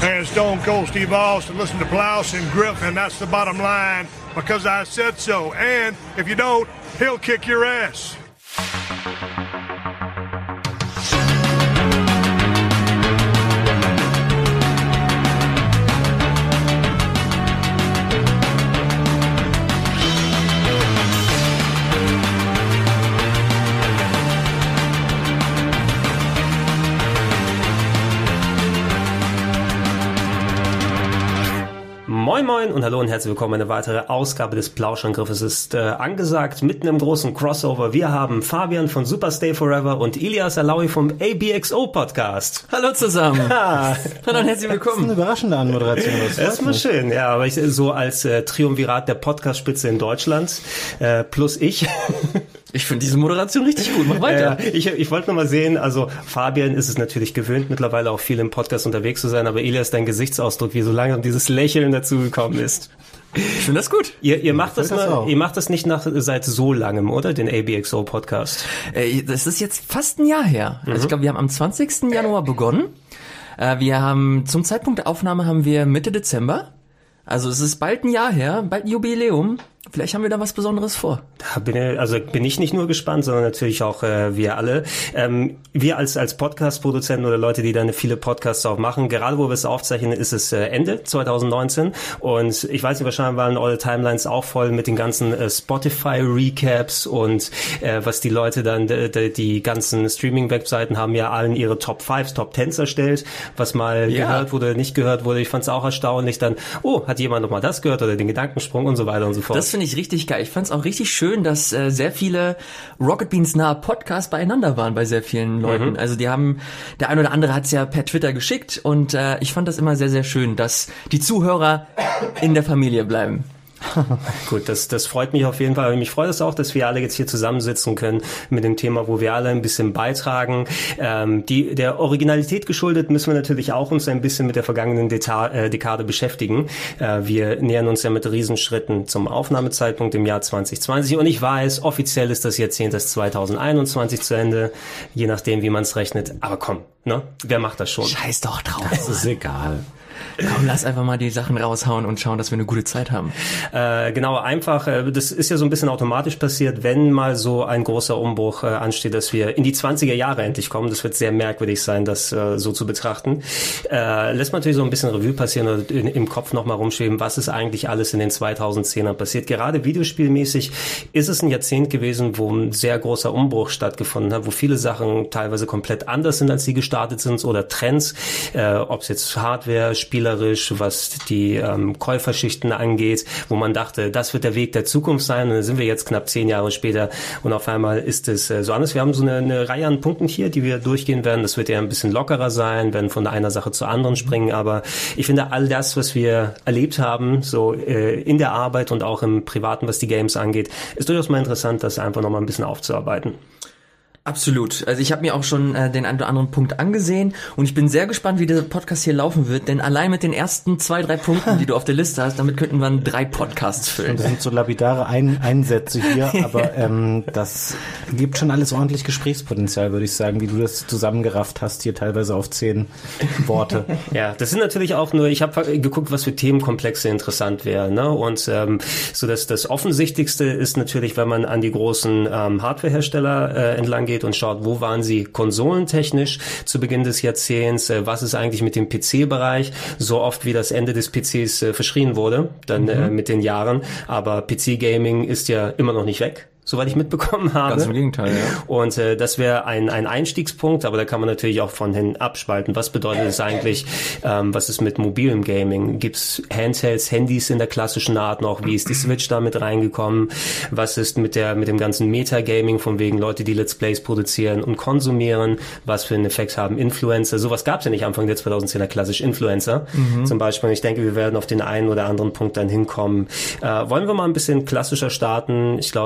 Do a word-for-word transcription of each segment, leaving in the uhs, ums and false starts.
and Stone Cold Steve Austin. Listen to Blouse and Griffin. That's the bottom line, because I said so. And if you don't, he'll kick your ass. Moin Moin und hallo und herzlich willkommen, eine weitere Ausgabe des Plauschangriffes ist äh, angesagt, mitten im großen Crossover. Wir haben Fabian von Super Stay Forever und Ilias Alaoui vom A B X O Podcast. Hallo zusammen. Ja. Hallo und herzlich willkommen. Das ist eine überraschende Anmoderation. Das ist mal schön, ja, aber ich so als äh, Triumvirat der Podcast-Spitze in Deutschland, äh, plus ich. Ich finde diese Moderation richtig gut. Mach weiter. Äh, ich ich wollte noch mal sehen, also Fabian ist es natürlich gewöhnt, mittlerweile auch viel im Podcast unterwegs zu sein, aber Ilias, dein Gesichtsausdruck, wie so langsam dieses Lächeln dazugekommen ist. Ich finde das gut. Ihr, ihr macht das, das mal, ihr macht das nicht nach, seit so langem, oder? Den A B X O Podcast. Äh, das ist jetzt fast ein Jahr her. Mhm. Also ich glaube, wir haben am zwanzigsten Januar begonnen. Äh, wir haben, zum Zeitpunkt der Aufnahme haben wir Mitte Dezember. Also es ist bald ein Jahr her, bald ein Jubiläum. Vielleicht haben wir da was Besonderes vor. Da bin ich, also bin ich nicht nur gespannt, sondern natürlich auch äh, wir alle. Ähm, wir als als Podcast-Produzenten oder Leute, die dann viele Podcasts auch machen, gerade wo wir es aufzeichnen, ist es äh, Ende zwanzig neunzehn und ich weiß nicht, wahrscheinlich waren eure Timelines auch voll mit den ganzen äh, Spotify-Recaps und äh, was die Leute dann, die, die ganzen Streaming-Webseiten haben ja allen ihre Top fünf, Top Tens erstellt, was mal ja. gehört wurde, nicht gehört wurde. Ich fand es auch erstaunlich dann, oh, hat jemand nochmal das gehört oder den Gedankensprung und so weiter und so fort. Das finde ich richtig geil. Ich fand es auch richtig schön, dass äh, sehr viele Rocket Beans nahe Podcasts beieinander waren bei sehr vielen Leuten. Mhm. Also die haben, der ein oder andere hat es ja per Twitter geschickt und äh, ich fand das immer sehr, sehr schön, dass die Zuhörer in der Familie bleiben. Gut, das das freut mich auf jeden Fall. Mich freut es auch, dass wir alle jetzt hier zusammensitzen können mit dem Thema, wo wir alle ein bisschen beitragen. Ähm, die der Originalität geschuldet müssen wir natürlich auch uns ein bisschen mit der vergangenen Deta- äh, Dekade beschäftigen. Äh, wir nähern uns ja mit Riesenschritten zum Aufnahmezeitpunkt im Jahr zwanzig zwanzig und ich weiß, offiziell ist das Jahrzehnt des zwanzig einundzwanzig zu Ende, je nachdem, wie man es rechnet. Aber komm, ne? Wer macht das schon? Scheiß doch drauf. Das ist egal. Komm, lass einfach mal die Sachen raushauen und schauen, dass wir eine gute Zeit haben. Äh, genau, einfach, äh, das ist ja so ein bisschen automatisch passiert, wenn mal so ein großer Umbruch äh, ansteht, dass wir in die zwanziger Jahre endlich kommen. Das wird sehr merkwürdig sein, das äh, so zu betrachten. Äh, lässt man natürlich so ein bisschen Revue passieren oder in, im Kopf nochmal rumschweben, was ist eigentlich alles in den zweitausendzehnern passiert. Gerade videospielmäßig ist es ein Jahrzehnt gewesen, wo ein sehr großer Umbruch stattgefunden hat, wo viele Sachen teilweise komplett anders sind, als sie gestartet sind oder Trends, äh, ob es jetzt Hardware, Spiel was die ähm, Käuferschichten angeht, wo man dachte, das wird der Weg der Zukunft sein. Und dann sind wir jetzt knapp zehn Jahre später und auf einmal ist es äh, so anders. Wir haben so eine, eine Reihe an Punkten hier, die wir durchgehen werden. Das wird ja ein bisschen lockerer sein, werden von einer Sache zur anderen springen. Aber ich finde, all das, was wir erlebt haben, so äh, in der Arbeit und auch im Privaten, was die Games angeht, ist durchaus mal interessant, das einfach nochmal ein bisschen aufzuarbeiten. Absolut. Also ich habe mir auch schon äh, den einen oder anderen Punkt angesehen und ich bin sehr gespannt, wie der Podcast hier laufen wird, denn allein mit den ersten zwei, drei Punkten, die du auf der Liste hast, damit könnten wir drei Podcasts füllen. Und das sind so lapidare Ein- Einsätze hier, aber ähm, das gibt schon alles ordentlich Gesprächspotenzial, würde ich sagen, wie du das zusammengerafft hast, hier teilweise auf zehn Worte. Ja, das sind natürlich auch nur, ich habe geguckt, was für Themenkomplexe interessant wären, ne? Und ähm, so das, das Offensichtlichste ist natürlich, wenn man an die großen ähm, Hardwarehersteller äh, entlang geht und schaut, wo waren sie konsolentechnisch zu Beginn des Jahrzehnts, äh, was ist eigentlich mit dem P C-Bereich, so oft wie das Ende des P Cs äh, verschrien wurde, dann mhm. äh, mit den Jahren, aber P C-Gaming ist ja immer noch nicht weg. soweit ich mitbekommen habe. Ganz im Gegenteil, ja. Und äh, das wäre ein, ein Einstiegspunkt, aber da kann man natürlich auch von hin abspalten. Was bedeutet es eigentlich, ähm, was ist mit mobilem Gaming? Gibt's Handhelds, Handys in der klassischen Art noch? Wie ist die Switch da mit reingekommen? Was ist mit der mit dem ganzen Metagaming, von wegen Leute, die Let's Plays produzieren und konsumieren? Was für einen Effekt haben Influencer? Sowas gab's ja nicht Anfang der zweitausendzehner, klassisch Influencer mhm. zum Beispiel. Und ich denke, wir werden auf den einen oder anderen Punkt dann hinkommen. Äh, wollen wir mal ein bisschen klassischer starten? Ich glaube, wenn wir mal ein bisschen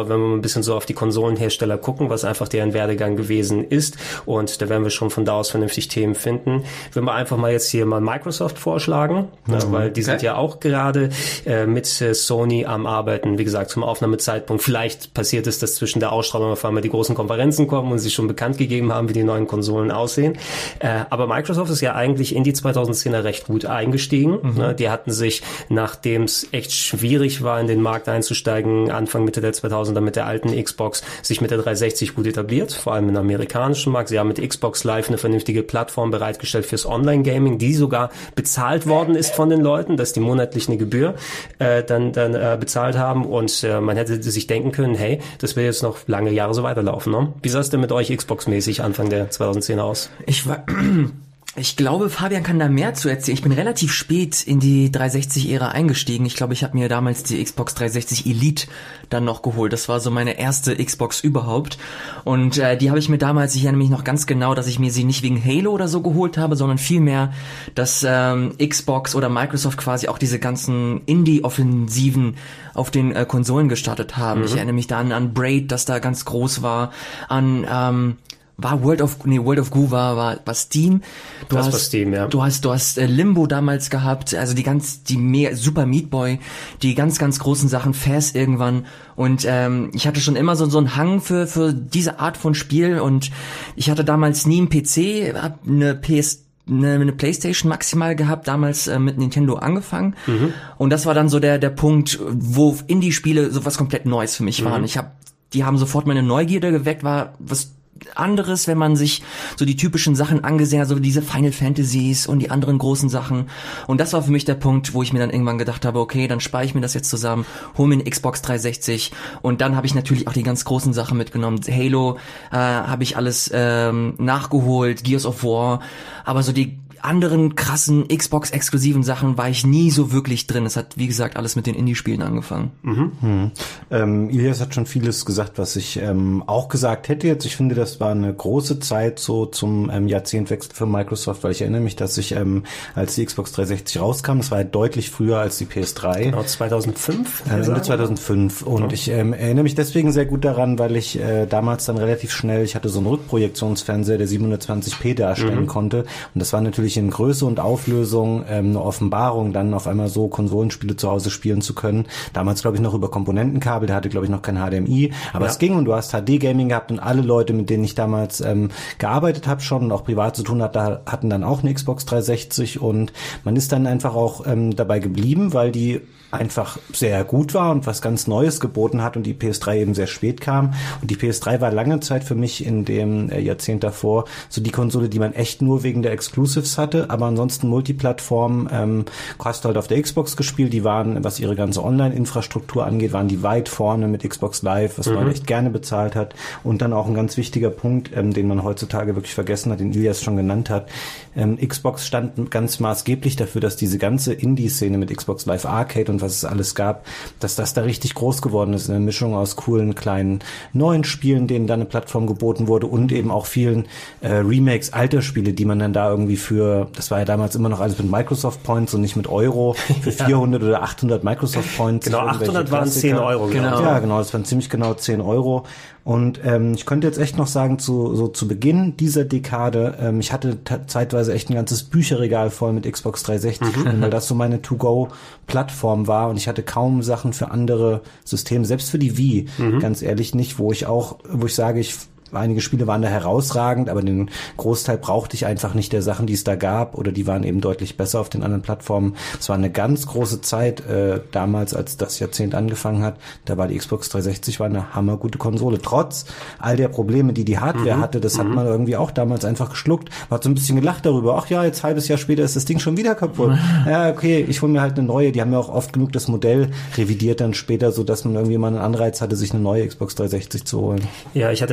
bisschen so auf die Konsolenhersteller gucken, was einfach deren Werdegang gewesen ist. Und da werden wir schon von da aus vernünftig Themen finden. Wenn wir einfach mal jetzt hier mal Microsoft vorschlagen, mhm. ja, weil die okay. sind ja auch gerade äh, mit äh, Sony am Arbeiten, wie gesagt, zum Aufnahmezeitpunkt. Vielleicht passiert es, dass zwischen der Ausstrahlung auf einmal die großen Konferenzen kommen und sie schon bekannt gegeben haben, wie die neuen Konsolen aussehen. Äh, aber Microsoft ist ja eigentlich in die zweitausendzehner recht gut eingestiegen. Mhm. Ne? Die hatten sich, nachdem es echt schwierig war, in den Markt einzusteigen, Anfang, Mitte der zweitausender mit der alten Xbox, sich mit der dreihundertsechzig gut etabliert, vor allem im amerikanischen Markt. Sie haben mit Xbox Live eine vernünftige Plattform bereitgestellt fürs Online-Gaming, die sogar bezahlt worden ist von den Leuten, dass die monatlich eine Gebühr äh, dann, dann äh, bezahlt haben und äh, man hätte sich denken können, hey, das wird jetzt noch lange Jahre so weiterlaufen. Ne? Wie sah es denn mit euch Xbox-mäßig Anfang der zweitausendzehner aus? Ich war... Ich glaube, Fabian kann da mehr zu erzählen. Ich bin relativ spät in die dreihundertsechzig-Ära eingestiegen. Ich glaube, ich habe mir damals die Xbox dreihundertsechzig Elite dann noch geholt. Das war so meine erste Xbox überhaupt. Und äh, die habe ich mir damals, ich erinnere mich noch ganz genau, dass ich mir sie nicht wegen Halo oder so geholt habe, sondern vielmehr, dass ähm, Xbox oder Microsoft quasi auch diese ganzen Indie-Offensiven auf den äh, Konsolen gestartet haben. Mhm. Ich erinnere mich dann an Braid, das da ganz groß war, an... Ähm, war World of nee World of Goo war war, war Steam. Du das hast war Steam, ja. Du hast du hast äh, Limbo damals gehabt, also die ganz die mehr Super Meat Boy, die ganz ganz großen Sachen, Fast irgendwann und ähm, ich hatte schon immer so so einen Hang für für diese Art von Spiel und ich hatte damals nie einen P C, hab eine P S eine, eine PlayStation maximal gehabt, damals äh, mit Nintendo angefangen mhm. und das war dann so der der Punkt, wo Indie-Spiele so was komplett Neues für mich mhm. waren. Ich habe die haben sofort meine Neugierde geweckt, war was anderes, wenn man sich so die typischen Sachen angesehen hat, so diese Final Fantasies und die anderen großen Sachen. Und das war für mich der Punkt, wo ich mir dann irgendwann gedacht habe, okay, dann spare ich mir das jetzt zusammen, hole mir eine Xbox dreihundertsechzig und dann habe ich natürlich auch die ganz großen Sachen mitgenommen. Halo äh, habe ich alles ähm, nachgeholt, Gears of War, aber so die anderen krassen Xbox-exklusiven Sachen war ich nie so wirklich drin. Es hat, wie gesagt, alles mit den Indie-Spielen angefangen. Mhm. Mhm. Ähm, Ilias hat schon vieles gesagt, was ich ähm, auch gesagt hätte jetzt. Ich finde, das war eine große Zeit so zum ähm, Jahrzehntwechsel für Microsoft, weil ich erinnere mich, dass ich, ähm, als die Xbox dreihundertsechzig rauskam, das war halt deutlich früher als die P S drei. Genau, zweitausendfünf? Äh, Ende zweitausendfünf. Und ja. ich ähm, erinnere mich deswegen sehr gut daran, weil ich äh, damals dann relativ schnell, ich hatte so einen Rückprojektionsfernseher, der siebenhundertzwanzig p darstellen mhm. konnte. Und das war natürlich in Größe und Auflösung ähm, eine Offenbarung, dann auf einmal so Konsolenspiele zu Hause spielen zu können. Damals, glaube ich, noch über Komponentenkabel, der hatte, glaube ich, noch kein H D M I, aber ja. es ging und du hast H D-Gaming gehabt und alle Leute, mit denen ich damals ähm, gearbeitet habe schon und auch privat zu tun hatte, hatten dann auch eine Xbox dreihundertsechzig und man ist dann einfach auch ähm, dabei geblieben, weil die einfach sehr gut war und was ganz Neues geboten hat und die P S drei eben sehr spät kam. Und die P S drei war lange Zeit für mich in dem äh, Jahrzehnt davor so die Konsole, die man echt nur wegen der Exclusives hatte, aber ansonsten Multiplattform, ähm, hast du halt auf der Xbox gespielt, die waren, was ihre ganze Online-Infrastruktur angeht, waren die weit vorne mit Xbox Live, was mhm. man echt gerne bezahlt hat. Und dann auch ein ganz wichtiger Punkt, ähm, den man heutzutage wirklich vergessen hat, den Ilias schon genannt hat. Ähm, Xbox stand ganz maßgeblich dafür, dass diese ganze Indie-Szene mit Xbox Live Arcade und was es alles gab, dass das da richtig groß geworden ist. Eine Mischung aus coolen, kleinen, neuen Spielen, denen da eine Plattform geboten wurde und eben auch vielen äh, Remakes alter Spiele, die man dann da irgendwie für, das war ja damals immer noch alles mit Microsoft Points und nicht mit Euro, für ja. vierhundert oder achthundert Microsoft Points. Genau, achthundert waren zehn Euro. Genau. Ja, genau, das waren ziemlich genau zehn Euro. Und ähm, ich könnte jetzt echt noch sagen, zu so zu Beginn dieser Dekade, ähm, ich hatte t- zeitweise echt ein ganzes Bücherregal voll mit Xbox dreihundertsechzig, mhm. weil das so meine To-Go-Plattform war und ich hatte kaum Sachen für andere Systeme, selbst für die Wii, mhm. ganz ehrlich nicht, wo ich auch, wo ich sage, ich einige Spiele waren da herausragend, aber den Großteil brauchte ich einfach nicht der Sachen, die es da gab, oder die waren eben deutlich besser auf den anderen Plattformen. Es war eine ganz große Zeit äh, damals, als das Jahrzehnt angefangen hat. Da war die Xbox dreihundertsechzig war eine hammergute Konsole. Trotz all der Probleme, die die Hardware mhm. hatte, das mhm. hat man irgendwie auch damals einfach geschluckt. Man hat so ein bisschen gelacht darüber. Ach ja, jetzt halbes Jahr später ist das Ding schon wieder kaputt. Ja, okay, ich hole mir halt eine neue. Die haben ja auch oft genug das Modell revidiert dann später, so dass man irgendwie mal einen Anreiz hatte, sich eine neue Xbox dreihundertsechzig zu holen. Ja, ich hatte immer so die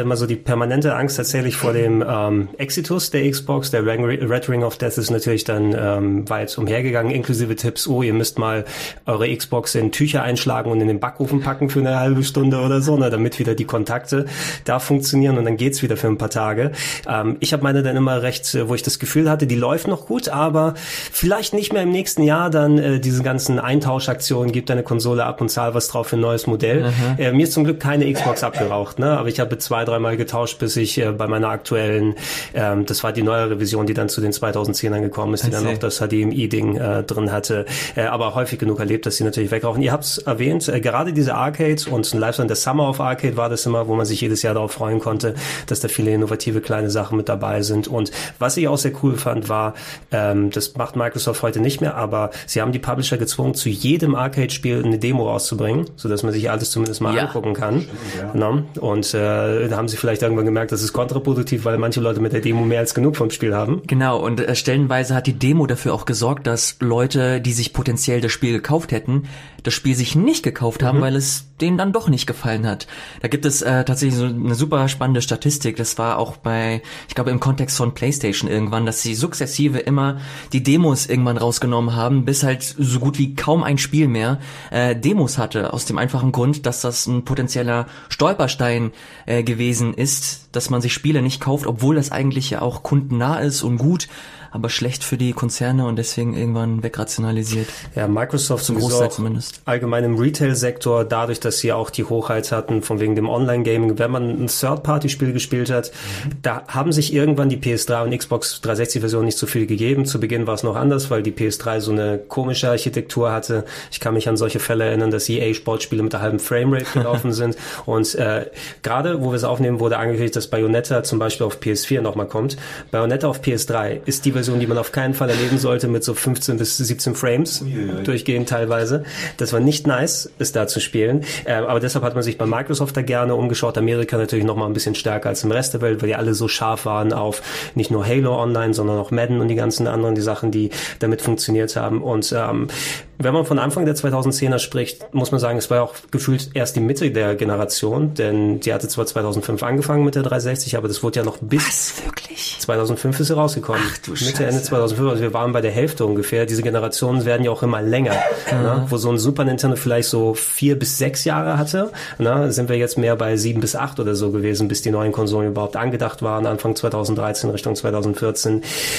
permanente Angst tatsächlich vor dem ähm, Exitus der Xbox. Der Red Ring of Death ist natürlich dann ähm, weit umhergegangen, inklusive Tipps, oh, ihr müsst mal eure Xbox in Tücher einschlagen und in den Backofen packen für eine halbe Stunde oder so, ne, damit wieder die Kontakte da funktionieren und dann geht's wieder für ein paar Tage. Ähm, ich habe meine dann immer recht, wo ich das Gefühl hatte, die läuft noch gut, aber vielleicht nicht mehr im nächsten Jahr dann äh, diese ganzen Eintauschaktionen, gibt eine Konsole ab und zahl was drauf für ein neues Modell. Äh, mir ist zum Glück keine Xbox abgeraucht, ne, aber ich habe zwei, dreimal getauscht, bis ich äh, bei meiner aktuellen, ähm, das war die neuere Version, die dann zu den zweitausendzehnern gekommen ist, die dann noch das H D M I-Ding äh, drin hatte, äh, aber häufig genug erlebt, dass sie natürlich wegrauchen. Ihr habt es erwähnt, äh, gerade diese Arcades und ein Live-Sein der Summer of Arcade war das immer, wo man sich jedes Jahr darauf freuen konnte, dass da viele innovative kleine Sachen mit dabei sind. Und was ich auch sehr cool fand, war, ähm, das macht Microsoft heute nicht mehr, aber sie haben die Publisher gezwungen, zu jedem Arcade-Spiel eine Demo rauszubringen, sodass man sich alles zumindest mal ja. angucken kann. Stimmt, ja. no? Und äh, da haben sie vielleicht irgendwann gemerkt, das ist kontraproduktiv, weil manche Leute mit der Demo mehr als genug vom Spiel haben. Genau, und äh, stellenweise hat die Demo dafür auch gesorgt, dass Leute, die sich potenziell das Spiel gekauft hätten, das Spiel sich nicht gekauft haben, mhm. weil es denen dann doch nicht gefallen hat. Da gibt es äh, tatsächlich so eine super spannende Statistik. Das war auch bei, ich glaube im Kontext von PlayStation irgendwann, dass sie sukzessive immer die Demos irgendwann rausgenommen haben, bis halt so gut wie kaum ein Spiel mehr äh, Demos hatte. Aus dem einfachen Grund, dass das ein potenzieller Stolperstein äh, gewesen ist, dass man sich Spiele nicht kauft, obwohl das eigentlich ja auch kundennah ist und gut, aber schlecht für die Konzerne und deswegen irgendwann wegrationalisiert. Ja, Microsoft zum Großteil zumindest. Allgemein im Retail-Sektor, dadurch, dass sie auch die Hochheit hatten, von wegen dem Online-Gaming, wenn man ein Third-Party-Spiel gespielt hat, mhm. da haben sich irgendwann die P S drei und Xbox dreihundertsechzig-Version nicht so viel gegeben. Zu Beginn war es noch anders, weil die P S drei so eine komische Architektur hatte. Ich kann mich an solche Fälle erinnern, dass E A-Sportspiele mit der halben Framerate gelaufen sind. Und äh, gerade, wo wir es aufnehmen, wurde angekündigt, dass Bayonetta zum Beispiel auf P S vier nochmal kommt. Bayonetta auf P S drei ist die Version, die man auf keinen Fall erleben sollte, mit so fünfzehn bis siebzehn Frames Uiuiui. durchgehend teilweise. Das war nicht nice, es da zu spielen. Äh, aber deshalb hat man sich bei Microsoft da gerne umgeschaut. Amerika natürlich noch mal ein bisschen stärker als im Rest der Welt, weil die alle so scharf waren auf nicht nur Halo Online, sondern auch Madden und die ganzen anderen, die Sachen, die damit funktioniert haben. Und ähm, wenn man von Anfang der zweitausendzehner spricht, muss man sagen, es war auch gefühlt erst die Mitte der Generation, denn die hatte zwar zweitausendfünf angefangen mit der dreihundertsechzig, aber das wurde ja noch bis Was, wirklich? zweitausendfünf ist sie rausgekommen. Ach du Mitte, Scheiße. Ende zweitausendfünf, also wir waren bei der Hälfte ungefähr. Diese Generationen werden ja auch immer länger. Mhm. Ne? Wo so ein Super Nintendo vielleicht so vier bis sechs Jahre hatte, ne? Sind wir jetzt mehr bei sieben bis acht oder so gewesen, bis die neuen Konsolen überhaupt angedacht waren, Anfang zweitausenddreizehn Richtung zweitausendvierzehn.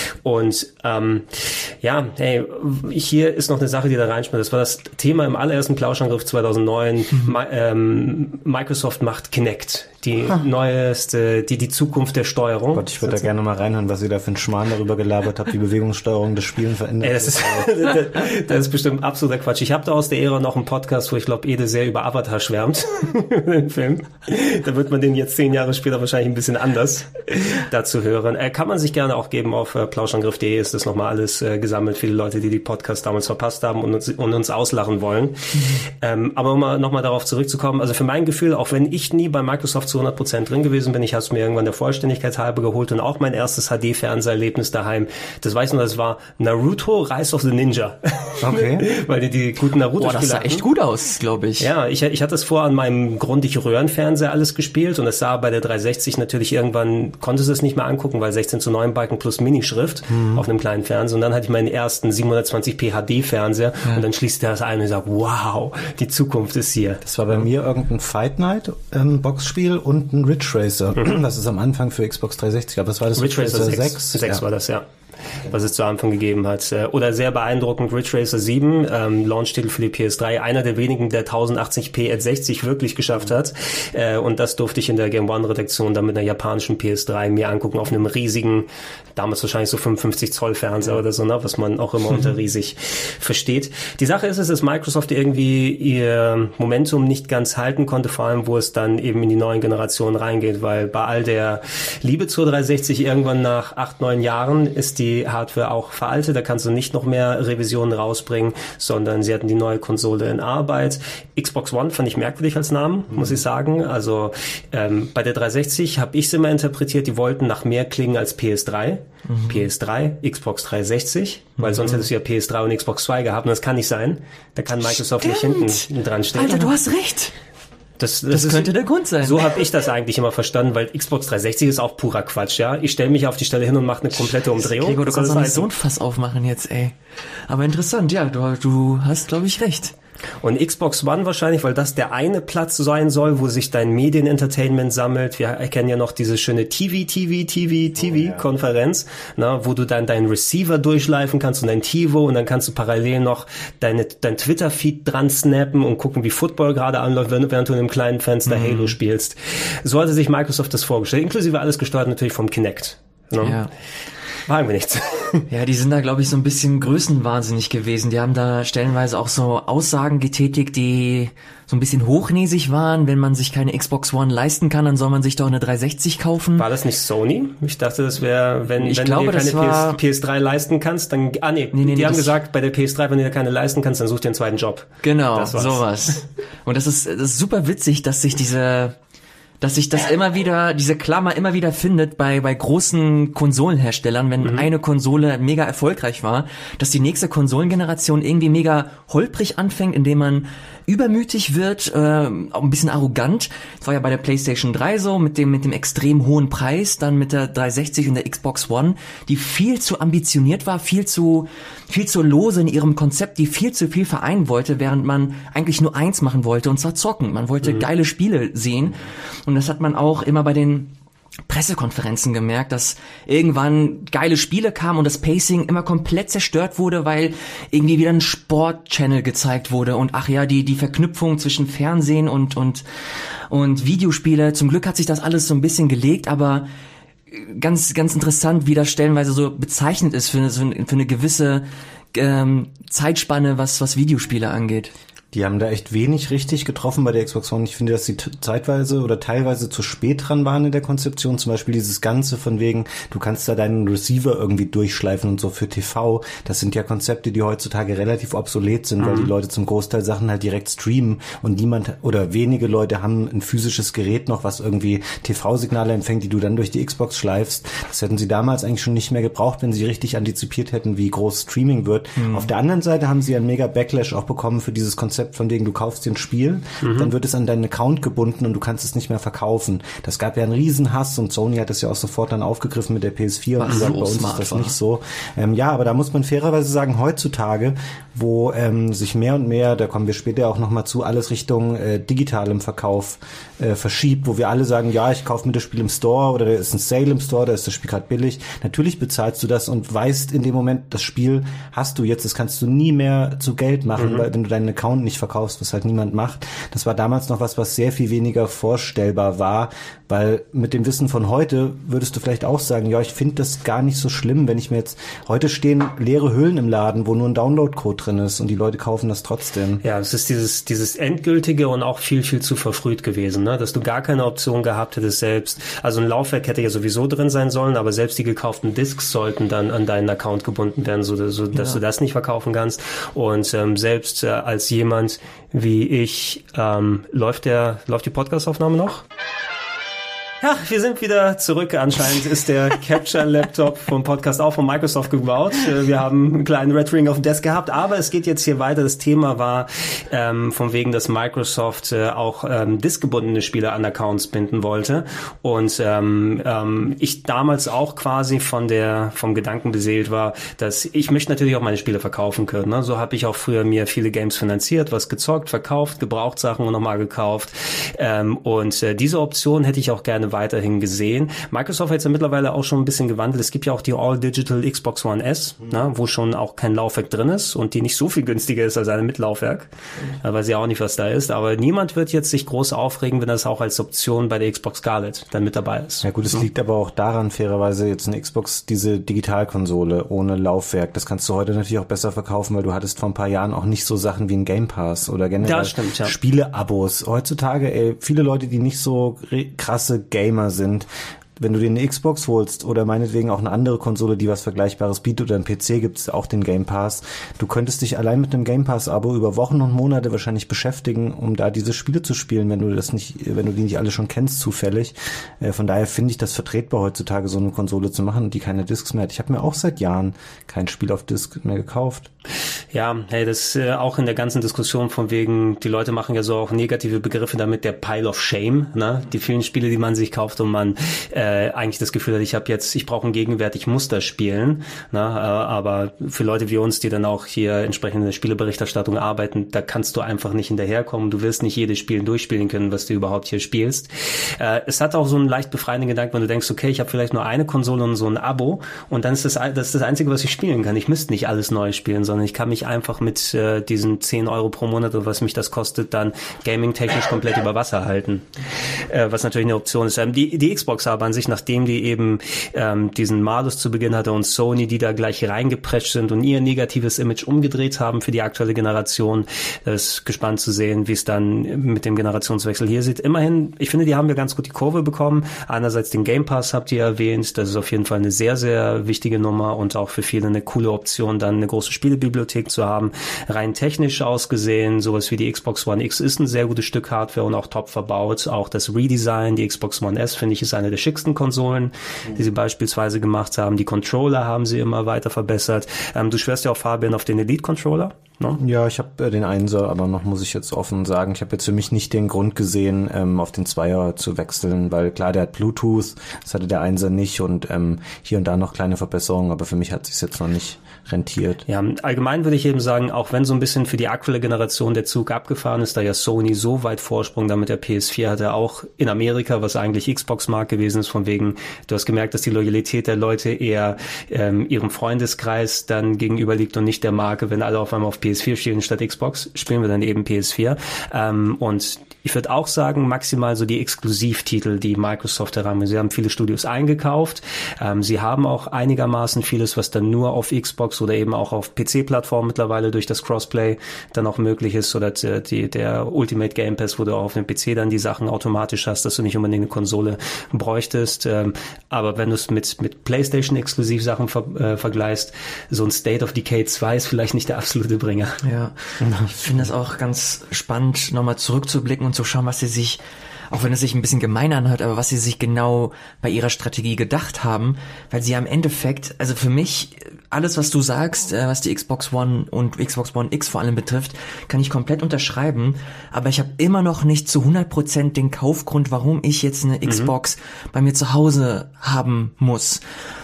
Und ähm, ja, hey, hier ist noch eine Sache, die da reinspielt. Das war das Thema im allerersten Plauschangriff zweitausendneun. Mhm. Ma- ähm, Microsoft macht Kinect, die ha. neueste, die die Zukunft der Steuerung. Gott, ich würde da gerne mal reinhören, was ihr da für einen Schmarrn darüber gelabert habt, wie Bewegungssteuerung des Spielen verändert. Ey, das ist das ist bestimmt absoluter Quatsch. Ich habe da aus der Ära noch einen Podcast, wo ich glaube, Ede sehr über Avatar schwärmt, den Film. Da wird man den jetzt zehn Jahre später wahrscheinlich ein bisschen anders dazu hören. Äh, kann man sich gerne auch geben, auf äh, plauschangriff punkt de ist das nochmal alles äh, gesammelt. Viele Leute, die die Podcasts damals verpasst haben und uns, und uns auslachen wollen. Mhm. Ähm, aber um mal, nochmal darauf zurückzukommen, also für mein Gefühl, auch wenn ich nie bei Microsoft zu hundert Prozent drin gewesen bin, ich habe es mir irgendwann der Vollständigkeit halber geholt und auch mein erstes H D-Fernseherlebnis daheim, das weiß ich noch, das war Naruto Rise of the Ninja. Okay. Weil die, die guten Naruto-Spiele Boah, das sah echt gut aus, glaube ich. Ja, ich, ich hatte es vor an meinem grundig Röhrenfernseher alles gespielt und es sah bei der dreihundertsechzig natürlich irgendwann, konnte es nicht mehr angucken, weil sechzehn zu neun Balken plus Minischrift mhm. auf einem kleinen Fernseher und dann hatte ich meinen ersten siebenhundertzwanzig p H D-Fernseher ja. und dann schließt er das ein und sagt, wow, die Zukunft ist hier. Das war bei mir irgendein Fight Night ähm, Boxspiel und ein Ridge Racer. Mhm. Das ist am Anfang für Xbox dreihundertsechzig, aber das war das Ridge Racer sechs. sechs ja. war das, ja. Was es zu Anfang gegeben hat. Oder sehr beeindruckend Ridge Racer sieben, ähm, Launch-Titel für die P S drei, einer der wenigen, der tausendachtzig p at sechzig wirklich geschafft hat. Äh, und das durfte ich in der Game One-Redaktion dann mit einer japanischen P S drei mir angucken, auf einem riesigen, damals wahrscheinlich so fünfundfünfzig Zoll Fernseher oder so, ne, was man auch immer unter riesig versteht. Die Sache ist, es dass Microsoft irgendwie ihr Momentum nicht ganz halten konnte, vor allem, wo es dann eben in die neuen Generationen reingeht, weil bei all der Liebe zur dreihundertsechzig irgendwann nach acht, neun Jahren ist die Hardware auch veraltet, da kannst du nicht noch mehr Revisionen rausbringen, sondern sie hatten die neue Konsole in Arbeit. Xbox One fand ich merkwürdig als Namen, mhm. muss ich sagen. Also ähm, bei der dreihundertsechzig habe ich es immer interpretiert, die wollten nach mehr klingen als P S drei. Mhm. P S drei, Xbox dreihundertsechzig, mhm. weil sonst hättest du ja P S drei und Xbox zwei gehabt und das kann nicht sein. Da kann Microsoft Stimmt. nicht hinten dran stehen. Alter, du hast recht. Das, das, das ist, könnte der Grund sein. So habe ich das eigentlich immer verstanden, weil Xbox dreihundertsechzig ist auch purer Quatsch, ja. Ich stelle mich auf die Stelle hin und mache eine komplette Umdrehung. Gregor, du kannst doch nicht halt so ein Fass aufmachen jetzt, ey. Aber interessant, ja, du, du hast, glaube ich, recht. Und Xbox One wahrscheinlich, weil das der eine Platz sein soll, wo sich dein Medienentertainment sammelt. Wir erkennen ja noch diese schöne T V, T V, T V, T V-Konferenz, oh, ja. wo du dann deinen Receiver durchschleifen kannst und dein TiVo und dann kannst du parallel noch deine, dein Twitter-Feed dran snappen und gucken, wie Football gerade anläuft, während du in einem kleinen Fenster mhm. Halo spielst. So hatte sich Microsoft das vorgestellt, inklusive alles gesteuert natürlich vom Kinect. Ne? Ja. Wagen wir nichts. Ja, die sind da, glaube ich, so ein bisschen größenwahnsinnig gewesen. Die haben da stellenweise auch so Aussagen getätigt, die so ein bisschen hochnäsig waren. Wenn man sich keine Xbox One leisten kann, dann soll man sich doch eine dreihundertsechzig kaufen. War das nicht Sony? Ich dachte, das wäre, wenn, ich wenn glaube, du dir keine das war P S drei leisten kannst, dann, ah nee, nee, nee die nee, haben gesagt, bei der P S drei, wenn du dir keine leisten kannst, dann such dir einen zweiten Job. Genau, sowas. Und das ist, das ist super witzig, dass sich diese... dass sich das immer wieder, diese Klammer immer wieder findet bei bei großen Konsolenherstellern, wenn mhm. eine Konsole mega erfolgreich war, dass die nächste Konsolengeneration irgendwie mega holprig anfängt, indem man übermütig wird, äh, auch ein bisschen arrogant. Das war ja bei der PlayStation drei so, mit dem mit dem extrem hohen Preis, dann mit der dreihundertsechzig und der Xbox One, die viel zu ambitioniert war, viel zu viel zu lose in ihrem Konzept, die viel zu viel vereinen wollte, während man eigentlich nur eins machen wollte, und zwar zocken. Man wollte mhm. geile Spiele sehen, und das hat man auch immer bei den Pressekonferenzen gemerkt, dass irgendwann geile Spiele kamen und das Pacing immer komplett zerstört wurde, weil irgendwie wieder ein Sport-Channel gezeigt wurde und ach ja, die die Verknüpfung zwischen Fernsehen und und und Videospiele. Zum Glück hat sich das alles so ein bisschen gelegt, aber ganz ganz interessant, wie das stellenweise so bezeichnet ist für, für eine gewisse ähm, Zeitspanne, was was Videospiele angeht. Die haben da echt wenig richtig getroffen bei der Xbox One. Ich finde, dass sie t- zeitweise oder teilweise zu spät dran waren in der Konzeption. Zum Beispiel dieses Ganze von wegen, du kannst da deinen Receiver irgendwie durchschleifen und so für T V. Das sind ja Konzepte, die heutzutage relativ obsolet sind, mhm. weil die Leute zum Großteil Sachen halt direkt streamen und niemand oder wenige Leute haben ein physisches Gerät noch, was irgendwie T V-Signale empfängt, die du dann durch die Xbox schleifst. Das hätten sie damals eigentlich schon nicht mehr gebraucht, wenn sie richtig antizipiert hätten, wie groß Streaming wird. Mhm. Auf der anderen Seite haben sie einen mega Backlash auch bekommen für dieses Konzept von wegen, du kaufst dir ein Spiel, mhm. dann wird es an deinen Account gebunden und du kannst es nicht mehr verkaufen. Das gab ja einen riesen Hass und Sony hat das ja auch sofort dann aufgegriffen mit der P S vier und gesagt, so bei uns ist das war. nicht so. Ähm, ja, aber da muss man fairerweise sagen, heutzutage, wo ähm, sich mehr und mehr, da kommen wir später auch nochmal zu, alles Richtung äh, digitalem Verkauf äh, verschiebt, wo wir alle sagen, ja, ich kaufe mir das Spiel im Store oder da ist ein Sale im Store, da ist das Spiel gerade billig. Natürlich bezahlst du das und weißt in dem Moment, das Spiel hast du jetzt, das kannst du nie mehr zu Geld machen, mhm. weil wenn du deinen Account nicht verkaufst, was halt niemand macht. Das war damals noch was, was sehr viel weniger vorstellbar war, weil mit dem Wissen von heute würdest du vielleicht auch sagen, ja, ich finde das gar nicht so schlimm, wenn ich mir jetzt, heute stehen leere Hüllen im Laden, wo nur ein Download-Code drin ist und die Leute kaufen das trotzdem. Ja, es ist dieses dieses endgültige und auch viel, viel zu verfrüht gewesen, ne? Dass du gar keine Option gehabt hättest selbst. Also ein Laufwerk hätte ja sowieso drin sein sollen, aber selbst die gekauften Discs sollten dann an deinen Account gebunden werden, so, so dass ja. du das nicht verkaufen kannst. Und ähm, selbst äh, als jemand wie ich, ähm, läuft der, läuft die Podcast-Aufnahme noch? Ja, wir sind wieder zurück. Anscheinend ist der Capture-Laptop vom Podcast auch von Microsoft gebaut. Wir haben einen kleinen Red Ring auf dem Desk gehabt, aber es geht jetzt hier weiter. Das Thema war ähm, von wegen, dass Microsoft äh, auch ähm, diskgebundene Spiele an Accounts binden wollte. Und ähm, ähm, ich damals auch quasi von der vom Gedanken beseelt war, dass ich möchte natürlich auch meine Spiele verkaufen können. Ne? So habe ich auch früher mir viele Games finanziert, was gezockt, verkauft, Gebrauchtsachen und nochmal gekauft. Ähm, und äh, diese Option hätte ich auch gerne weiterhin gesehen. Microsoft hat jetzt ja mittlerweile auch schon ein bisschen gewandelt. Es gibt ja auch die All-Digital Xbox One S, mhm. ne, wo schon auch kein Laufwerk drin ist und die nicht so viel günstiger ist als eine mit Laufwerk. Mhm. Weiß ich auch nicht, was da ist. Aber niemand wird jetzt sich groß aufregen, wenn das auch als Option bei der Xbox Scarlett dann mit dabei ist. Ja gut, es mhm. liegt aber auch daran, fairerweise jetzt eine Xbox, diese Digitalkonsole ohne Laufwerk, das kannst du heute natürlich auch besser verkaufen, weil du hattest vor ein paar Jahren auch nicht so Sachen wie ein Game Pass oder generell ja, stimmt, ja. Spiele-Abos. Heutzutage, ey, viele Leute, die nicht so krasse Gamer sind, wenn du dir eine Xbox holst oder meinetwegen auch eine andere Konsole, die was Vergleichbares bietet, oder ein P C, gibt's auch den Game Pass. Du könntest dich allein mit einem Game Pass-Abo über Wochen und Monate wahrscheinlich beschäftigen, um da diese Spiele zu spielen, wenn du das nicht, wenn du die nicht alle schon kennst zufällig. Äh, von daher finde ich das vertretbar heutzutage, so eine Konsole zu machen, die keine Discs mehr hat. Ich habe mir auch seit Jahren kein Spiel auf Disc mehr gekauft. Ja, hey, das äh, auch in der ganzen Diskussion von wegen, die Leute machen ja so auch negative Begriffe damit, der Pile of Shame, ne? Die vielen Spiele, die man sich kauft und man äh, eigentlich das Gefühl hat, ich habe jetzt, ich brauche einen Gegenwert, ich muss das spielen, ne? Äh, aber für Leute wie uns, die dann auch hier entsprechend in der Spieleberichterstattung arbeiten, da kannst du einfach nicht hinterherkommen. Du wirst nicht jedes Spiel durchspielen können, was du überhaupt hier spielst. Äh, es hat auch so einen leicht befreienden Gedanken, wenn du denkst, okay, ich habe vielleicht nur eine Konsole und so ein Abo und dann ist das, das ist das Einzige, was ich spielen kann. Ich müsste nicht alles neu spielen, sondern ich kann mich einfach mit äh, diesen zehn Euro pro Monat oder was mich das kostet, dann gaming-technisch komplett über Wasser halten. Äh, was natürlich eine Option ist. Ähm, die, die Xbox aber an sich, nachdem die eben ähm, diesen Malus zu Beginn hatte und Sony, die da gleich reingeprescht sind und ihr negatives Image umgedreht haben für die aktuelle Generation, das ist gespannt zu sehen, wie es dann mit dem Generationswechsel hier sieht. Immerhin, ich finde, die haben wir ganz gut die Kurve bekommen. Einerseits den Game Pass habt ihr erwähnt, das ist auf jeden Fall eine sehr, sehr wichtige Nummer und auch für viele eine coole Option, dann eine große Spielebibliothek zu haben. Rein technisch ausgesehen, sowas wie die Xbox One X ist ein sehr gutes Stück Hardware und auch top verbaut. Auch das Redesign, die Xbox One S, finde ich, ist eine der schicksten Konsolen, die sie beispielsweise gemacht haben. Die Controller haben sie immer weiter verbessert. Ähm, du schwörst ja auch, Fabian, auf den Elite-Controller? No? Ja, ich habe äh, den Einser, aber noch muss ich jetzt offen sagen, ich habe jetzt für mich nicht den Grund gesehen, ähm, auf den Zweier zu wechseln, weil klar, der hat Bluetooth, das hatte der Einser nicht und ähm, hier und da noch kleine Verbesserungen, aber für mich hat sich's jetzt noch nicht rentiert. Ja, allgemein würde ich eben sagen, auch wenn so ein bisschen für die aktuelle Generation der Zug abgefahren ist, da ja Sony so weit Vorsprung damit der P S vier hatte, auch in Amerika, was eigentlich Xbox-Markt gewesen ist, von wegen, du hast gemerkt, dass die Loyalität der Leute eher ähm, ihrem Freundeskreis dann gegenüber liegt und nicht der Marke, wenn alle auf einmal auf P S vier spielen statt Xbox, spielen wir dann eben P S vier. Ähm, und ich würde auch sagen, maximal so die Exklusivtitel, die Microsoft heran. Sie haben viele Studios eingekauft. Ähm, sie haben auch einigermaßen vieles, was dann nur auf Xbox oder eben auch auf P C-Plattformen mittlerweile durch das Crossplay dann auch möglich ist. Oder die, der Ultimate Game Pass, wo du auch auf dem P C dann die Sachen automatisch hast, dass du nicht unbedingt eine Konsole bräuchtest. Ähm, aber wenn du es mit, mit PlayStation-Exklusivsachen ver, äh, vergleichst, so ein State of Decay zwei ist vielleicht nicht der absolute Bringer. Ja, ich finde das auch ganz spannend, nochmal zurückzublicken und zu schauen, was sie sich, auch wenn es sich ein bisschen gemein anhört, aber was sie sich genau bei ihrer Strategie gedacht haben, weil sie ja im Endeffekt, also für mich, alles, was du sagst, was die Xbox One und Xbox One X vor allem betrifft, kann ich komplett unterschreiben, aber ich habe immer noch nicht zu hundert Prozent den Kaufgrund, warum ich jetzt eine mhm. Xbox bei mir zu Hause haben muss.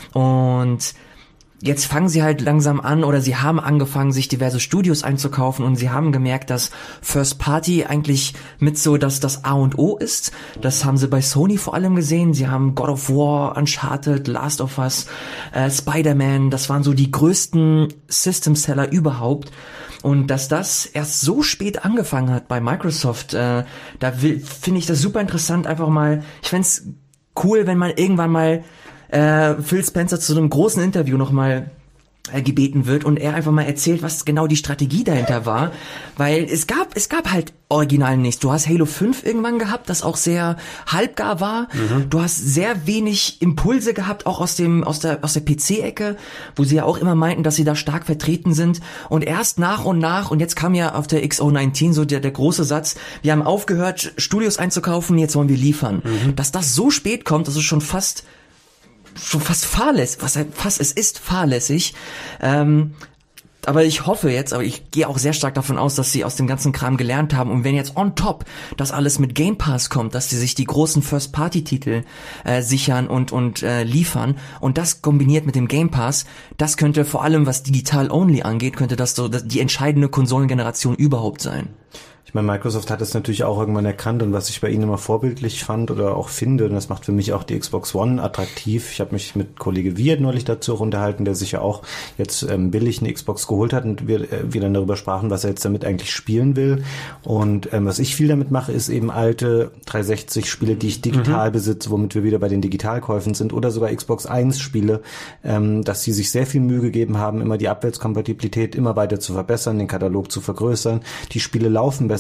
Und jetzt fangen sie halt langsam an oder sie haben angefangen, sich diverse Studios einzukaufen und sie haben gemerkt, dass First Party eigentlich mit so dass das A und O ist. Das haben sie bei Sony vor allem gesehen. Sie haben God of War, Uncharted, Last of Us, äh, Spider-Man. Das waren so die größten System-Seller überhaupt. Und dass das erst so spät angefangen hat bei Microsoft, äh, da finde ich das super interessant. Einfach mal, ich fänd's cool, wenn man irgendwann mal Äh, Phil Spencer zu einem großen Interview nochmal äh, gebeten wird und er einfach mal erzählt, was genau die Strategie dahinter war, weil es gab es gab halt original nichts. Du hast Halo fünf irgendwann gehabt, das auch sehr halbgar war. Mhm. Du hast sehr wenig Impulse gehabt, auch aus dem aus der aus der P C-Ecke, wo sie ja auch immer meinten, dass sie da stark vertreten sind. Und erst nach und nach, und jetzt kam ja auf der X O neunzehn so der der große Satz, wir haben aufgehört, Studios einzukaufen, jetzt wollen wir liefern. Mhm. Dass das so spät kommt, das ist schon fast schon fast fahrlässig, was fast es ist fahrlässig, ähm, aber ich hoffe jetzt, aber ich gehe auch sehr stark davon aus, dass sie aus dem ganzen Kram gelernt haben und wenn jetzt on top das alles mit Game Pass kommt, dass sie sich die großen First-Party-Titel äh, sichern und und äh, liefern und das kombiniert mit dem Game Pass, das könnte vor allem, was Digital-Only angeht, könnte das so die entscheidende Konsolengeneration überhaupt sein. Ich meine, Microsoft hat es natürlich auch irgendwann erkannt und was ich bei ihnen immer vorbildlich fand oder auch finde, und das macht für mich auch die Xbox One attraktiv. Ich habe mich mit Kollege Wirt neulich dazu auch unterhalten, der sich ja auch jetzt ähm, billig eine Xbox geholt hat und wir, äh, wir dann darüber sprachen, was er jetzt damit eigentlich spielen will. Und ähm, was ich viel damit mache, ist eben alte dreihundertsechzig Spiele, die ich digital mhm. besitze, womit wir wieder bei den Digitalkäufen sind, oder sogar Xbox eins Spiele, ähm, dass sie sich sehr viel Mühe gegeben haben, immer die Abwärtskompatibilität immer weiter zu verbessern, den Katalog zu vergrößern. Die Spiele laufen besser.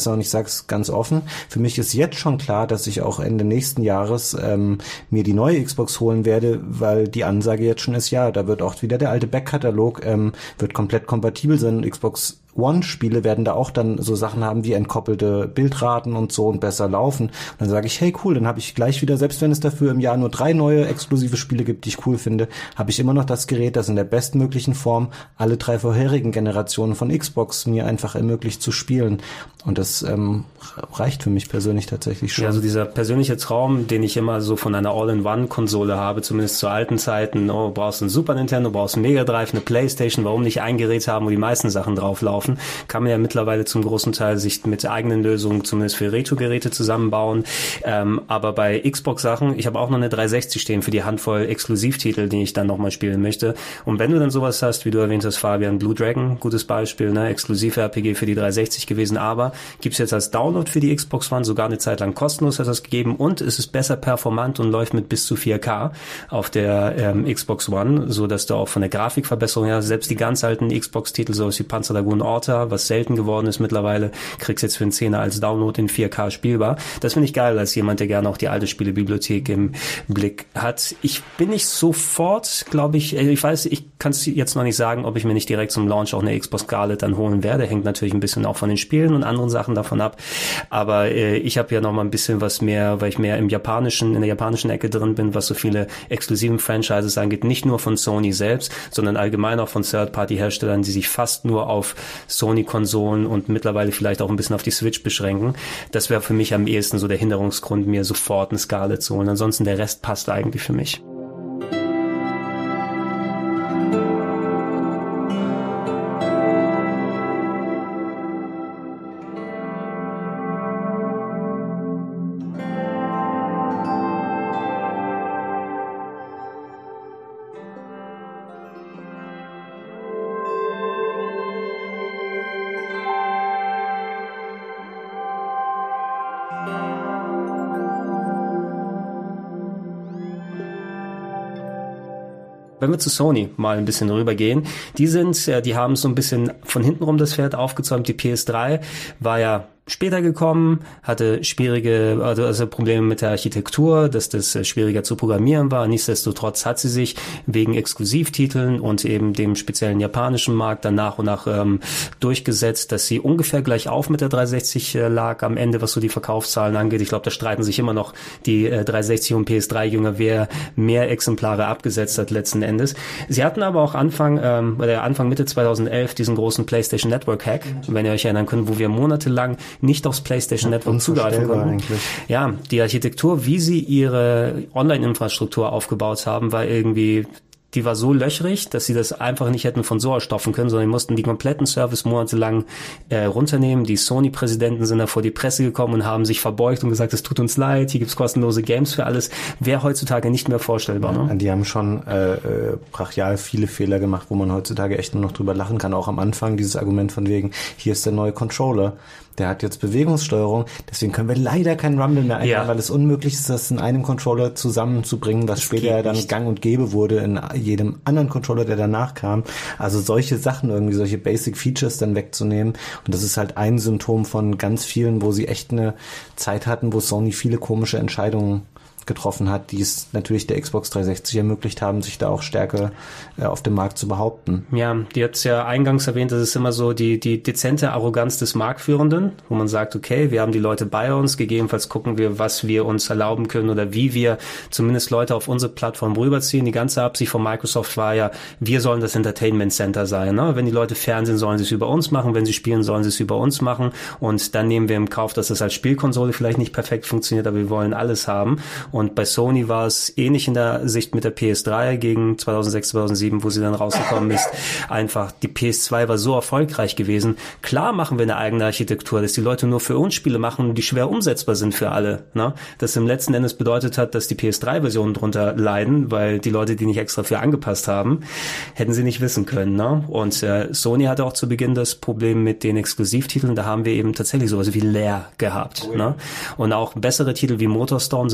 besser. Und ich sage es ganz offen, für mich ist jetzt schon klar, dass ich auch Ende nächsten Jahres ähm, mir die neue Xbox holen werde, weil die Ansage jetzt schon ist, ja, da wird auch wieder der alte Backkatalog, ähm, wird komplett kompatibel sein. Xbox One-Spiele werden da auch dann so Sachen haben wie entkoppelte Bildraten und so und besser laufen. Und dann sage ich, hey cool, dann habe ich gleich wieder, selbst wenn es dafür im Jahr nur drei neue exklusive Spiele gibt, die ich cool finde, habe ich immer noch das Gerät, das in der bestmöglichen Form alle drei vorherigen Generationen von Xbox mir einfach ermöglicht zu spielen. Und das ähm, reicht für mich persönlich tatsächlich schon. Ja, also dieser persönliche Traum, den ich immer so von einer All-in-One-Konsole habe, zumindest zu alten Zeiten, oh, du brauchst einen Super Nintendo, du brauchst einen Mega Drive, eine Playstation, warum nicht ein Gerät haben, wo die meisten Sachen drauflaufen? Kann man ja mittlerweile zum großen Teil sich mit eigenen Lösungen zumindest für Retro-Geräte zusammenbauen. Ähm, aber bei Xbox-Sachen, ich habe auch noch eine dreihundertsechzig stehen für die Handvoll Exklusivtitel, die ich dann nochmal spielen möchte. Und wenn du dann sowas hast, wie du erwähnt hast, Fabian, Blue Dragon, gutes Beispiel, ne, Exklusiv-R P G für die dreihundertsechzig gewesen, aber gibt's jetzt als Download für die Xbox One, sogar eine Zeit lang kostenlos hat das gegeben und es ist besser performant und läuft mit bis zu vier K auf der ähm, Xbox One, so dass du auch von der Grafikverbesserung her, selbst die ganz alten Xbox-Titel, so wie Panzer Dragoon Orta, was selten geworden ist mittlerweile, kriegst jetzt für einen Zehner als Download in vier K spielbar. Das finde ich geil, als jemand, der gerne auch die alte Spielebibliothek im Blick hat. Ich bin nicht sofort, glaube ich, ich weiß, ich kann es jetzt noch nicht sagen, ob ich mir nicht direkt zum Launch auch eine Xbox Scarlett dann holen werde. Hängt natürlich ein bisschen auch von den Spielen und anderen Sachen davon ab. Aber äh, ich habe ja noch mal ein bisschen was mehr, weil ich mehr im japanischen, in der japanischen Ecke drin bin, was so viele exklusiven Franchises angeht. Nicht nur von Sony selbst, sondern allgemein auch von Third-Party-Herstellern, die sich fast nur auf Sony-Konsolen und mittlerweile vielleicht auch ein bisschen auf die Switch beschränken. Das wäre für mich am ehesten so der Hinderungsgrund, mir sofort eine Scarlett zu holen. Ansonsten der Rest passt eigentlich für mich. Wenn wir zu Sony mal ein bisschen rübergehen, die sind, die haben so ein bisschen von hinten rum das Pferd aufgezäumt. Die P S drei war ja später gekommen, hatte schwierige, also, also Probleme mit der Architektur, dass das schwieriger zu programmieren war. Nichtsdestotrotz hat sie sich wegen Exklusivtiteln und eben dem speziellen japanischen Markt dann nach und nach ähm, durchgesetzt, dass sie ungefähr gleich auf mit der dreihundertsechzig äh, lag am Ende, was so die Verkaufszahlen angeht. Ich glaube, da streiten sich immer noch die äh, dreihundertsechzig und P S drei Jünger, wer mehr Exemplare abgesetzt hat letzten Endes. Sie hatten aber auch Anfang, ähm, oder Anfang Mitte zweitausendelf diesen großen PlayStation Network Hack, wenn ihr euch erinnern könnt, wo wir monatelang nicht aufs PlayStation Network zugreifen konnten. Eigentlich. Ja, die Architektur, wie sie ihre Online-Infrastruktur aufgebaut haben, war irgendwie, die war so löchrig, dass sie das einfach nicht hätten von so erstoffen können, sondern die mussten die kompletten Service monatelang äh, runternehmen. Die Sony-Präsidenten sind da vor die Presse gekommen und haben sich verbeugt und gesagt, es tut uns leid, hier gibt's kostenlose Games für alles. Wäre heutzutage nicht mehr vorstellbar. Ja, ne? Die haben schon äh, äh, brachial viele Fehler gemacht, wo man heutzutage echt nur noch drüber lachen kann. Auch am Anfang dieses Argument von wegen, hier ist der neue Controller. Der hat jetzt Bewegungssteuerung, deswegen können wir leider keinen Rumble mehr einbauen, ja. weil es unmöglich ist, das in einem Controller zusammenzubringen, was das später dann gang und gäbe wurde in jedem anderen Controller, der danach kam. Also solche Sachen irgendwie, solche Basic Features dann wegzunehmen. Und das ist halt ein Symptom von ganz vielen, wo sie echt eine Zeit hatten, wo Sony viele komische Entscheidungen getroffen hat, die es natürlich der Xbox dreihundertsechzig ermöglicht haben, sich da auch stärker äh, auf dem Markt zu behaupten. Ja, die hat's ja eingangs erwähnt, das ist immer so die die dezente Arroganz des Marktführenden, wo man sagt, okay, wir haben die Leute bei uns, gegebenenfalls gucken wir, was wir uns erlauben können oder wie wir zumindest Leute auf unsere Plattform rüberziehen. Die ganze Absicht von Microsoft war ja, wir sollen das Entertainment Center sein. Ne? Wenn die Leute Fernsehen, sollen sie es über uns machen, wenn sie spielen, sollen sie es über uns machen und dann nehmen wir im Kauf, dass das als Spielkonsole vielleicht nicht perfekt funktioniert, aber wir wollen alles haben. Und bei Sony war es ähnlich in der Sicht mit der P S drei gegen zweitausendsechs, zweitausendsieben, wo sie dann rausgekommen ist. Einfach, die P S zwei war so erfolgreich gewesen. Klar machen wir eine eigene Architektur, dass die Leute nur für uns Spiele machen, die schwer umsetzbar sind für alle. Ne? Das im letzten Endes bedeutet hat, dass die P S drei Versionen drunter leiden, weil die Leute, die nicht extra für angepasst haben, hätten sie nicht wissen können. Ne? Und äh, Sony hatte auch zu Beginn das Problem mit den Exklusivtiteln. Da haben wir eben tatsächlich sowas wie Lair gehabt. Oh ja. Ne? Und auch bessere Titel wie Motorstorm sind trotzdem nicht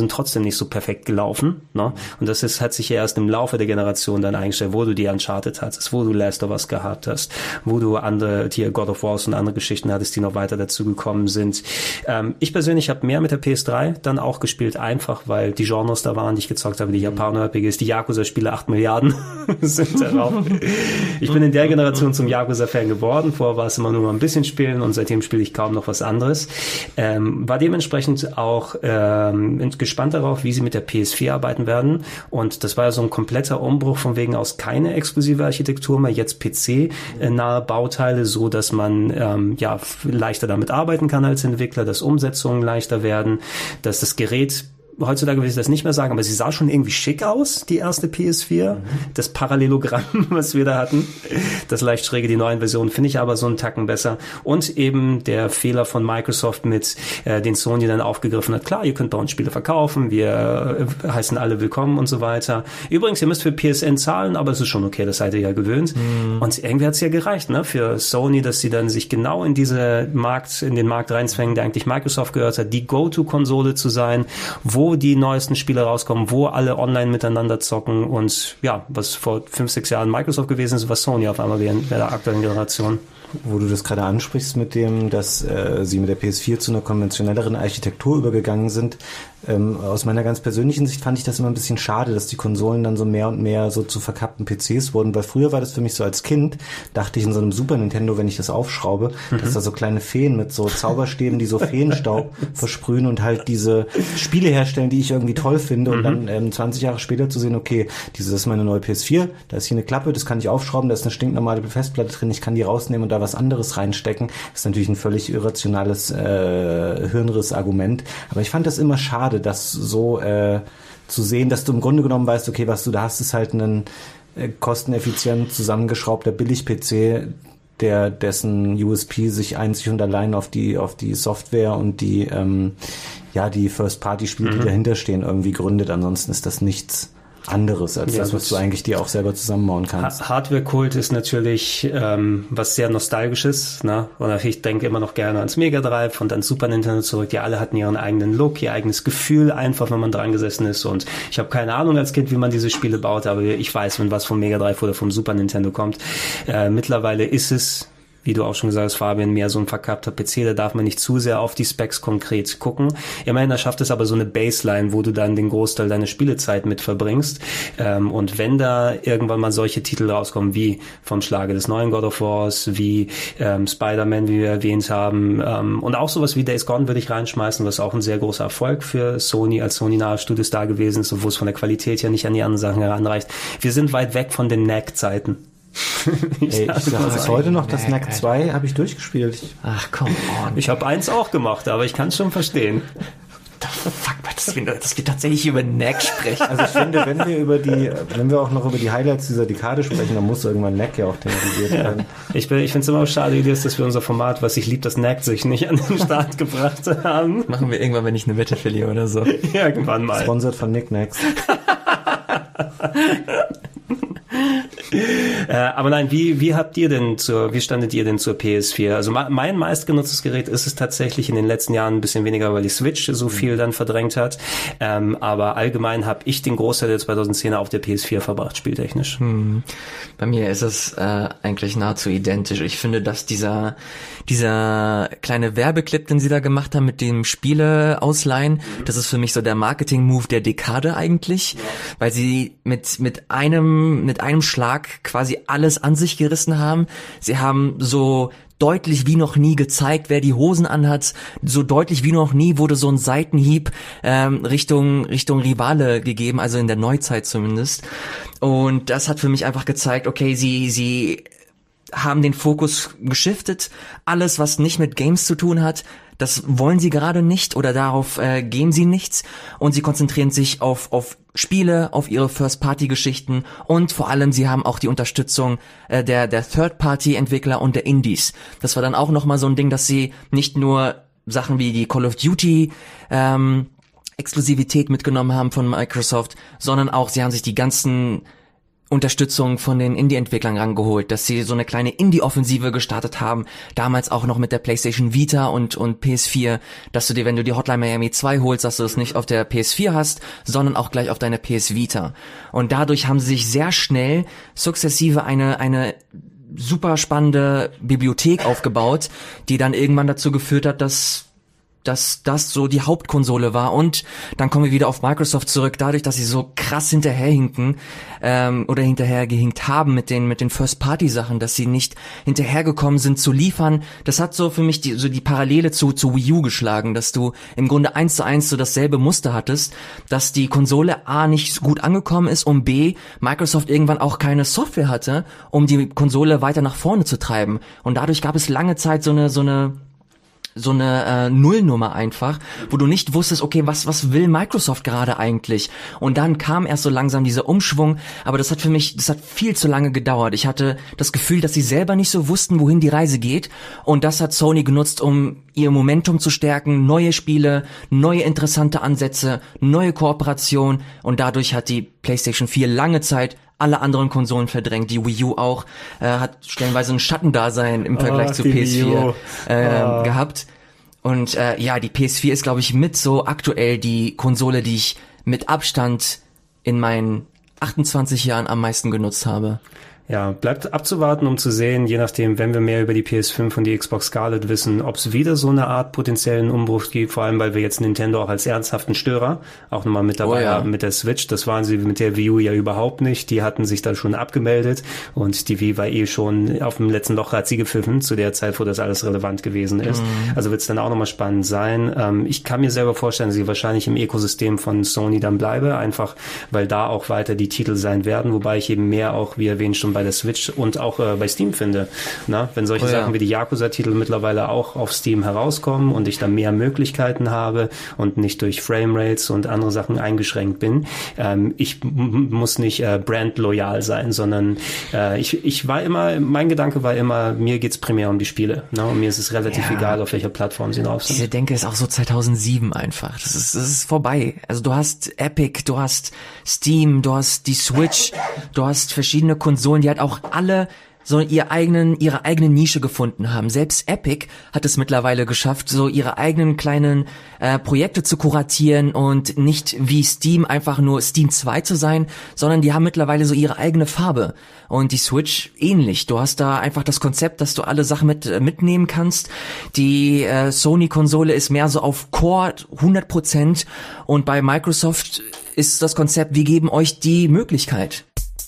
nicht so perfekt gelaufen, ne? Und das ist, hat sich ja erst im Laufe der Generation dann eingestellt, wo du die Uncharted hattest, wo du Last of Us gehabt hast, wo du andere, hier God of War und andere Geschichten hattest, die noch weiter dazu gekommen sind. Ähm, ich persönlich habe mehr mit der P S drei dann auch gespielt, einfach weil die Genres da waren, die ich gezockt habe, die Japaner-R P Gs, die Yakuza-Spiele, acht Milliarden sind darauf. Ich bin in der Generation zum Yakuza-Fan geworden, vorher war es immer nur mal ein bisschen spielen und seitdem spiele ich kaum noch was anderes. Ähm, war dementsprechend auch ähm, gespannt darauf, wie sie mit der P S vier arbeiten werden, und das war ja so ein kompletter Umbruch von wegen aus keine exklusive Architektur mehr, jetzt P C-nahe Bauteile, so dass man ähm, ja leichter damit arbeiten kann als Entwickler, dass Umsetzungen leichter werden, dass das Gerät, heutzutage will ich das nicht mehr sagen, aber sie sah schon irgendwie schick aus, die erste P S vier. Mhm. Das Parallelogramm, was wir da hatten, das leicht schräge, die neuen Versionen, finde ich aber so einen Tacken besser. Und eben der Fehler von Microsoft mit, äh, den Sony dann aufgegriffen hat. Klar, ihr könnt bei uns Spiele verkaufen, wir äh, heißen alle willkommen und so weiter. Übrigens, ihr müsst für P S N zahlen, aber es ist schon okay, das seid ihr ja gewöhnt. Mhm. Und irgendwie hat es ja gereicht, ne, für Sony, dass sie dann sich genau in diese Markt, in den Markt reinzwängen, der eigentlich Microsoft gehört hat, die Go-To-Konsole zu sein, wo die neuesten Spiele rauskommen, wo alle online miteinander zocken, und ja, was vor fünf, sechs Jahren Microsoft gewesen ist, was Sony auf einmal während der aktuellen Generation. Wo du das gerade ansprichst mit dem, dass äh, sie mit der P S vier zu einer konventionelleren Architektur übergegangen sind. Ähm, aus meiner ganz persönlichen Sicht fand ich das immer ein bisschen schade, dass die Konsolen dann so mehr und mehr so zu verkappten P Cs wurden, weil früher war das für mich so als Kind, dachte ich in so einem Super Nintendo, wenn ich das aufschraube, mhm. dass da so kleine Feen mit so Zauberstäben, die so Feenstaub versprühen und halt diese Spiele herstellen, die ich irgendwie toll finde, und mhm. dann ähm, zwanzig Jahre später zu sehen, okay, diese, das ist meine neue P S vier, da ist hier eine Klappe, das kann ich aufschrauben, da ist eine stinknormale Festplatte drin, ich kann die rausnehmen und da was anderes reinstecken. Das ist natürlich ein völlig irrationales äh, Hirnriss-Argument. Aber ich fand das immer schade, das so äh, zu sehen, dass du im Grunde genommen weißt, okay, was du da hast, ist halt ein äh, kosteneffizient zusammengeschraubter Billig-P C, der dessen U S P sich einzig und allein auf die auf die Software und die ähm, ja die First-Party-Spiele, mhm. die dahinter stehen, irgendwie gründet. Ansonsten ist das nichts anderes als ja, das, was das du eigentlich dir auch selber zusammenbauen kannst. Hardware-Kult ist natürlich ähm, was sehr Nostalgisches, ne? Und ich denke immer noch gerne ans Mega Drive und ans Super Nintendo zurück. Die alle hatten ihren eigenen Look, ihr eigenes Gefühl, einfach wenn man dran gesessen ist. Und ich habe keine Ahnung als Kind, wie man diese Spiele baut, aber ich weiß, wenn was vom Mega Drive oder vom Super Nintendo kommt. Äh, mittlerweile ist es, wie du auch schon gesagt hast, Fabian, mehr so ein verkappter P C, da darf man nicht zu sehr auf die Specs konkret gucken. Immerhin, da schafft es aber so eine Baseline, wo du dann den Großteil deiner Spielezeit mit verbringst. Ähm, und wenn da irgendwann mal solche Titel rauskommen, wie vom Schlage des neuen God of Wars, wie ähm, Spider-Man, wie wir erwähnt haben, ähm, und auch sowas wie Days Gone würde ich reinschmeißen, was auch ein sehr großer Erfolg für Sony als Sony-nahe Studios da gewesen ist, obwohl es von der Qualität ja nicht an die anderen Sachen heranreicht. Wir sind weit weg von den N A C-Zeiten. ich Ey, ich sag das heute noch, das N A C zwei habe ich durchgespielt. Ich, Ach komm on. Ich habe eins auch gemacht, aber ich kann es schon verstehen. Fuck, dass wir, dass wir tatsächlich über N A C sprechen. Also ich finde, wenn wir über die, wenn wir auch noch über die Highlights dieser Dekade sprechen, dann muss irgendwann N A C ja auch thematisiert werden. Ja. Ich, ich finde es immer schade, dass wir unser Format, was ich lieb, das N A C sich nicht an den Start gebracht haben. Machen wir irgendwann, wenn ich eine Wette verliere oder so. Irgendwann mal. Sponsored von Knickknacks. äh, aber nein, wie wie habt ihr denn zur, wie standet ihr denn zur P S vier? Also ma, mein meistgenutztes Gerät ist es tatsächlich in den letzten Jahren ein bisschen weniger, weil die Switch so viel dann verdrängt hat. Ähm, aber allgemein habe ich den Großteil der zweitausendzehner auf der P S vier verbracht, spieltechnisch. Hm. Bei mir ist es äh, eigentlich nahezu identisch. Ich finde, dass dieser dieser kleine Werbeclip, den sie da gemacht haben mit dem Spiele ausleihen, das ist für mich so der Marketing-Move der Dekade eigentlich, weil sie mit mit einem mit einem Schlag quasi alles an sich gerissen haben. Sie haben so deutlich wie noch nie gezeigt, wer die Hosen anhat. So deutlich wie noch nie wurde so ein Seitenhieb ähm, Richtung Richtung Rivale gegeben, also in der Neuzeit zumindest. Und das hat für mich einfach gezeigt, okay, sie sie haben den Fokus geschiftet. Alles, was nicht mit Games zu tun hat, das wollen sie gerade nicht oder darauf äh, geben sie nichts. Und sie konzentrieren sich auf auf Spiele, auf ihre First-Party-Geschichten und vor allem, sie haben auch die Unterstützung äh, der der Third-Party-Entwickler und der Indies. Das war dann auch nochmal so ein Ding, dass sie nicht nur Sachen wie die Call of Duty ähm, Exklusivität mitgenommen haben von Microsoft, sondern auch, sie haben sich die ganzen Unterstützung von den Indie-Entwicklern rangeholt, dass sie so eine kleine Indie-Offensive gestartet haben, damals auch noch mit der PlayStation Vita und und P S vier, dass du dir, wenn du die Hotline Miami zwei holst, dass du es nicht auf der P S vier hast, sondern auch gleich auf deiner P S Vita. Und dadurch haben sie sich sehr schnell sukzessive eine eine super spannende Bibliothek aufgebaut, die dann irgendwann dazu geführt hat, dass dass das so die Hauptkonsole war. Und dann kommen wir wieder auf Microsoft zurück, dadurch, dass sie so krass hinterherhinken ähm, oder hinterhergehinkt haben mit den mit den First-Party-Sachen, dass sie nicht hinterhergekommen sind zu liefern. Das hat so für mich die, so die Parallele zu zu Wii U geschlagen, dass du im Grunde eins zu eins so dasselbe Muster hattest, dass die Konsole A nicht so gut angekommen ist und B, Microsoft irgendwann auch keine Software hatte, um die Konsole weiter nach vorne zu treiben. Und dadurch gab es lange Zeit so eine so eine so eine äh, Nullnummer einfach, wo du nicht wusstest, okay, was was will Microsoft gerade eigentlich? Und dann kam erst so langsam dieser Umschwung, aber das hat für mich, das hat viel zu lange gedauert. Ich hatte das Gefühl, dass sie selber nicht so wussten, wohin die Reise geht, und das hat Sony genutzt, um ihr Momentum zu stärken, neue Spiele, neue interessante Ansätze, neue Kooperation, und dadurch hat die PlayStation vier lange Zeit alle anderen Konsolen verdrängt. Die Wii U auch äh, hat stellenweise ein Schattendasein im Vergleich oh, zu P S vier äh, oh. gehabt. Und äh, ja, die P S vier ist, glaube ich, mit so aktuell die Konsole, die ich mit Abstand in meinen achtundzwanzig Jahren am meisten genutzt habe. Ja, bleibt abzuwarten, um zu sehen, je nachdem, wenn wir mehr über die P S fünf und die Xbox Scarlett wissen, ob es wieder so eine Art potenziellen Umbruch gibt, vor allem, weil wir jetzt Nintendo auch als ernsthaften Störer auch nochmal mit dabei oh, ja. haben mit der Switch. Das waren sie mit der Wii U ja überhaupt nicht. Die hatten sich da schon abgemeldet, und die Wii war eh schon auf dem letzten Loch, hat sie gepfiffen, zu der Zeit, wo das alles relevant gewesen ist. Mhm. Also wird es dann auch nochmal spannend sein. Ähm, ich kann mir selber vorstellen, dass ich wahrscheinlich im Ökosystem von Sony dann bleibe, einfach weil da auch weiter die Titel sein werden, wobei ich eben mehr auch, wie erwähnt, schon bei der Switch und auch äh, bei Steam finde. Na, wenn solche oh, ja. Sachen wie die Yakuza-Titel mittlerweile auch auf Steam herauskommen und ich da mehr Möglichkeiten habe und nicht durch Framerates und andere Sachen eingeschränkt bin. Ähm, ich m- muss nicht äh, brandloyal sein, sondern äh, ich, ich war immer, mein Gedanke war immer, mir geht's primär um die Spiele. Ne? Und mir ist es relativ ja. egal, auf welcher Plattform sie drauf sind. Diese Denke ist auch so zweitausendsieben einfach. Das ist, das ist vorbei. Also du hast Epic, du hast Steam, du hast die Switch, du hast verschiedene Konsolen, die halt auch alle so ihr eigenen, ihre eigene Nische gefunden haben. Selbst Epic hat es mittlerweile geschafft, so ihre eigenen kleinen äh, Projekte zu kuratieren und nicht wie Steam einfach nur Steam zwei zu sein, sondern die haben mittlerweile so ihre eigene Farbe. Und die Switch ähnlich. Du hast da einfach das Konzept, dass du alle Sachen mit äh, mitnehmen kannst. Die äh, Sony-Konsole ist mehr so auf Core hundert Prozent, und bei Microsoft ist das Konzept, wir geben euch die Möglichkeit.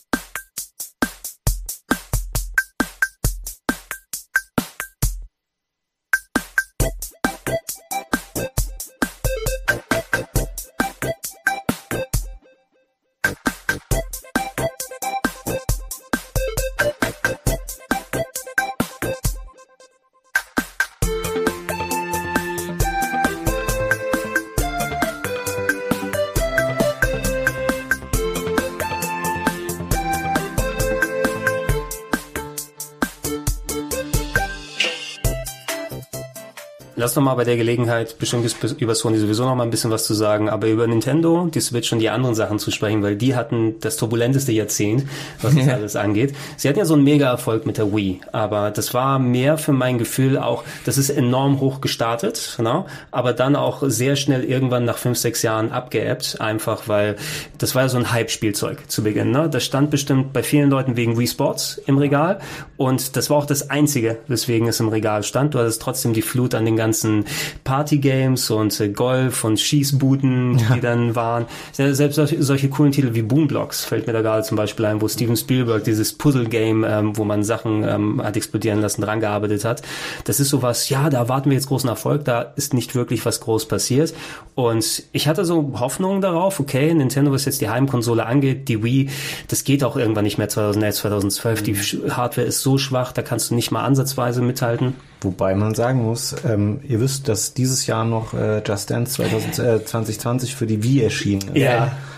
Lass noch mal bei der Gelegenheit, bestimmt ist über Sony sowieso noch mal ein bisschen was zu sagen, aber über Nintendo, die Switch und die anderen Sachen zu sprechen, weil die hatten das turbulenteste Jahrzehnt, was das alles angeht. Sie hatten ja so einen Mega-Erfolg mit der Wii, aber das war mehr für mein Gefühl auch, das ist enorm hoch gestartet, ne? Aber dann auch sehr schnell irgendwann nach fünf, sechs Jahren abgeebbt, einfach weil das war ja so ein Hype-Spielzeug zu Beginn. Ne? Das stand bestimmt bei vielen Leuten wegen Wii Sports im Regal, und das war auch das Einzige, weswegen es im Regal stand. Du hattest trotzdem die Flut an den ganzen Partygames und äh, Golf und Schießbuden, ja. die dann waren. Selbst solche, solche coolen Titel wie Boomblocks fällt mir da gerade zum Beispiel ein, wo Steven Spielberg dieses Puzzle-Game, ähm, wo man Sachen ähm, hat explodieren lassen, dran gearbeitet hat. Das ist sowas, ja, da erwarten wir jetzt großen Erfolg, da ist nicht wirklich was groß passiert. Und ich hatte so Hoffnungen darauf, okay, Nintendo, was jetzt die Heimkonsole angeht, die Wii, das geht auch irgendwann nicht mehr zweitausendelf, zweitausendzwölf. Mhm. Die Hardware ist so schwach, da kannst du nicht mal ansatzweise mithalten. Wobei man sagen muss, ähm, ihr wisst, dass dieses Jahr noch äh, Just Dance zwanzig zwanzig für die Wii erschienen ist. Ja.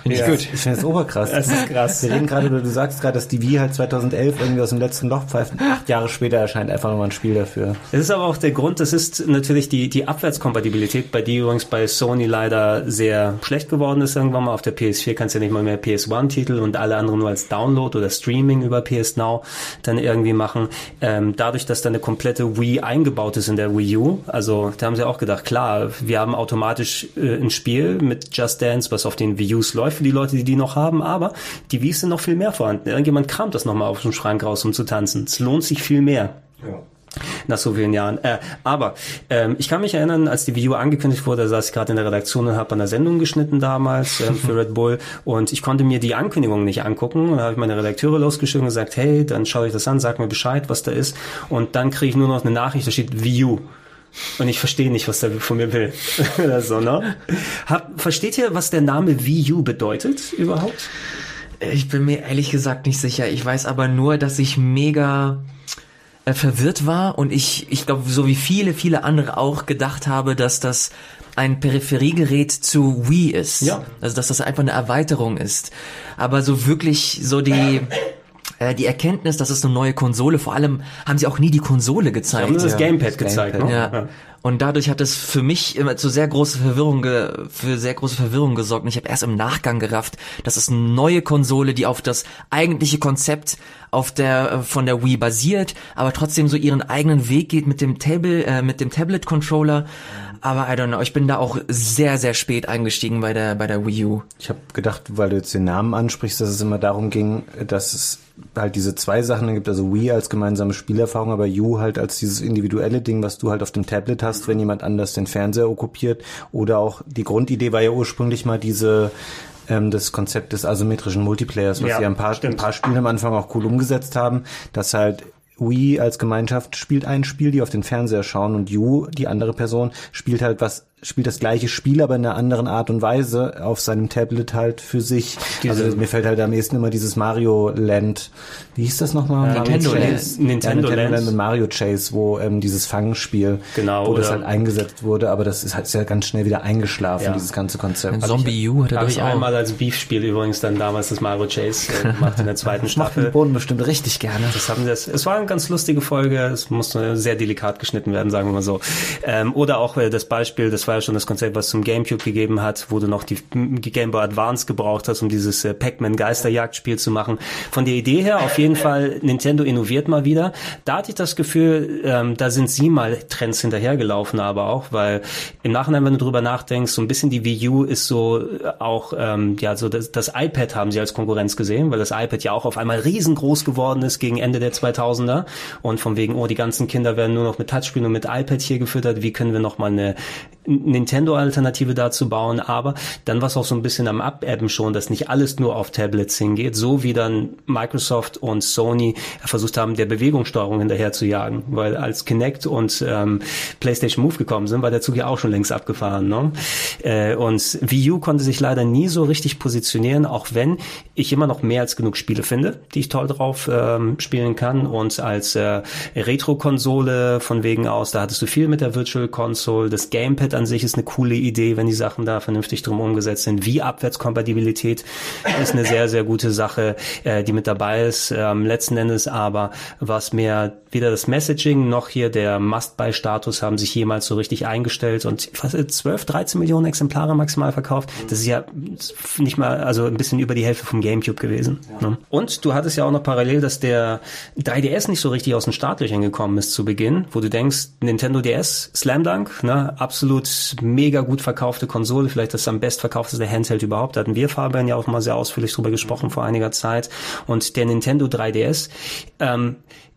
Finde ich ja, gut. Ich finde das oberkrass. Das ist krass. Wir reden gerade, du sagst gerade, dass die Wii halt zweitausendelf irgendwie aus dem letzten Loch pfeift. Acht Jahre später erscheint einfach nochmal ein Spiel dafür. Das ist aber auch der Grund, das ist natürlich die, die Abwärtskompatibilität, bei die übrigens bei Sony leider sehr schlecht geworden ist irgendwann mal. Auf der P S vier kannst du ja nicht mal mehr P S eins Titel und alle anderen nur als Download oder Streaming über P S Now dann irgendwie machen. Ähm, dadurch, dass da eine komplette Wii eingebaut ist in der Wii U, also da haben sie auch gedacht, klar, wir haben automatisch äh, ein Spiel mit Just Dance, was auf den Wii Us läuft für die Leute, die die noch haben, aber die Wiis sind noch viel mehr vorhanden. Irgendjemand kramt das nochmal auf dem Schrank raus, um zu tanzen. Es lohnt sich viel mehr. Ja. Nach so vielen Jahren. Äh, aber ähm, ich kann mich erinnern, als die Wii U angekündigt wurde, da saß ich gerade in der Redaktion und habe an der Sendung geschnitten damals ähm, für Red Bull und ich konnte mir die Ankündigung nicht angucken. Und da habe ich meine Redakteure losgeschickt und gesagt, hey, dann schaue ich das an, sag mir Bescheid, was da ist. Und dann kriege ich nur noch eine Nachricht, da steht Wii U. Und ich verstehe nicht, was der von mir will. Oder so, ne? Hab, versteht ihr, was der Name Wii U bedeutet überhaupt? Ich bin mir ehrlich gesagt nicht sicher. Ich weiß aber nur, dass ich mega äh, verwirrt war und ich, ich glaube, so wie viele, viele andere auch gedacht habe, dass das ein Peripheriegerät zu Wii ist. Ja. Also, dass das einfach eine Erweiterung ist. Aber so wirklich so die... Die Erkenntnis, dass es eine neue Konsole, vor allem haben sie auch nie die Konsole gezeigt. Haben sie das ja, Gamepad das gezeigt, Gamepad. ne? Ja. Ja. Und dadurch hat es für mich immer zu sehr große Verwirrung ge- für sehr große Verwirrung gesorgt. Und ich habe erst im Nachgang gerafft, dass es eine neue Konsole, die auf das eigentliche Konzept auf der von der Wii basiert, aber trotzdem so ihren eigenen Weg geht mit dem Table, äh, mit dem Tablet-Controller. Aber I don't know, ich bin da auch sehr, sehr spät eingestiegen bei der bei der Wii U. Ich habe gedacht, weil du jetzt den Namen ansprichst, dass es immer darum ging, dass es halt diese zwei Sachen gibt, also Wii als gemeinsame Spielerfahrung, aber U halt als dieses individuelle Ding, was du halt auf dem Tablet hast, wenn jemand anders den Fernseher okkupiert. Oder auch die Grundidee war ja ursprünglich mal diese ähm, das Konzept des asymmetrischen Multiplayers, was Ja, sie ein paar, ein paar Spiele am Anfang auch cool umgesetzt haben, dass halt Wii als Gemeinschaft spielt ein Spiel, die auf den Fernseher schauen und U, die andere Person, spielt halt was, spielt das gleiche Spiel, aber in einer anderen Art und Weise auf seinem Tablet halt für sich. Diese, also mir fällt halt am ehesten immer dieses Mario Land, wie hieß das nochmal? Äh, Nintendo Land. Land. Nintendo, ja, Nintendo Land. Land und Mario Chase, wo ähm, dieses Fangspiel, Genau, wo das oder- halt eingesetzt wurde, aber das ist halt sehr ganz schnell wieder eingeschlafen, Ja. dieses ganze Konzept. Zombie U hat er Habe doch ich auch. einmal als Beef-Spiel übrigens dann damals das Mario Chase äh, gemacht in der zweiten Das macht den Staffel. Boden bestimmt richtig gerne. Das haben sie, es war eine ganz lustige Folge, es musste sehr delikat geschnitten werden, sagen wir mal so. Ähm, oder auch äh, das Beispiel, das war ja schon das Konzept, was zum GameCube gegeben hat, wo du noch die, die Game Boy Advance gebraucht hast, um dieses äh, Pac-Man Geisterjagdspiel zu machen. Von der Idee her auf jeden Fall, Nintendo innoviert mal wieder. Da hatte ich das Gefühl, ähm, da sind sie mal Trends hinterhergelaufen, aber auch, weil im Nachhinein, wenn du drüber nachdenkst, so ein bisschen die Wii U ist so äh, auch, ähm, ja, so das, das iPad haben sie als Konkurrenz gesehen, weil das iPad ja auch auf einmal riesengroß geworden ist gegen Ende der zweitausender und von wegen, oh, die ganzen Kinder werden nur noch mit Touchscreen und mit iPad hier gefüttert, wie können wir noch mal eine Nintendo-Alternative dazu bauen, aber dann war es auch so ein bisschen am Abebben schon, dass nicht alles nur auf Tablets hingeht, so wie dann Microsoft und Sony versucht haben, der Bewegungssteuerung hinterher zu jagen, weil als Kinect und ähm, PlayStation Move gekommen sind, war der Zug ja auch schon längst abgefahren, ne? Äh, und Wii U konnte sich leider nie so richtig positionieren, auch wenn ich immer noch mehr als genug Spiele finde, die ich toll drauf ähm, spielen kann und als äh, Retro-Konsole von wegen aus, da hattest du viel mit der Virtual Console, das Gamepad an sich ist eine coole Idee, wenn die Sachen da vernünftig drum umgesetzt sind. Wie Abwärtskompatibilität ist eine sehr, sehr gute Sache, äh, die mit dabei ist. Ähm, letzten Endes aber, was mehr weder das Messaging noch hier der Must-Buy-Status haben sich jemals so richtig eingestellt und fast zwölf, dreizehn Millionen Exemplare maximal verkauft. Das ist ja nicht mal, also ein bisschen über die Hälfte vom GameCube gewesen. Ja. Ne? Und du hattest ja auch noch parallel, dass der drei D S nicht so richtig aus den Startlöchern gekommen ist zu Beginn, wo du denkst, Nintendo D S, Slam Dunk, ne, absolut mega gut verkaufte Konsole, vielleicht das am bestverkaufteste Handheld überhaupt. Da hatten wir, Fabian, ja auch mal sehr ausführlich drüber gesprochen vor einiger Zeit. Und der Nintendo drei D S, ähm,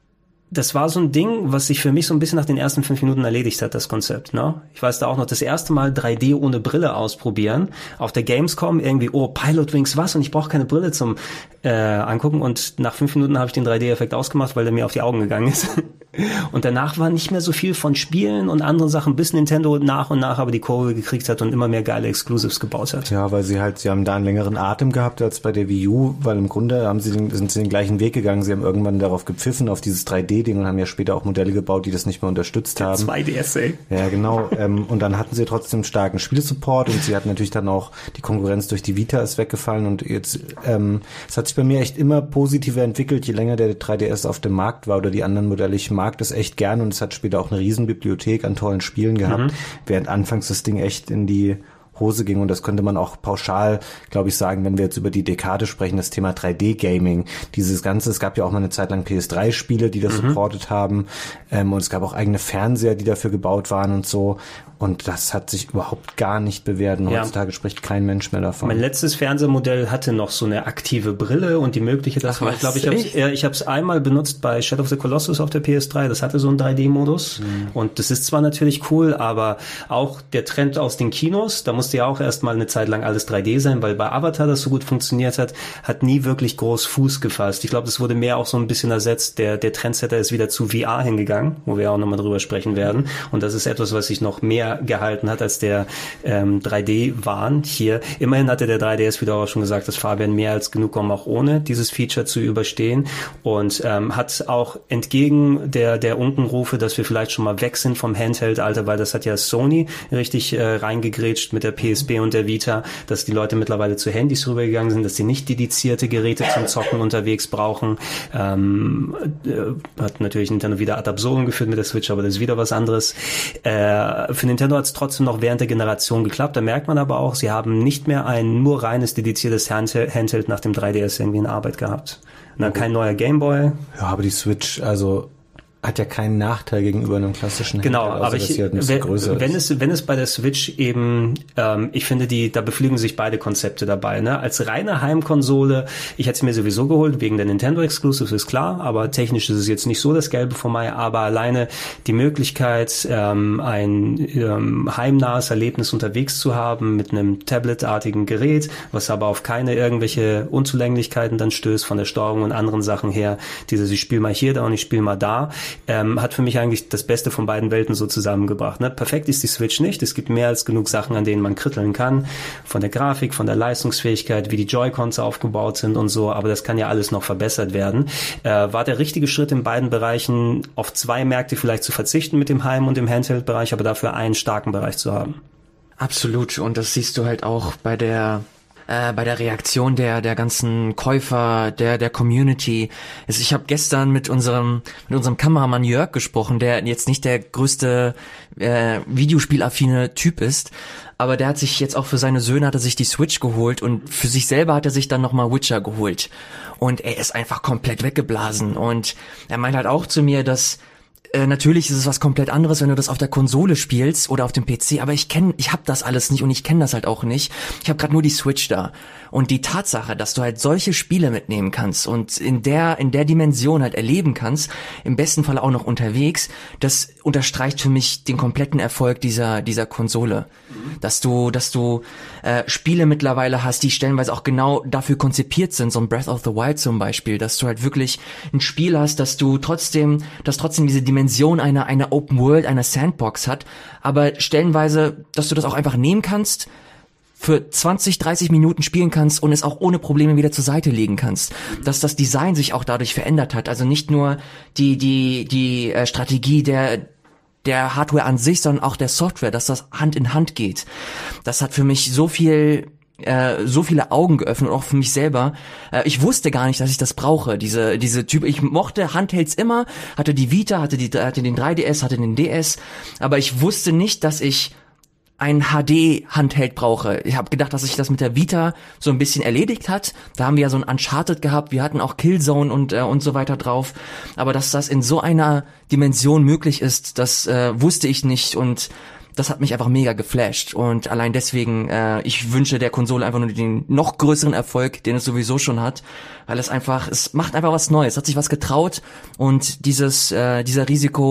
das war so ein Ding, was sich für mich so ein bisschen nach den ersten fünf Minuten erledigt hat, das Konzept, ne? Ich weiß da auch noch, das erste Mal drei D ohne Brille ausprobieren, auf der Gamescom irgendwie, oh, Pilot Wings, was? Und ich brauche keine Brille zum äh, angucken und nach fünf Minuten habe ich den drei D-Effekt ausgemacht, weil der mir auf die Augen gegangen ist. Und danach war nicht mehr so viel von Spielen und anderen Sachen, bis Nintendo nach und nach aber die Kurve gekriegt hat und immer mehr geile Exclusives gebaut hat. Ja, weil sie halt, sie haben da einen längeren Atem gehabt als bei der Wii U, weil im Grunde haben sie den, sind sie den gleichen Weg gegangen. Sie haben irgendwann darauf gepfiffen, auf dieses drei D-Ding und haben ja später auch Modelle gebaut, die das nicht mehr unterstützt haben. zwei D S, ey. Ja, genau. ähm, und dann hatten sie trotzdem starken Spielsupport und sie hatten natürlich dann auch die Konkurrenz durch die Vita ist weggefallen und jetzt, ähm, es hat sich bei mir echt immer positiver entwickelt, je länger der drei D S auf dem Markt war oder die anderen Modelle. Ich mag das echt gerne und es hat später auch eine riesen Bibliothek an tollen Spielen gehabt, mhm. während anfangs das Ding echt in die Hose ging und das könnte man auch pauschal, glaube ich, sagen, wenn wir jetzt über die Dekade sprechen, das Thema drei D-Gaming, dieses Ganze, es gab ja auch mal eine Zeit lang P S drei Spiele, die das mhm. supportet haben ähm, und es gab auch eigene Fernseher, die dafür gebaut waren und so und das hat sich überhaupt gar nicht bewährt und ja. heutzutage spricht kein Mensch mehr davon. Mein letztes Fernsehmodell hatte noch so eine aktive Brille und die mögliche, das war, ich glaube, ich habe es äh, ich habe es einmal benutzt bei Shadow of the Colossus auf der P S drei, das hatte so einen drei D-Modus mhm. und das ist zwar natürlich cool, aber auch der Trend aus den Kinos, da musste ja auch erstmal eine Zeit lang alles drei D sein, weil bei Avatar das so gut funktioniert hat, hat nie wirklich groß Fuß gefasst. Ich glaube, das wurde mehr auch so ein bisschen ersetzt. Der, der Trendsetter ist wieder zu V R hingegangen, wo wir auch nochmal drüber sprechen werden. Und das ist etwas, was sich noch mehr gehalten hat als der ähm, drei D-Wahn hier. Immerhin hatte der drei D S, wie du auch schon gesagt hast, Fabian, mehr als genug, um auch ohne dieses Feature zu überstehen. Und ähm, hat auch entgegen der, der Unkenrufe, dass wir vielleicht schon mal weg sind vom Handheld-Alter, weil das hat ja Sony richtig äh, reingegrätscht mit der P S P und der Vita, dass die Leute mittlerweile zu Handys rübergegangen sind, dass sie nicht dedizierte Geräte zum Zocken unterwegs brauchen. Ähm, äh, hat natürlich Nintendo wieder ad absurdum geführt mit der Switch, aber das ist wieder was anderes. Äh, für Nintendo hat es trotzdem noch während der Generation geklappt. Da merkt man aber auch, sie haben nicht mehr ein nur reines dediziertes Handheld nach dem drei D S irgendwie in Arbeit gehabt. Und dann kein neuer Gameboy. Ja, aber die Switch, also hat ja keinen Nachteil gegenüber einem klassischen Genau, Handheld, aber ich, halt wenn, wenn es wenn es bei der Switch eben, ähm, ich finde, die da beflügen sich beide Konzepte dabei. Ne? Als reine Heimkonsole, ich hätte es mir sowieso geholt wegen der Nintendo Exclusives, ist klar, aber technisch ist es jetzt nicht so das Gelbe vom Ei. Aber alleine die Möglichkeit, ähm, ein ähm, heimnahes Erlebnis unterwegs zu haben mit einem Tablet-artigen Gerät, was aber auf keine irgendwelche Unzulänglichkeiten dann stößt von der Steuerung und anderen Sachen her. Dieses, ich spiele mal hier da und ich spiele mal da. Ähm, hat für mich eigentlich das Beste von beiden Welten so zusammengebracht. Ne? Perfekt ist die Switch nicht. Es gibt mehr als genug Sachen, an denen man kritteln kann. Von der Grafik, von der Leistungsfähigkeit, wie die Joy-Cons aufgebaut sind und so. Aber das kann ja alles noch verbessert werden. Äh, war der richtige Schritt in beiden Bereichen, auf zwei Märkte vielleicht zu verzichten mit dem Heim- und dem Handheld-Bereich, aber dafür einen starken Bereich zu haben. Absolut. Und das siehst du halt auch bei der Äh, bei der Reaktion der der ganzen Käufer, der der Community. Also ich habe gestern mit unserem mit unserem Kameramann Jörg gesprochen, der jetzt nicht der größte äh, Videospielaffine Typ ist, aber der hat sich jetzt auch für seine Söhne hat er sich die Switch geholt und für sich selber hat er sich dann nochmal Witcher geholt und er ist einfach komplett weggeblasen und er meint halt auch zu mir, dass Äh, natürlich ist es was komplett anderes, wenn du das auf der Konsole spielst oder auf dem P C, aber ich kenne, ich habe das alles nicht und ich kenne das halt auch nicht. Ich habe gerade nur die Switch da und die Tatsache, dass du halt solche Spiele mitnehmen kannst und in der in der Dimension halt erleben kannst, im besten Fall auch noch unterwegs, das unterstreicht für mich den kompletten Erfolg dieser dieser Konsole, mhm. dass du dass du äh, Spiele mittlerweile hast, die stellenweise auch genau dafür konzipiert sind, so ein Breath of the Wild zum Beispiel, dass du halt wirklich ein Spiel hast, dass du trotzdem, dass trotzdem diese Dimension einer einer Open World, einer Sandbox hat, aber stellenweise, dass du das auch einfach nehmen kannst, für zwanzig, dreißig Minuten spielen kannst und es auch ohne Probleme wieder zur Seite legen kannst. Dass das Design sich auch dadurch verändert hat, also nicht nur die die die äh, Strategie der der Hardware an sich, sondern auch der Software, dass das Hand in Hand geht. Das hat für mich so viel äh, so viele Augen geöffnet, auch für mich selber. Äh, ich wusste gar nicht, dass ich das brauche, diese diese Typ. Ich mochte Handhelds immer, hatte die Vita, hatte die hatte den drei D S, hatte den D S, aber ich wusste nicht, dass ich ein H D-Handheld brauche. Ich habe gedacht, dass sich das mit der Vita so ein bisschen erledigt hat. Da haben wir ja so ein Uncharted gehabt, wir hatten auch Killzone und äh, und so weiter drauf. Aber dass das in so einer Dimension möglich ist, das äh, wusste ich nicht und das hat mich einfach mega geflasht und allein deswegen, äh, ich wünsche der Konsole einfach nur den noch größeren Erfolg, den es sowieso schon hat, weil es einfach, es macht einfach was Neues, hat sich was getraut und dieses, äh, dieser Risiko,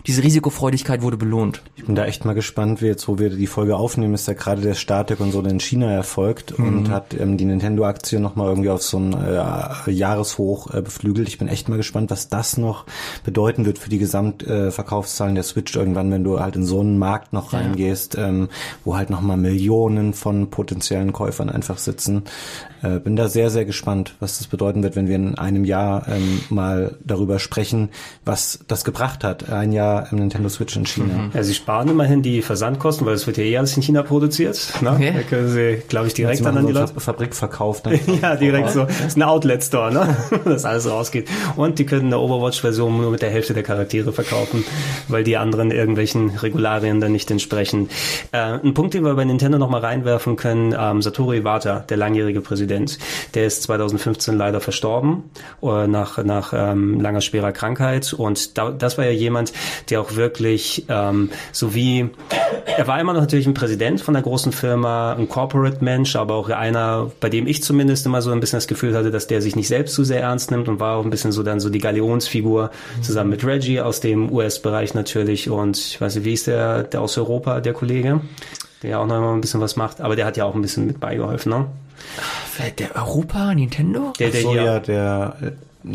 diese Risikofreudigkeit wurde belohnt. Ich bin da echt mal gespannt, wie jetzt, wo wir die Folge aufnehmen, ist ja gerade der Start der Konsole in China erfolgt mhm. und hat ähm, die Nintendo-Aktie nochmal irgendwie auf so ein äh, Jahreshoch äh, beflügelt. Ich bin echt mal gespannt, was das noch bedeuten wird für die Gesamtverkaufszahlen äh, der Switch irgendwann, wenn du halt in so einen Markt noch reingehst, ja. ähm, wo halt nochmal Millionen von potenziellen Käufern einfach sitzen. Äh, bin da sehr, sehr gespannt, was das bedeuten wird, wenn wir in einem Jahr ähm, mal darüber sprechen, was das gebracht hat. Ein Jahr im Nintendo Switch in China. Mhm. Ja, sie sparen immerhin die Versandkosten, weil es wird ja eh alles in China produziert. Ne? Okay. Da können sie, glaube ich, direkt dann an die Leute... Fabrik verkauft. Ja, direkt so. Das ist ein Outlet-Store, ne? Dass alles rausgeht. Und die können eine Overwatch-Version nur mit der Hälfte der Charaktere verkaufen, weil die anderen irgendwelchen Regularien dann nicht entsprechen. Äh, ein Punkt, den wir bei Nintendo noch mal reinwerfen können, ähm, Satoru Iwata, der langjährige Präsident, der ist zwanzig fünfzehn leider verstorben, äh, nach, nach ähm, langer, schwerer Krankheit. Und da, das war ja jemand, der auch wirklich, ähm, so wie, er war immer noch natürlich ein Präsident von einer großen Firma, ein Corporate-Mensch, aber auch einer, bei dem ich zumindest immer so ein bisschen das Gefühl hatte, dass der sich nicht selbst zu sehr ernst nimmt und war auch ein bisschen so dann so die Galionsfigur zusammen mit Reggie aus dem U S-Bereich natürlich. Und ich weiß nicht, wie ist der, der aus Europa, der Kollege, der ja auch noch immer ein bisschen was macht, aber der hat ja auch ein bisschen mit beigeholfen, ne? Der Europa, Nintendo? Der, der so, hier, ja, der... Äh,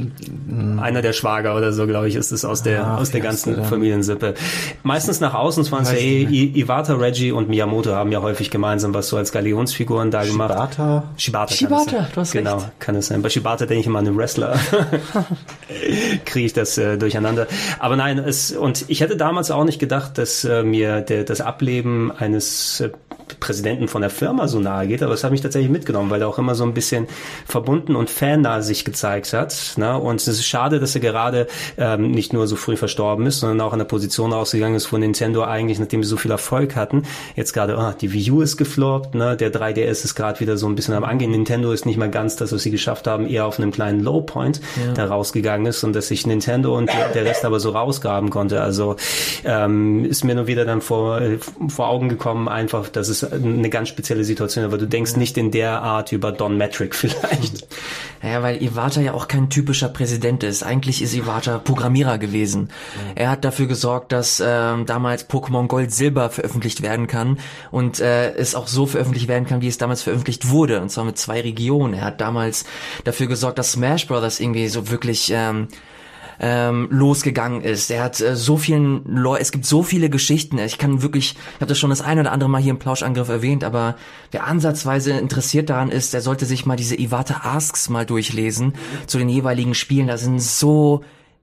einer der Schwager oder so, glaube ich, ist es aus der Ach, aus der ganzen Familiensippe. Meistens nach außen waren es ja eh, Iwata, Reggie und Miyamoto haben ja häufig gemeinsam was so als Galionsfiguren da gemacht. Shibata? Shibata, Shibata, du hast genau, recht. Kann es sein. Bei Shibata denke ich immer an einen Wrestler. Kriege ich das äh, durcheinander. Aber nein, es und ich hätte damals auch nicht gedacht, dass äh, mir der, das Ableben eines äh, Präsidenten von der Firma so nahe geht, aber es hat mich tatsächlich mitgenommen, weil er auch immer so ein bisschen verbunden und fannah sich gezeigt hat. Ne? Und es ist schade, dass er gerade ähm, nicht nur so früh verstorben ist, sondern auch in der Position rausgegangen ist, wo Nintendo eigentlich, nachdem sie so viel Erfolg hatten, jetzt gerade, oh, die Wii U ist gefloppt, ne? Der drei D S ist gerade wieder so ein bisschen am Angehen. Nintendo ist nicht mal ganz das, was sie geschafft haben, eher auf einem kleinen Low-Point ja. da rausgegangen ist und dass sich Nintendo und der Rest aber so rausgraben konnte. Also ähm, ist mir nur wieder dann vor, vor Augen gekommen, einfach, dass es eine ganz spezielle Situation, aber du denkst nicht in der Art über Don Matrick vielleicht. Ja, weil Iwata ja auch kein typischer Präsident ist. Eigentlich ist Iwata Programmierer gewesen. Mhm. Er hat dafür gesorgt, dass ähm, damals Pokémon Gold Silber veröffentlicht werden kann und äh, es auch so veröffentlicht werden kann, wie es damals veröffentlicht wurde, und zwar mit zwei Regionen. Er hat damals dafür gesorgt, dass Smash Brothers irgendwie so wirklich ähm, ähm, losgegangen ist. Er hat äh, so vielen Leuten, es gibt so viele Geschichten. Ich kann wirklich, ich habe das schon das ein oder andere Mal hier im Plauschangriff erwähnt, aber wer ansatzweise interessiert daran ist, der sollte sich mal diese Iwata Asks mal durchlesen zu den jeweiligen Spielen. Da sind so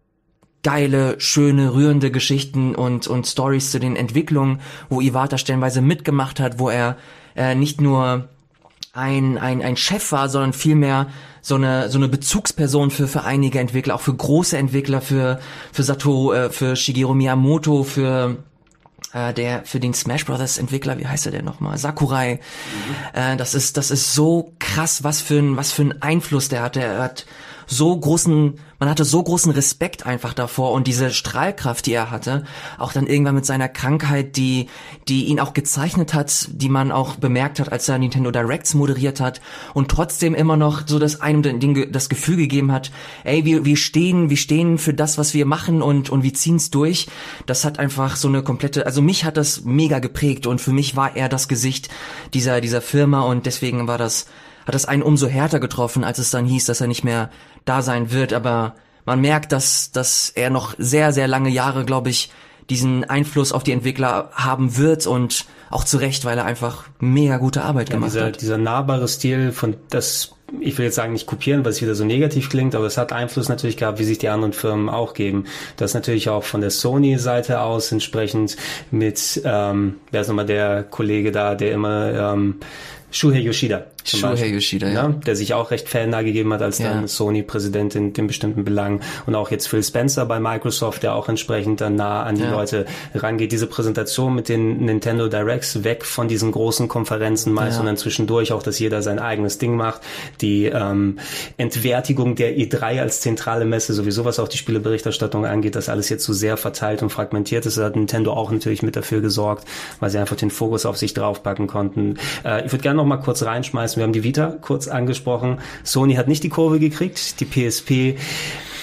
geile, schöne, rührende Geschichten und und Stories zu den Entwicklungen, wo Iwata stellenweise mitgemacht hat, wo er äh, nicht nur ein ein ein Chef war, sondern vielmehr so eine so eine Bezugsperson für für einige Entwickler, auch für große Entwickler, für für Satoru, äh, für Shigeru Miyamoto, für äh, der für den Smash Brothers Entwickler, wie heißt er denn nochmal? Sakurai. Mhm. Äh, das ist das ist so krass, was für ein was für ein Einfluss der hatte. Er hat so großen, man hatte so großen Respekt einfach davor, und diese Strahlkraft, die er hatte, auch dann irgendwann mit seiner Krankheit, die die ihn auch gezeichnet hat, die man auch bemerkt hat, als er Nintendo Directs moderiert hat, und trotzdem immer noch so das einem den, das Gefühl gegeben hat, ey, wir wir stehen, wir stehen für das, was wir machen, und und wir ziehen's durch. Das hat einfach so eine komplette, also mich hat das mega geprägt, und für mich war er das Gesicht dieser dieser Firma, und deswegen war das hat das einen umso härter getroffen, als es dann hieß, dass er nicht mehr da sein wird. Aber man merkt, dass dass er noch sehr, sehr lange Jahre, glaube ich, diesen Einfluss auf die Entwickler haben wird, und auch zu Recht, weil er einfach mega gute Arbeit ja, gemacht dieser, hat. Dieser nahbare Stil von das, ich will jetzt sagen, nicht kopieren, weil es wieder so negativ klingt, aber es hat Einfluss natürlich gehabt, wie sich die anderen Firmen auch geben. Das natürlich auch von der Sony-Seite aus entsprechend mit, ähm, wer ist nochmal der Kollege da, der immer, ähm, Shuhei Yoshida. Shuhei Yoshida, ja. ja. Der sich auch recht fannah gegeben hat als dann ja. Sony-Präsident in den bestimmten Belangen. Und auch jetzt Phil Spencer bei Microsoft, der auch entsprechend dann nah an die ja. Leute rangeht. Diese Präsentation mit den Nintendo Directs, weg von diesen großen Konferenzen meist, ja. sondern zwischendurch auch, dass jeder sein eigenes Ding macht. Die ähm, Entwertigung der E drei als zentrale Messe, sowieso was auch die Spieleberichterstattung angeht, das alles jetzt so sehr verteilt und fragmentiert ist. Da hat Nintendo auch natürlich mit dafür gesorgt, weil sie einfach den Fokus auf sich draufpacken konnten. Äh, ich würde gerne noch mal kurz reinschmeißen. Wir haben die Vita kurz angesprochen. Sony hat nicht die Kurve gekriegt. Die P S P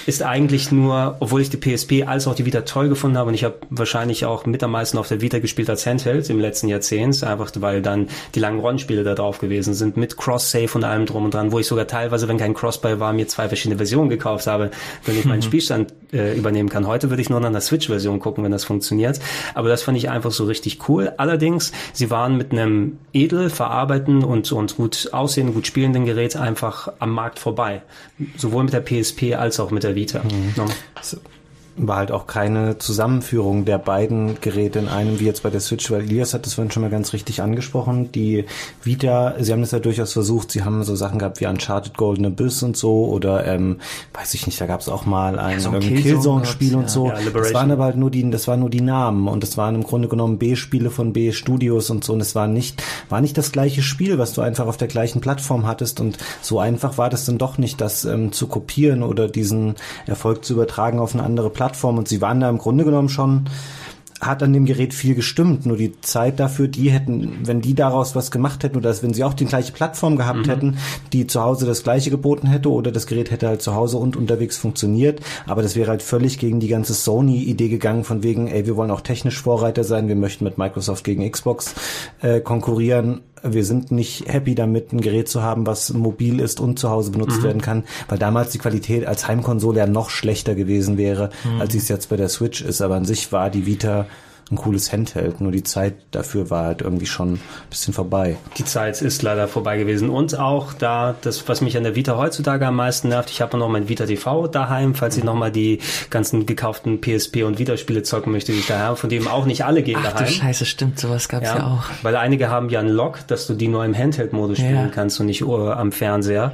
ist eigentlich nur, obwohl ich die P S P als auch die Vita toll gefunden habe, und ich habe wahrscheinlich auch mit am meisten auf der Vita gespielt als Handheld im letzten Jahrzehnt, einfach weil dann die langen Rollenspiele da drauf gewesen sind, mit Cross-Save und allem drum und dran, wo ich sogar teilweise, wenn kein Cross-Buy war, mir zwei verschiedene Versionen gekauft habe, wenn ich meinen Spielstand äh, übernehmen kann. Heute würde ich nur nach der Switch-Version gucken, wenn das funktioniert. Aber das fand ich einfach so richtig cool. Allerdings, sie waren mit einem edel verarbeiten und, und gut aussehenden, gut spielenden Gerät einfach am Markt vorbei. Sowohl mit der P S P als auch mit der Vita. Mhm. No. So. War halt auch keine Zusammenführung der beiden Geräte in einem, wie jetzt bei der Switch, weil Elias hat das vorhin schon mal ganz richtig angesprochen. Die Vita, sie haben das ja durchaus versucht, sie haben so Sachen gehabt wie Uncharted Golden Abyss und so, oder ähm, weiß ich nicht, da gab es auch mal ein, ja, so ein Killzone-Spiel und so. Ja, das waren aber halt nur die, das waren nur die Namen, und das waren im Grunde genommen B-Spiele von B-Studios und so, und es war nicht, war nicht das gleiche Spiel, was du einfach auf der gleichen Plattform hattest, und so einfach war das dann doch nicht, das ähm, zu kopieren oder diesen Erfolg zu übertragen auf eine andere Plattform. Plattform, und sie waren da im Grunde genommen schon, hat an dem Gerät viel gestimmt, nur die Zeit dafür, die hätten, wenn die daraus was gemacht hätten, oder wenn sie auch die gleiche Plattform gehabt mhm. hätten, die zu Hause das gleiche geboten hätte, oder das Gerät hätte halt zu Hause und unterwegs funktioniert, aber das wäre halt völlig gegen die ganze Sony-Idee gegangen, von wegen, ey, wir wollen auch technisch Vorreiter sein, wir möchten mit Microsoft gegen Xbox äh, konkurrieren. Wir sind nicht happy damit, ein Gerät zu haben, was mobil ist und zu Hause benutzt mhm. werden kann, weil damals die Qualität als Heimkonsole ja noch schlechter gewesen wäre, mhm. als sie es jetzt bei der Switch ist. Aber an sich war die Vita ein cooles Handheld, nur die Zeit dafür war halt irgendwie schon ein bisschen vorbei. Die Zeit ist leider vorbei gewesen, und auch da, das, was mich an der Vita heutzutage am meisten nervt, ich habe noch mein Vita T V daheim, falls ich nochmal die ganzen gekauften P S P und Vita-Spiele zocken möchte, die ich da habe, von denen auch nicht alle gehen Ach, daheim. Ach du Scheiße, stimmt, sowas gab's ja, ja auch. Weil einige haben ja einen Lock, dass du die nur im Handheld-Modus spielen ja. kannst und nicht uh, am Fernseher.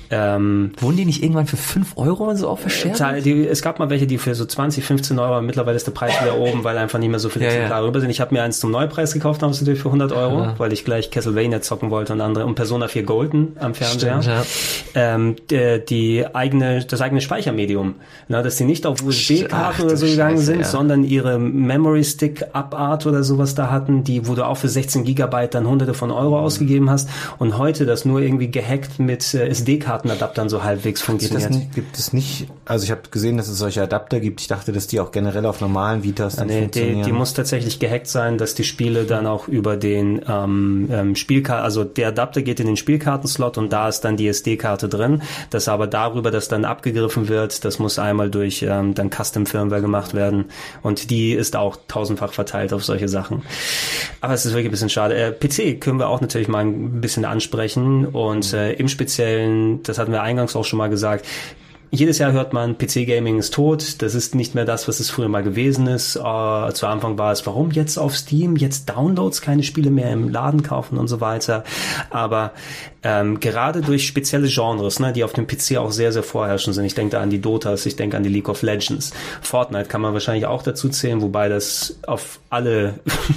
Ähm, Wurden die nicht irgendwann für fünf Euro und so auch verschert? Die, es gab mal welche, die für so zwanzig, fünfzehn Euro, mittlerweile ist der Preis wieder oben, weil einfach nicht mehr so viele ja, Exemplare ja. rüber sind. Ich habe mir eins zum Neupreis gekauft, damals natürlich für hundert Euro, ja. weil ich gleich Castlevania zocken wollte und andere, und Persona vier Golden am Fernseher. Stimmt, ja. ähm, die, die eigene, das eigene Speichermedium, na, dass die nicht auf U S B-Karten oder so gegangen Scheiße, sind, ja. sondern ihre Memory Stick Abart oder sowas da hatten, die, wo du auch für sechzehn Gigabyte dann hunderte von Euro mhm. ausgegeben hast, und heute das nur irgendwie gehackt mit äh, S D-Kartenadaptern so halb funktioniert. Gibt es, nicht, gibt es nicht, also ich habe gesehen, dass es solche Adapter gibt. Ich dachte, dass die auch generell auf normalen Vitas dann nee, funktionieren. Die, die muss tatsächlich gehackt sein, dass die Spiele dann auch über den ähm, ähm, Spielkarte, also der Adapter geht in den Spielkartenslot, und da ist dann die S D-Karte drin. Das aber darüber, dass dann abgegriffen wird, das muss einmal durch ähm, dann Custom-Firmware gemacht werden, und die ist auch tausendfach verteilt auf solche Sachen. Aber es ist wirklich ein bisschen schade. Äh, P C können wir auch natürlich mal ein bisschen ansprechen, und äh, im Speziellen, das hatten wir eingangs auch schon mal gesagt, jedes Jahr hört man, P C-Gaming ist tot, das ist nicht mehr das, was es früher mal gewesen ist. Uh, zu Anfang war es, warum jetzt auf Steam, jetzt Downloads, keine Spiele mehr im Laden kaufen und so weiter. Aber ähm, gerade durch spezielle Genres, ne, die auf dem P C auch sehr, sehr vorherrschend sind. Ich denke da an die Dotas, ich denke an die League of Legends. Fortnite kann man wahrscheinlich auch dazu zählen, wobei das auf alle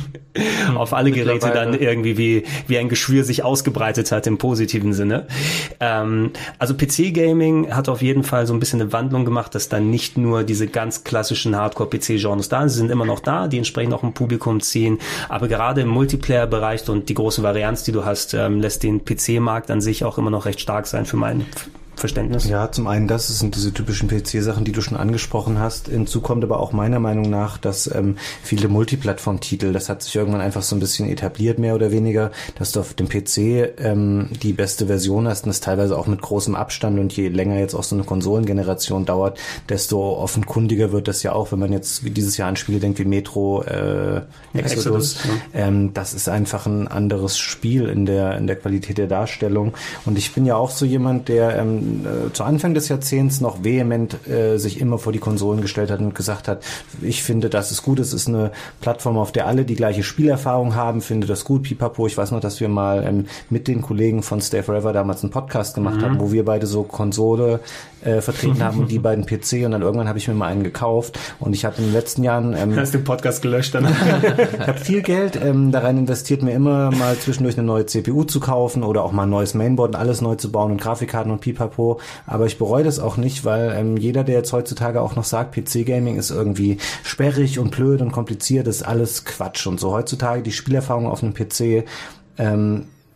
auf alle Geräte dann irgendwie wie wie ein Geschwür sich ausgebreitet hat im positiven Sinne. Ähm, also P C-Gaming hat auf jeden Fall so ein bisschen eine Wandlung gemacht, dass dann nicht nur diese ganz klassischen Hardcore-P C-Genres da sind, sie sind immer noch da, die entsprechend auch ein Publikum ziehen, aber gerade im Multiplayer-Bereich und die große Varianz, die du hast, ähm, lässt den P C-Markt an sich auch immer noch recht stark sein für meinen Verständnis. Ja, zum einen das sind diese typischen P C-Sachen, die du schon angesprochen hast. Hinzu kommt aber auch meiner Meinung nach, dass ähm, viele Multiplattform-Titel, das hat sich irgendwann einfach so ein bisschen etabliert, mehr oder weniger, dass du auf dem P C ähm, die beste Version hast, und das teilweise auch mit großem Abstand, und je länger jetzt auch so eine Konsolengeneration dauert, desto offenkundiger wird das ja auch, wenn man jetzt wie dieses Jahr an Spiele denkt wie Metro, äh, Exodus, Exodus ja. ähm, das ist einfach ein anderes Spiel in der in der Qualität der Darstellung, und ich bin ja auch so jemand, der ähm, äh, zu Anfang des Jahrzehnts noch vehement äh, sich immer vor die Konsolen gestellt hat und gesagt hat, ich finde, das ist gut, es ist eine Plattform, auf der alle die gleiche Spielerfahrung haben, finde das gut, pipapo. Ich weiß noch, dass wir mal ähm, mit den Kollegen von Stay Forever damals einen Podcast gemacht mhm. haben, wo wir beide so Konsole äh, vertreten haben und die beiden P C, und dann irgendwann habe ich mir mal einen gekauft, und ich habe in den letzten Jahren ähm, hast du den Podcast gelöscht dann? ich habe viel Geld ähm, da rein investiert, mir immer mal zwischendurch eine neue C P U zu kaufen oder auch mal ein neues Mainboard und alles neu zu bauen und Grafikkarten und pipapo, aber ich bereue das auch nicht, weil ähm, jeder, der jetzt heutzutage auch noch sagt, P C-Gaming ist irgendwie sperrig und blöd und kompliziert, ist alles Quatsch und so. Heutzutage die Spielerfahrung auf einem P C ähm,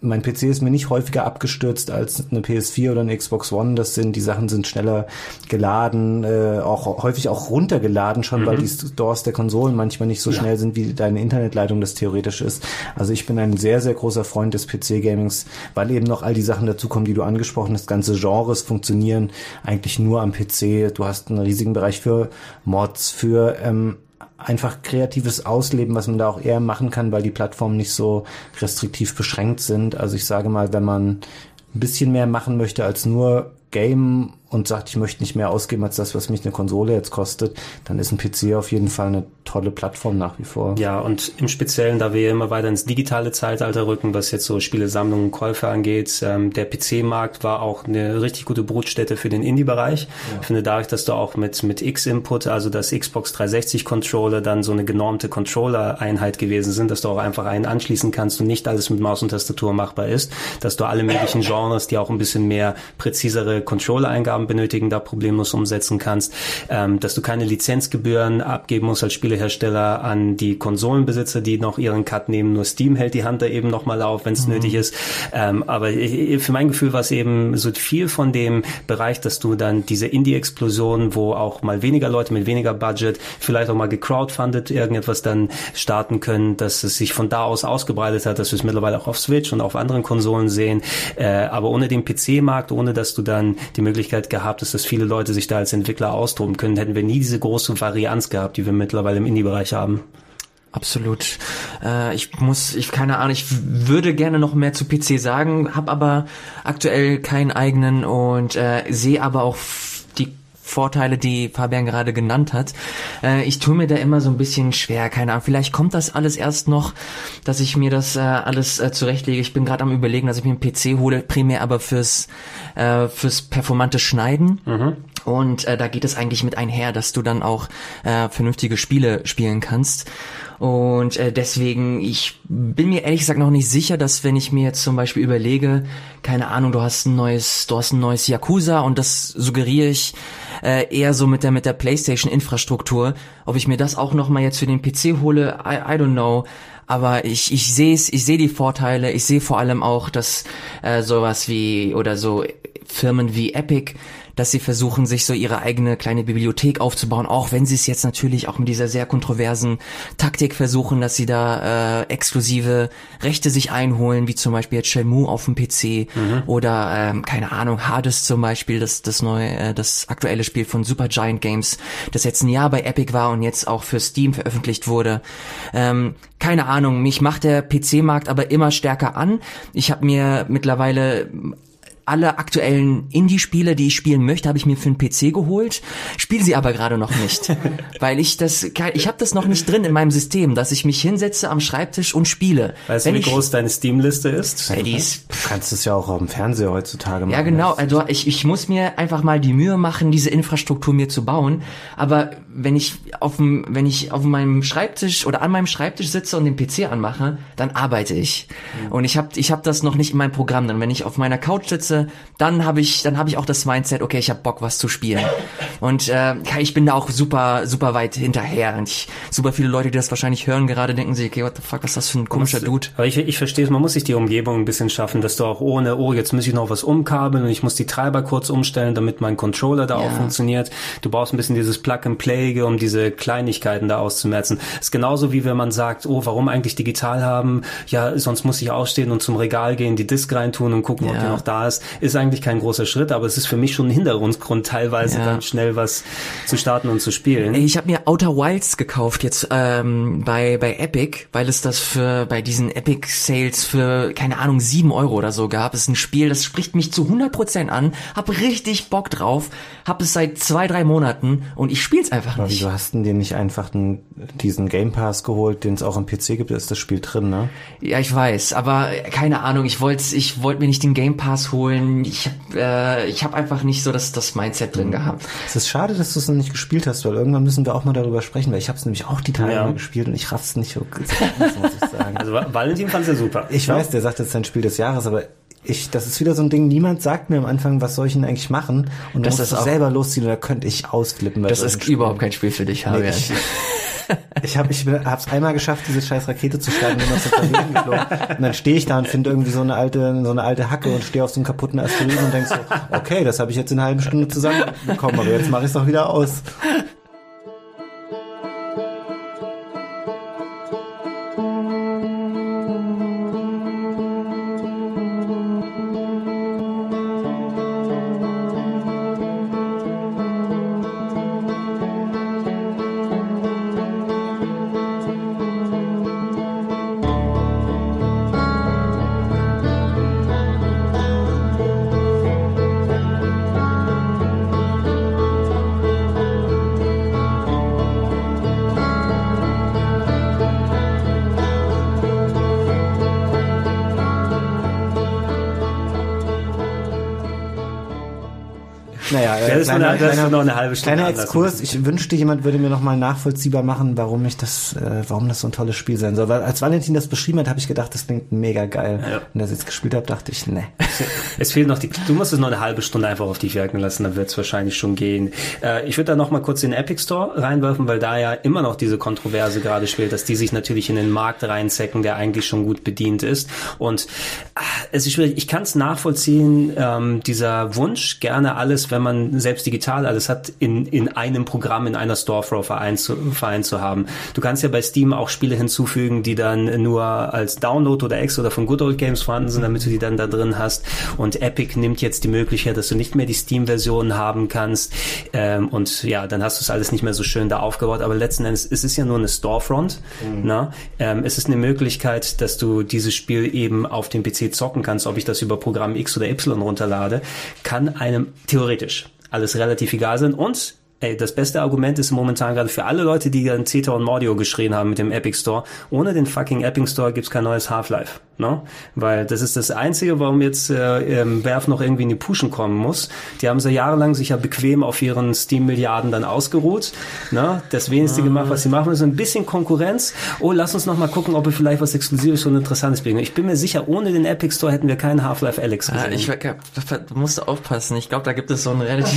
mein P C ist mir nicht häufiger abgestürzt als eine P S vier oder eine Xbox One. Das sind, die Sachen sind schneller geladen, äh, auch häufig auch runtergeladen schon, mhm. weil die Stores der Konsolen manchmal nicht so ja. schnell sind, wie deine Internetleitung das theoretisch ist. Also ich bin ein sehr, sehr großer Freund des P C-Gamings, weil eben noch all die Sachen dazukommen, die du angesprochen hast. Ganze Genres funktionieren eigentlich nur am P C. Du hast einen riesigen Bereich für Mods, für ähm, einfach kreatives Ausleben, was man da auch eher machen kann, weil die Plattformen nicht so restriktiv beschränkt sind. Also ich sage mal, wenn man ein bisschen mehr machen möchte als nur Game und sagt, ich möchte nicht mehr ausgeben als das, was mich eine Konsole jetzt kostet, dann ist ein P C auf jeden Fall eine tolle Plattform nach wie vor. Ja, und im Speziellen, da wir immer weiter ins digitale Zeitalter rücken, was jetzt so Spielesammlungen und Käufe angeht, ähm, der P C-Markt war auch eine richtig gute Brutstätte für den Indie-Bereich. Ja. Ich finde dadurch, dass du auch mit mit X-Input, also das Xbox dreihundertsechzig-Controller, dann so eine genormte Controller-Einheit gewesen sind, dass du auch einfach einen anschließen kannst und nicht alles mit Maus und Tastatur machbar ist, dass du alle möglichen Genres, die auch ein bisschen mehr präzisere Controller-Eingaben benötigen, da problemlos umsetzen kannst, ähm, dass du keine Lizenzgebühren abgeben musst als Spielehersteller an die Konsolenbesitzer, die noch ihren Cut nehmen. Nur Steam hält die Hand da eben nochmal auf, wenn es mhm. nötig ist. Ähm, aber ich, für mein Gefühl war es eben so viel von dem Bereich, dass du dann diese Indie-Explosion, wo auch mal weniger Leute mit weniger Budget, vielleicht auch mal gecrowdfundet irgendetwas dann starten können, dass es sich von da aus ausgebreitet hat, dass wir es mittlerweile auch auf Switch und auf anderen Konsolen sehen. Äh, aber ohne den P C-Markt, ohne dass du dann die Möglichkeit gehabt hast, dass viele Leute sich da als Entwickler austoben können, hätten wir nie diese große Varianz gehabt, die wir mittlerweile im Indie-Bereich haben. Absolut. Äh, ich muss, ich keine Ahnung, ich würde gerne noch mehr zu P C sagen, habe aber aktuell keinen eigenen und äh, sehe aber auch die Vorteile, die Fabian gerade genannt hat. Äh, ich tue mir da immer so ein bisschen schwer, keine Ahnung, vielleicht kommt das alles erst noch, dass ich mir das äh, alles äh, zurechtlege. Ich bin gerade am Überlegen, dass ich mir einen P C hole, primär aber fürs äh, fürs performante Schneiden. Mhm. Und äh, da geht es eigentlich mit einher, dass du dann auch äh, vernünftige Spiele spielen kannst. Und äh, deswegen, ich bin mir ehrlich gesagt noch nicht sicher, dass wenn ich mir jetzt zum Beispiel überlege, keine Ahnung, du hast ein neues, du hast ein neues Yakuza und das suggeriere ich äh, eher so mit der mit der PlayStation-Infrastruktur, ob ich mir das auch noch mal jetzt für den P C hole, I, I don't know. Aber ich ich sehe es, ich sehe die Vorteile. Ich sehe vor allem auch, dass äh, sowas wie oder so Firmen wie Epic, dass sie versuchen, sich so ihre eigene kleine Bibliothek aufzubauen, auch wenn sie es jetzt natürlich auch mit dieser sehr kontroversen Taktik versuchen, dass sie da äh, exklusive Rechte sich einholen, wie zum Beispiel jetzt Shenmue auf dem P C mhm. oder ähm, keine Ahnung, Hades zum Beispiel, das das neue, äh, das aktuelle Spiel von Supergiant Games, das jetzt ein Jahr bei Epic war und jetzt auch für Steam veröffentlicht wurde. Ähm, keine Ahnung, mich macht der P C-Markt aber immer stärker an. Ich habe mir mittlerweile alle aktuellen Indie-Spiele, die ich spielen möchte, habe ich mir für den P C geholt, spiele sie aber gerade noch nicht, weil ich das, ich habe das noch nicht drin in meinem System, dass ich mich hinsetze am Schreibtisch und spiele. Weißt du, wie ich, groß deine Steam-Liste ist? Weil die ist, du kannst es ja auch auf dem Fernseher heutzutage machen. Ja, genau. Also ich, ich muss mir einfach mal die Mühe machen, diese Infrastruktur mir zu bauen. Aber wenn ich auf dem, wenn ich auf meinem Schreibtisch oder an meinem Schreibtisch sitze und den P C anmache, dann arbeite ich. Mhm. Und ich habe, ich habe das noch nicht in meinem Programm. Dann, wenn ich auf meiner Couch sitze, dann habe ich dann habe ich auch das Mindset, okay, ich habe Bock, was zu spielen. Und äh, ich bin da auch super super weit hinterher. Und ich, super viele Leute, die das wahrscheinlich hören, gerade denken sich, okay, what the fuck, was ist das für ein komischer muss, Dude? Aber ich, ich verstehe es, man muss sich die Umgebung ein bisschen schaffen, dass du auch ohne, oh, jetzt muss ich noch was umkabeln und ich muss die Treiber kurz umstellen, damit mein Controller da ja. auch funktioniert. Du brauchst ein bisschen dieses Plug-and-Play, um diese Kleinigkeiten da auszumerzen. Das ist genauso wie wenn man sagt, oh, warum eigentlich digital haben? Ja, sonst muss ich aufstehen und zum Regal gehen, die Disk reintun und gucken, ja. ob die noch da ist. Ist eigentlich kein großer Schritt, aber es ist für mich schon ein Hinderungsgrund, teilweise ja. dann schnell was zu starten und zu spielen. Ich habe mir Outer Wilds gekauft jetzt ähm, bei bei Epic, weil es das für bei diesen Epic Sales für, keine Ahnung, sieben Euro oder so gab. Es ist ein Spiel, das spricht mich zu hundert Prozent an, hab richtig Bock drauf, hab es seit zwei, drei Monaten und ich spiel's einfach aber nicht. Wieso hast du dir nicht einfach den, diesen Game Pass geholt, den es auch im P C gibt, da ist das Spiel drin, ne? Ja, ich weiß, aber keine Ahnung, ich wollte ich wollte mir nicht den Game Pass holen. Ich hab, äh, ich habe einfach nicht so das, das Mindset drin gehabt. Es ist schade, dass du es noch nicht gespielt hast, weil irgendwann müssen wir auch mal darüber sprechen, weil ich habe es nämlich auch die Tage ja. mal gespielt und ich raff's nicht so, muss ich sagen. Also Valentin fand's ja super. Ich ja? weiß, der sagt, das ist sein Spiel des Jahres, aber ich, das ist wieder so ein Ding, niemand sagt mir am Anfang, was soll ich denn eigentlich machen? Und das musst ist du selber losziehen und da könnte ich ausflippen. Das ist Spiel. Überhaupt kein Spiel für dich, Fabian. Nee, Ich habe ich hab's einmal geschafft, diese scheiß Rakete zu starten, bin aus dem Planeten geflogen. Und dann stehe ich da und finde irgendwie so eine alte so eine alte Hacke und stehe auf so einem kaputten Asteroiden und denk so, okay, das habe ich jetzt in einer halben Stunde zusammenbekommen, aber jetzt mache ich es doch wieder aus. Naja, äh, ja, das kleiner, ist noch, kleiner, noch eine halbe Stunde. Kleiner Exkurs. Ich wünschte, jemand würde mir nochmal nachvollziehbar machen, warum ich das, äh, warum das so ein tolles Spiel sein soll. Weil als Valentin das beschrieben hat, habe ich gedacht, das klingt mega geil. Ja. Und als ich es gespielt habe, dachte ich, ne. Es fehlt noch die, du musst es noch eine halbe Stunde einfach auf dich wirken lassen, dann wird es wahrscheinlich schon gehen. Äh, ich würde da nochmal kurz den Epic Store reinwerfen, weil da ja immer noch diese Kontroverse gerade spielt, dass die sich natürlich in den Markt reinzecken, der eigentlich schon gut bedient ist. Und ach, es ist schwierig. Ich kann es nachvollziehen, ähm, dieser Wunsch, gerne alles, wenn man selbst digital alles hat, in in einem Programm, in einer Storefront vereint zu, vereint zu haben. Du kannst ja bei Steam auch Spiele hinzufügen, die dann nur als Download oder Ex oder von Good Old Games vorhanden sind, damit du die dann da drin hast. Und Epic nimmt jetzt die Möglichkeit, dass du nicht mehr die Steam-Version haben kannst. Ähm, und ja, dann hast du es alles nicht mehr so schön da aufgebaut. Aber letzten Endes, es ist ja nur eine Storefront. Mhm. Na? Ähm, es ist eine Möglichkeit, dass du dieses Spiel eben auf dem P C zocken kannst. Ob ich das über Programm X oder Y runterlade, kann einem theoretisch alles relativ egal sein. Und ey, das beste Argument ist momentan gerade für alle Leute, die dann Zeta und Mordio geschrien haben mit dem Epic Store. Ohne den fucking Epic Store gibt's kein neues Half-Life, ne? Weil das ist das Einzige, warum jetzt äh, ähm, Valve noch irgendwie in die Puschen kommen muss. Die haben so jahrelang sich ja bequem auf ihren Steam-Milliarden dann ausgeruht, ne? Das wenigste ah. gemacht, was sie machen, ist ein bisschen Konkurrenz. Oh, lass uns noch mal gucken, ob wir vielleicht was Exklusives und Interessantes bringen. Ich bin mir sicher, ohne den Epic Store hätten wir keinen Half-Life Alyx gesehen. Ah, ich musste aufpassen. Ich glaube, da gibt es so ein relativ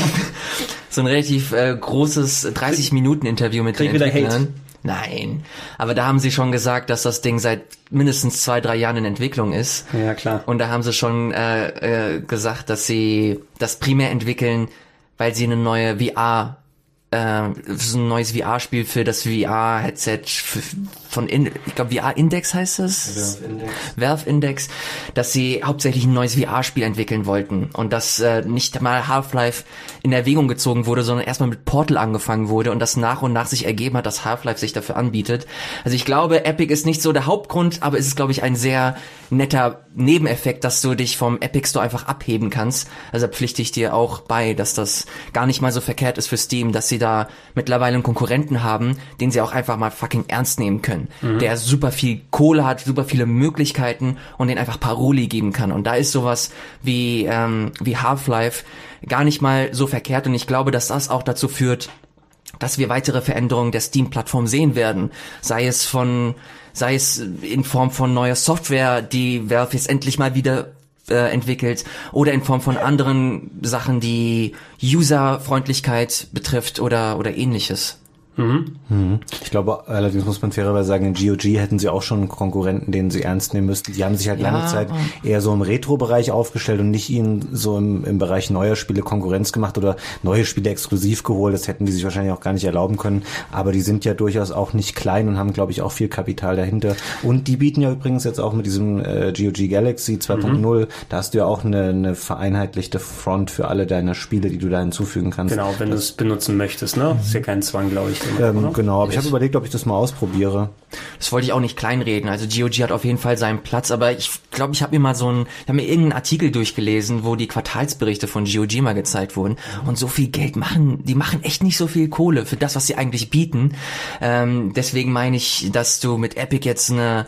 so ein relativ äh, großes dreißig Minuten Interview mit den Entwicklern. Nein, aber da haben sie schon gesagt, dass das Ding seit mindestens zwei, drei Jahren in Entwicklung ist. Ja, klar. Und da haben sie schon äh, äh, gesagt, dass sie das primär entwickeln, weil sie eine neue V R äh, so ein neues V R-Spiel für das V R-Headset von, In- ich glaube V R-Index heißt es? Valve Index. Valve Index, dass sie hauptsächlich ein neues V R-Spiel entwickeln wollten und dass äh, nicht mal Half-Life in Erwägung gezogen wurde, sondern erstmal mit Portal angefangen wurde und das nach und nach sich ergeben hat, dass Half-Life sich dafür anbietet. Also ich glaube, Epic ist nicht so der Hauptgrund, aber es ist, glaube ich, ein sehr netter Nebeneffekt, dass du dich vom Epic Store einfach abheben kannst. Also pflichte ich dir auch bei, dass das gar nicht mal so verkehrt ist für Steam, dass sie da mittlerweile einen Konkurrenten haben, den sie auch einfach mal fucking ernst nehmen können, mhm. der super viel Kohle hat, super viele Möglichkeiten und den einfach Paroli geben kann. Und da ist sowas wie ähm, wie Half-Life gar nicht mal so verkehrt und ich glaube, dass das auch dazu führt, dass wir weitere Veränderungen der Steam-Plattform sehen werden. Sei es von, sei es in Form von neuer Software, die Valve jetzt endlich mal wieder äh, entwickelt, oder in Form von anderen Sachen, die Userfreundlichkeit betrifft oder oder ähnliches. Mhm. Mhm. Ich glaube, allerdings muss man fairerweise sagen, in G O G hätten sie auch schon einen Konkurrenten, den sie ernst nehmen müssten. Die haben sich halt ja. lange Zeit eher so im Retro-Bereich aufgestellt und nicht ihnen so im, im Bereich neuer Spiele Konkurrenz gemacht oder neue Spiele exklusiv geholt. Das hätten die sich wahrscheinlich auch gar nicht erlauben können. Aber die sind ja durchaus auch nicht klein und haben, glaube ich, auch viel Kapital dahinter. Und die bieten ja übrigens jetzt auch mit diesem äh, G O G Galaxy zwei Punkt null, mhm. da hast du ja auch eine, eine vereinheitlichte Front für alle deine Spiele, die du da hinzufügen kannst. Genau, wenn du es benutzen möchtest, ne? Ist ja kein Zwang, glaube ich. Ähm, genau, aber ich habe überlegt, ob ich das mal ausprobiere. Das wollte ich auch nicht kleinreden. Also G O G hat auf jeden Fall seinen Platz, aber ich glaube, ich habe mir mal so ein, ich habe mir irgendeinen Artikel durchgelesen, wo die Quartalsberichte von G O G mal gezeigt wurden und so viel Geld machen, die machen echt nicht so viel Kohle für das, was sie eigentlich bieten. Ähm, deswegen meine ich, dass du mit Epic jetzt eine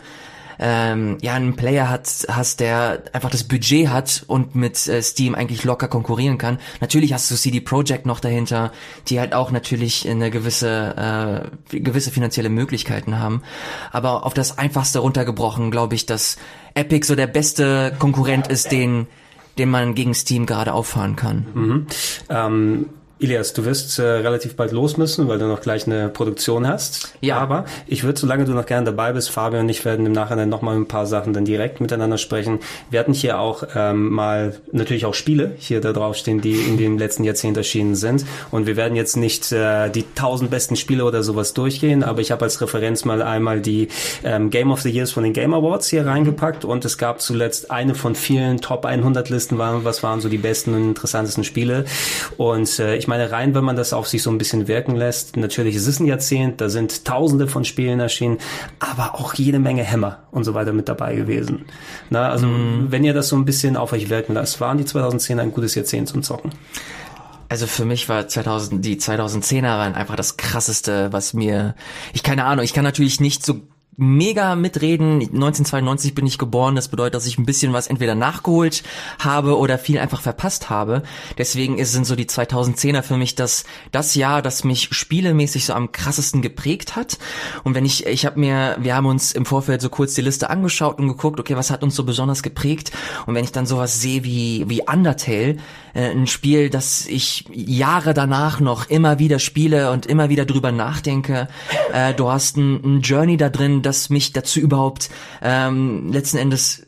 Ähm, ja, einen Player hat, hast, der einfach das Budget hat und mit äh, Steam eigentlich locker konkurrieren kann. Natürlich hast du C D Projekt noch dahinter, die halt auch natürlich eine gewisse äh, gewisse finanzielle Möglichkeiten haben. Aber auf das Einfachste runtergebrochen, glaube ich, dass Epic so der beste Konkurrent ist, den den man gegen Steam gerade auffahren kann. Mhm. Ähm Ilias, du wirst äh, relativ bald los müssen, weil du noch gleich eine Produktion hast. Ja. Aber ich würde, solange du noch gerne dabei bist, Fabian und ich werden im Nachhinein nochmal ein paar Sachen dann direkt miteinander sprechen. Wir hatten hier auch ähm, mal natürlich auch Spiele hier da draufstehen, die in dem letzten Jahrzehnt erschienen sind. Und wir werden jetzt nicht äh, die tausend besten Spiele oder sowas durchgehen, aber ich habe als Referenz mal einmal die ähm, Game of the Years von den Game Awards hier reingepackt und es gab zuletzt eine von vielen Top hundert Listen, waren, was waren so die besten und interessantesten Spiele. Und äh, ich meine, rein, wenn man das auf sich so ein bisschen wirken lässt, natürlich ist es ein Jahrzehnt, da sind tausende von Spielen erschienen, aber auch jede Menge Hämmer und so weiter mit dabei gewesen. Na, also mm. wenn ihr das so ein bisschen auf euch wirken lasst, waren die zweitausendzehner ein gutes Jahrzehnt zum Zocken? Also für mich war zweitausend, die zweitausendzehner waren einfach das krasseste, was mir, ich keine Ahnung, ich kann natürlich nicht so mega mitreden. neunzehnhundertzweiundneunzig bin ich geboren, das bedeutet, dass ich ein bisschen was entweder nachgeholt habe oder viel einfach verpasst habe. Deswegen sind so die zweitausendzehner für mich das das Jahr, das mich spielemäßig so am krassesten geprägt hat. Und wenn ich, ich habe mir, wir haben uns im Vorfeld so kurz die Liste angeschaut und geguckt, okay, was hat uns so besonders geprägt? Und wenn ich dann sowas sehe wie wie Undertale, äh, ein Spiel, das ich Jahre danach noch immer wieder spiele und immer wieder drüber nachdenke, äh, du hast ein, ein Journey da drin, das mich dazu überhaupt ähm, letzten Endes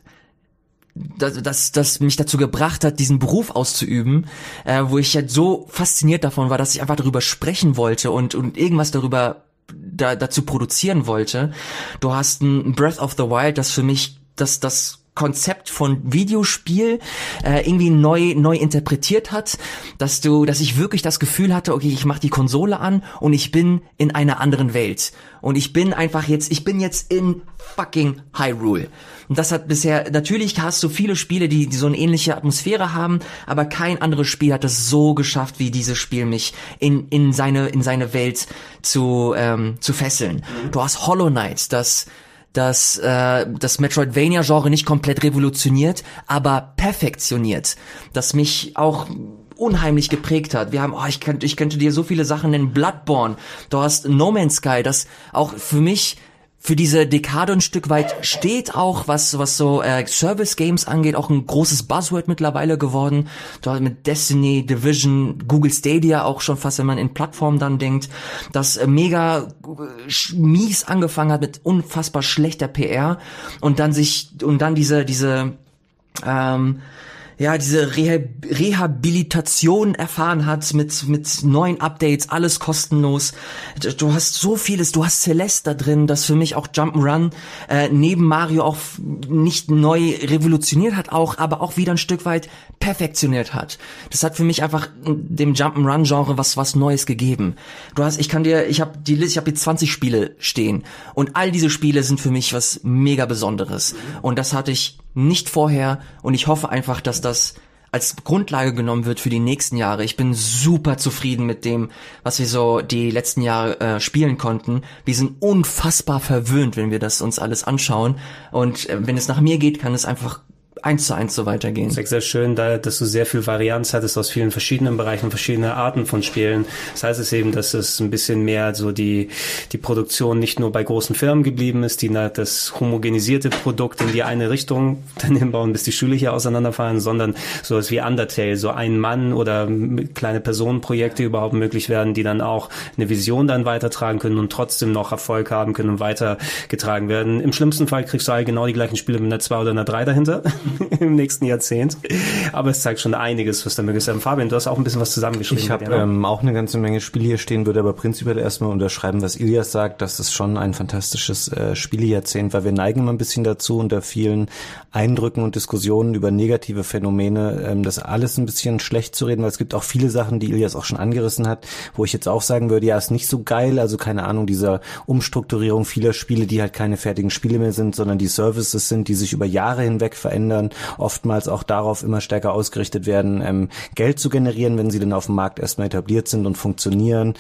das, das, das mich dazu gebracht hat, diesen Beruf auszuüben, äh, wo ich halt so fasziniert davon war, dass ich einfach darüber sprechen wollte und und irgendwas darüber da, dazu produzieren wollte. Du hast ein Breath of the Wild, das für mich das das Konzept von Videospiel äh, irgendwie neu neu interpretiert hat, dass du, dass ich wirklich das Gefühl hatte, okay, ich mache die Konsole an und ich bin in einer anderen Welt und ich bin einfach jetzt, ich bin jetzt in fucking Hyrule. Und das hat bisher, natürlich hast du viele Spiele, die, die so eine ähnliche Atmosphäre haben, aber kein anderes Spiel hat es so geschafft, wie dieses Spiel mich in in seine in seine Welt zu ähm, zu fesseln. Mhm. Du hast Hollow Knight, das dass äh, das Metroidvania-Genre nicht komplett revolutioniert, aber perfektioniert, das mich auch unheimlich geprägt hat. Wir haben, oh, ich könnte, ich könnte dir so viele Sachen nennen. Bloodborne, du hast No Man's Sky, das auch für mich für diese Dekade ein Stück weit steht, auch was was so äh, Service-Games angeht, auch ein großes Buzzword mittlerweile geworden. Du hast mit Destiny, Division, Google Stadia auch schon fast, wenn man in Plattformen dann denkt, das äh, mega äh, mies angefangen hat mit unfassbar schlechter P R und dann sich und dann diese diese ähm, ja, diese Reha- Rehabilitation erfahren hat mit mit neuen Updates, alles kostenlos. Du hast so vieles, du hast Celeste da drin, das für mich auch Jump'n'Run äh, neben Mario auch nicht neu revolutioniert hat, auch, aber auch wieder ein Stück weit perfektioniert hat. Das hat für mich einfach dem Jump'n'Run-Genre was was Neues gegeben. Du hast, ich kann dir, ich habe die Liste, ich habe hier zwanzig Spiele stehen und all diese Spiele sind für mich was mega Besonderes und das hatte ich nicht vorher und ich hoffe einfach, dass das als Grundlage genommen wird für die nächsten Jahre. Ich bin super zufrieden mit dem, was wir so die letzten Jahre äh, spielen konnten. Wir sind unfassbar verwöhnt, wenn wir das uns alles anschauen und äh, wenn es nach mir geht, kann es einfach eins zu eins so weitergehen. Das ist sehr schön, da, dass du sehr viel Varianz hattest aus vielen verschiedenen Bereichen, verschiedene Arten von Spielen. Das heißt es eben, dass es ein bisschen mehr so die die Produktion nicht nur bei großen Firmen geblieben ist, die das homogenisierte Produkt in die eine Richtung dann hinbauen, bis die Stühle hier auseinanderfallen, sondern sowas wie Undertale, so ein Mann oder kleine Personenprojekte überhaupt möglich werden, die dann auch eine Vision dann weitertragen können und trotzdem noch Erfolg haben können und weitergetragen werden. Im schlimmsten Fall kriegst du halt genau die gleichen Spiele mit einer zwei oder einer drei dahinter. Im nächsten Jahrzehnt. Aber es zeigt schon einiges, was da möglich ist. Fabian, du hast auch ein bisschen was zusammengeschrieben. Ich habe ähm, auch eine ganze Menge Spiele hier stehen, würde aber prinzipiell erstmal unterschreiben, was Ilias sagt, dass es schon ein fantastisches äh, Spielejahrzehnt war. Wir neigen immer ein bisschen dazu, unter vielen Eindrücken und Diskussionen über negative Phänomene ähm, das alles ein bisschen schlecht zu reden, weil es gibt auch viele Sachen, die Ilias auch schon angerissen hat, wo ich jetzt auch sagen würde, ja, ist nicht so geil, also keine Ahnung, dieser Umstrukturierung vieler Spiele, die halt keine fertigen Spiele mehr sind, sondern die Services sind, die sich über Jahre hinweg verändern, oftmals auch darauf immer stärker ausgerichtet werden, ähm, Geld zu generieren, wenn sie dann auf dem Markt erstmal etabliert sind und funktionieren.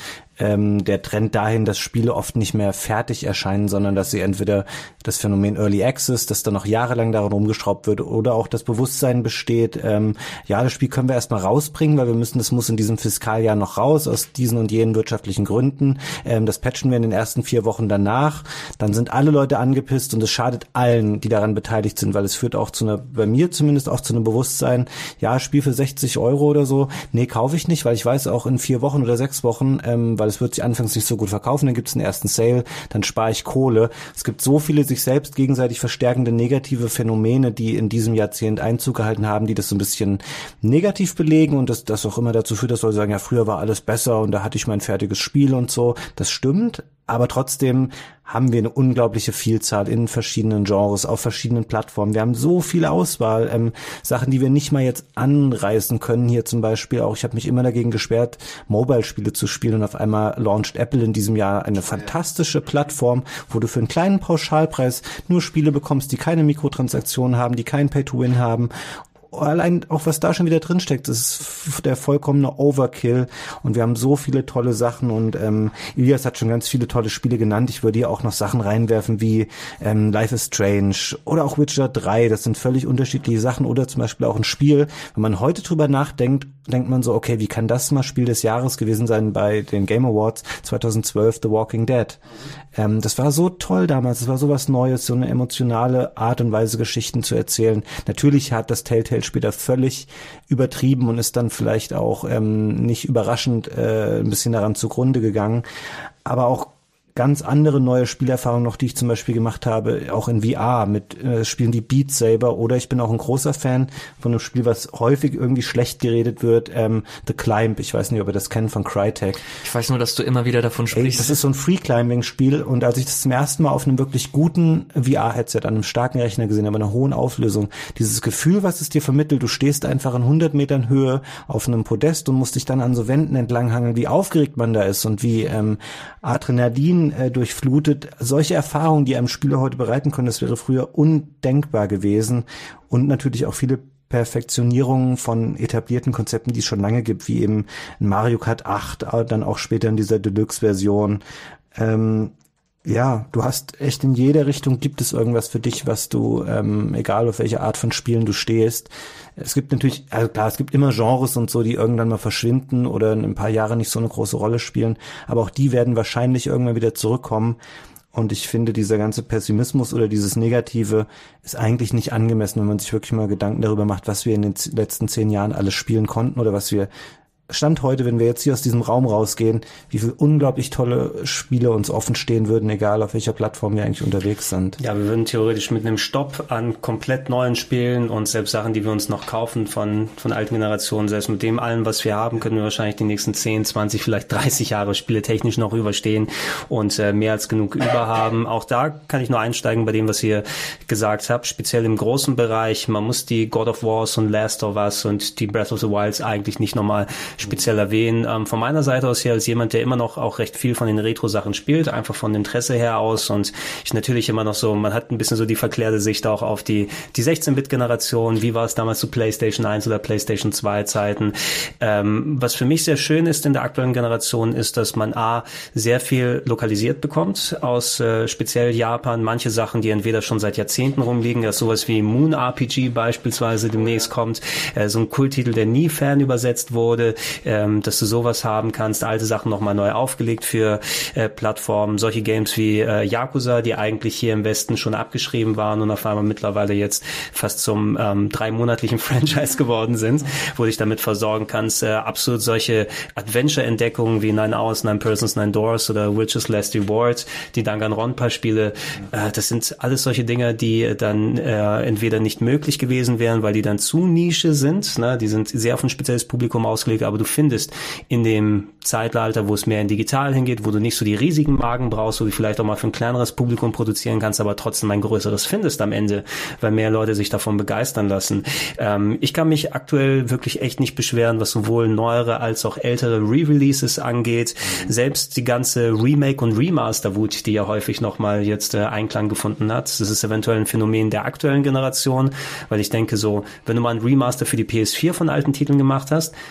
ähm, der Trend dahin, dass Spiele oft nicht mehr fertig erscheinen, sondern dass sie entweder das Phänomen Early Access, dass da noch jahrelang daran rumgeschraubt wird, oder auch das Bewusstsein besteht, ähm, ja, das Spiel können wir erstmal rausbringen, weil wir müssen, das muss in diesem Fiskaljahr noch raus, aus diesen und jenen wirtschaftlichen Gründen. Ähm, das patchen wir in den ersten vier Wochen danach. Dann sind alle Leute angepisst und es schadet allen, die daran beteiligt sind, weil es führt auch zu einer, bei mir zumindest auch zu einem Bewusstsein, ja, Spiel für sechzig Euro oder so, nee, kaufe ich nicht, weil ich weiß, auch in vier Wochen oder sechs Wochen, ähm, weil es wird sich anfangs nicht so gut verkaufen, dann gibt es einen ersten Sale, dann spare ich Kohle. Es gibt so viele sich selbst gegenseitig verstärkende negative Phänomene, die in diesem Jahrzehnt Einzug gehalten haben, die das so ein bisschen negativ belegen und das, das auch immer dazu führt, dass Leute sagen, ja, früher war alles besser und da hatte ich mein fertiges Spiel und so. Das stimmt, aber trotzdem haben wir eine unglaubliche Vielzahl in verschiedenen Genres, auf verschiedenen Plattformen. Wir haben so viel Auswahl, ähm, Sachen, die wir nicht mal jetzt anreißen können. Hier zum Beispiel auch, ich habe mich immer dagegen gesperrt, Mobile-Spiele zu spielen und auf einmal launcht Apple in diesem Jahr eine fantastische Plattform, wo du für einen kleinen Pauschalpreis nur Spiele bekommst, die keine Mikrotransaktionen haben, die keinen Pay-to-Win haben. Allein auch was da schon wieder drin steckt, das ist der vollkommene Overkill und wir haben so viele tolle Sachen und ähm, Ilias hat schon ganz viele tolle Spiele genannt. Ich würde hier auch noch Sachen reinwerfen wie ähm, Life is Strange oder auch Witcher drei, das sind völlig unterschiedliche Sachen oder zum Beispiel auch ein Spiel, wenn man heute drüber nachdenkt, denkt man so, okay, wie kann das mal Spiel des Jahres gewesen sein bei den Game Awards zweitausendzwölf, The Walking Dead. Ähm, das war so toll damals, das war so was Neues, so eine emotionale Art und Weise, Geschichten zu erzählen. Natürlich hat das Telltale später völlig übertrieben und ist dann vielleicht auch ähm, nicht überraschend äh, ein bisschen daran zugrunde gegangen, aber auch ganz andere neue Spielerfahrungen noch, die ich zum Beispiel gemacht habe, auch in V R mit äh, Spielen wie Beat Saber, oder ich bin auch ein großer Fan von einem Spiel, was häufig irgendwie schlecht geredet wird, ähm, The Climb. Ich weiß nicht, ob ihr das kennt, von Crytek. Ich weiß nur, dass du immer wieder davon sprichst. Ey, das ist so ein Free-Climbing-Spiel und als ich das zum ersten Mal auf einem wirklich guten V R-Headset, an einem starken Rechner gesehen habe, einer hohen Auflösung, dieses Gefühl, was es dir vermittelt, du stehst einfach in hundert Metern Höhe auf einem Podest und musst dich dann an so Wänden entlanghangeln, wie aufgeregt man da ist und wie ähm, Adrenalin äh, durchflutet. Solche Erfahrungen, die einem Spieler heute bereiten können, das wäre früher undenkbar gewesen. Und natürlich auch viele Perfektionierungen von etablierten Konzepten, die es schon lange gibt, wie eben Mario Kart acht, dann auch später in dieser Deluxe-Version. Ähm, ja, du hast echt in jeder Richtung gibt es irgendwas für dich, was du, ähm, egal auf welche Art von Spielen du stehst. Es gibt natürlich, also klar, es gibt immer Genres und so, die irgendwann mal verschwinden oder in ein paar Jahren nicht so eine große Rolle spielen, aber auch die werden wahrscheinlich irgendwann wieder zurückkommen. Und ich finde, dieser ganze Pessimismus oder dieses Negative ist eigentlich nicht angemessen, wenn man sich wirklich mal Gedanken darüber macht, was wir in den letzten zehn Jahren alles spielen konnten oder was wir Stand heute, wenn wir jetzt hier aus diesem Raum rausgehen, wie viele unglaublich tolle Spiele uns offen stehen würden, egal auf welcher Plattform wir eigentlich unterwegs sind. Ja, wir würden theoretisch mit einem Stopp an komplett neuen Spielen und selbst Sachen, die wir uns noch kaufen von von alten Generationen, selbst mit dem allem, was wir haben, können wir wahrscheinlich die nächsten zehn, zwanzig, vielleicht dreißig Jahre spieletechnisch noch überstehen und äh, mehr als genug über haben. Auch da kann ich nur einsteigen bei dem, was ihr gesagt habt, speziell im großen Bereich. Man muss die God of Wars und Last of Us und die Breath of the Wilds eigentlich nicht nochmal speziell erwähnen. Ähm, von meiner Seite aus her als jemand, der immer noch auch recht viel von den Retro-Sachen spielt, einfach von Interesse her aus und ich natürlich immer noch so, man hat ein bisschen so die verklärte Sicht auch auf die die sechzehn-Bit-Generation, wie war es damals zu PlayStation eins oder PlayStation zwei Zeiten. Ähm, was für mich sehr schön ist in der aktuellen Generation, ist, dass man A, sehr viel lokalisiert bekommt aus äh, speziell Japan, manche Sachen, die entweder schon seit Jahrzehnten rumliegen, dass sowas wie Moon R P G beispielsweise demnächst kommt, äh, so ein Kulttitel, der nie fernübersetzt wurde, ähm, dass du sowas haben kannst, alte Sachen nochmal neu aufgelegt für äh, Plattformen, solche Games wie äh, Yakuza, die eigentlich hier im Westen schon abgeschrieben waren und auf einmal mittlerweile jetzt fast zum ähm, dreimonatlichen Franchise geworden sind, wo du dich damit versorgen kannst. Äh, absolut solche Adventure-Entdeckungen wie Nine Hours, Nine Persons, Nine Doors oder Witcher's Last Reward, die Danganronpa-Spiele, äh, das sind alles solche Dinge, die dann äh, entweder nicht möglich gewesen wären, weil die dann zu Nische sind, ne? Die sind sehr auf ein spezielles Publikum ausgelegt, aber du findest in dem Zeitalter, wo es mehr in digital hingeht, wo du nicht so die riesigen Magen brauchst, wo du vielleicht auch mal für ein kleineres Publikum produzieren kannst, aber trotzdem ein größeres findest am Ende, weil mehr Leute sich davon begeistern lassen. Ähm, ich kann mich aktuell wirklich echt nicht beschweren, was sowohl neuere als auch ältere Re-Releases angeht. Selbst die ganze Remake- und Remaster-Wut, die ja häufig nochmal jetzt äh, Einklang gefunden hat, das ist eventuell ein Phänomen der aktuellen Generation, weil ich denke so, wenn du mal ein Remaster für die P S vier von alten Titeln gemacht hast, dann sollte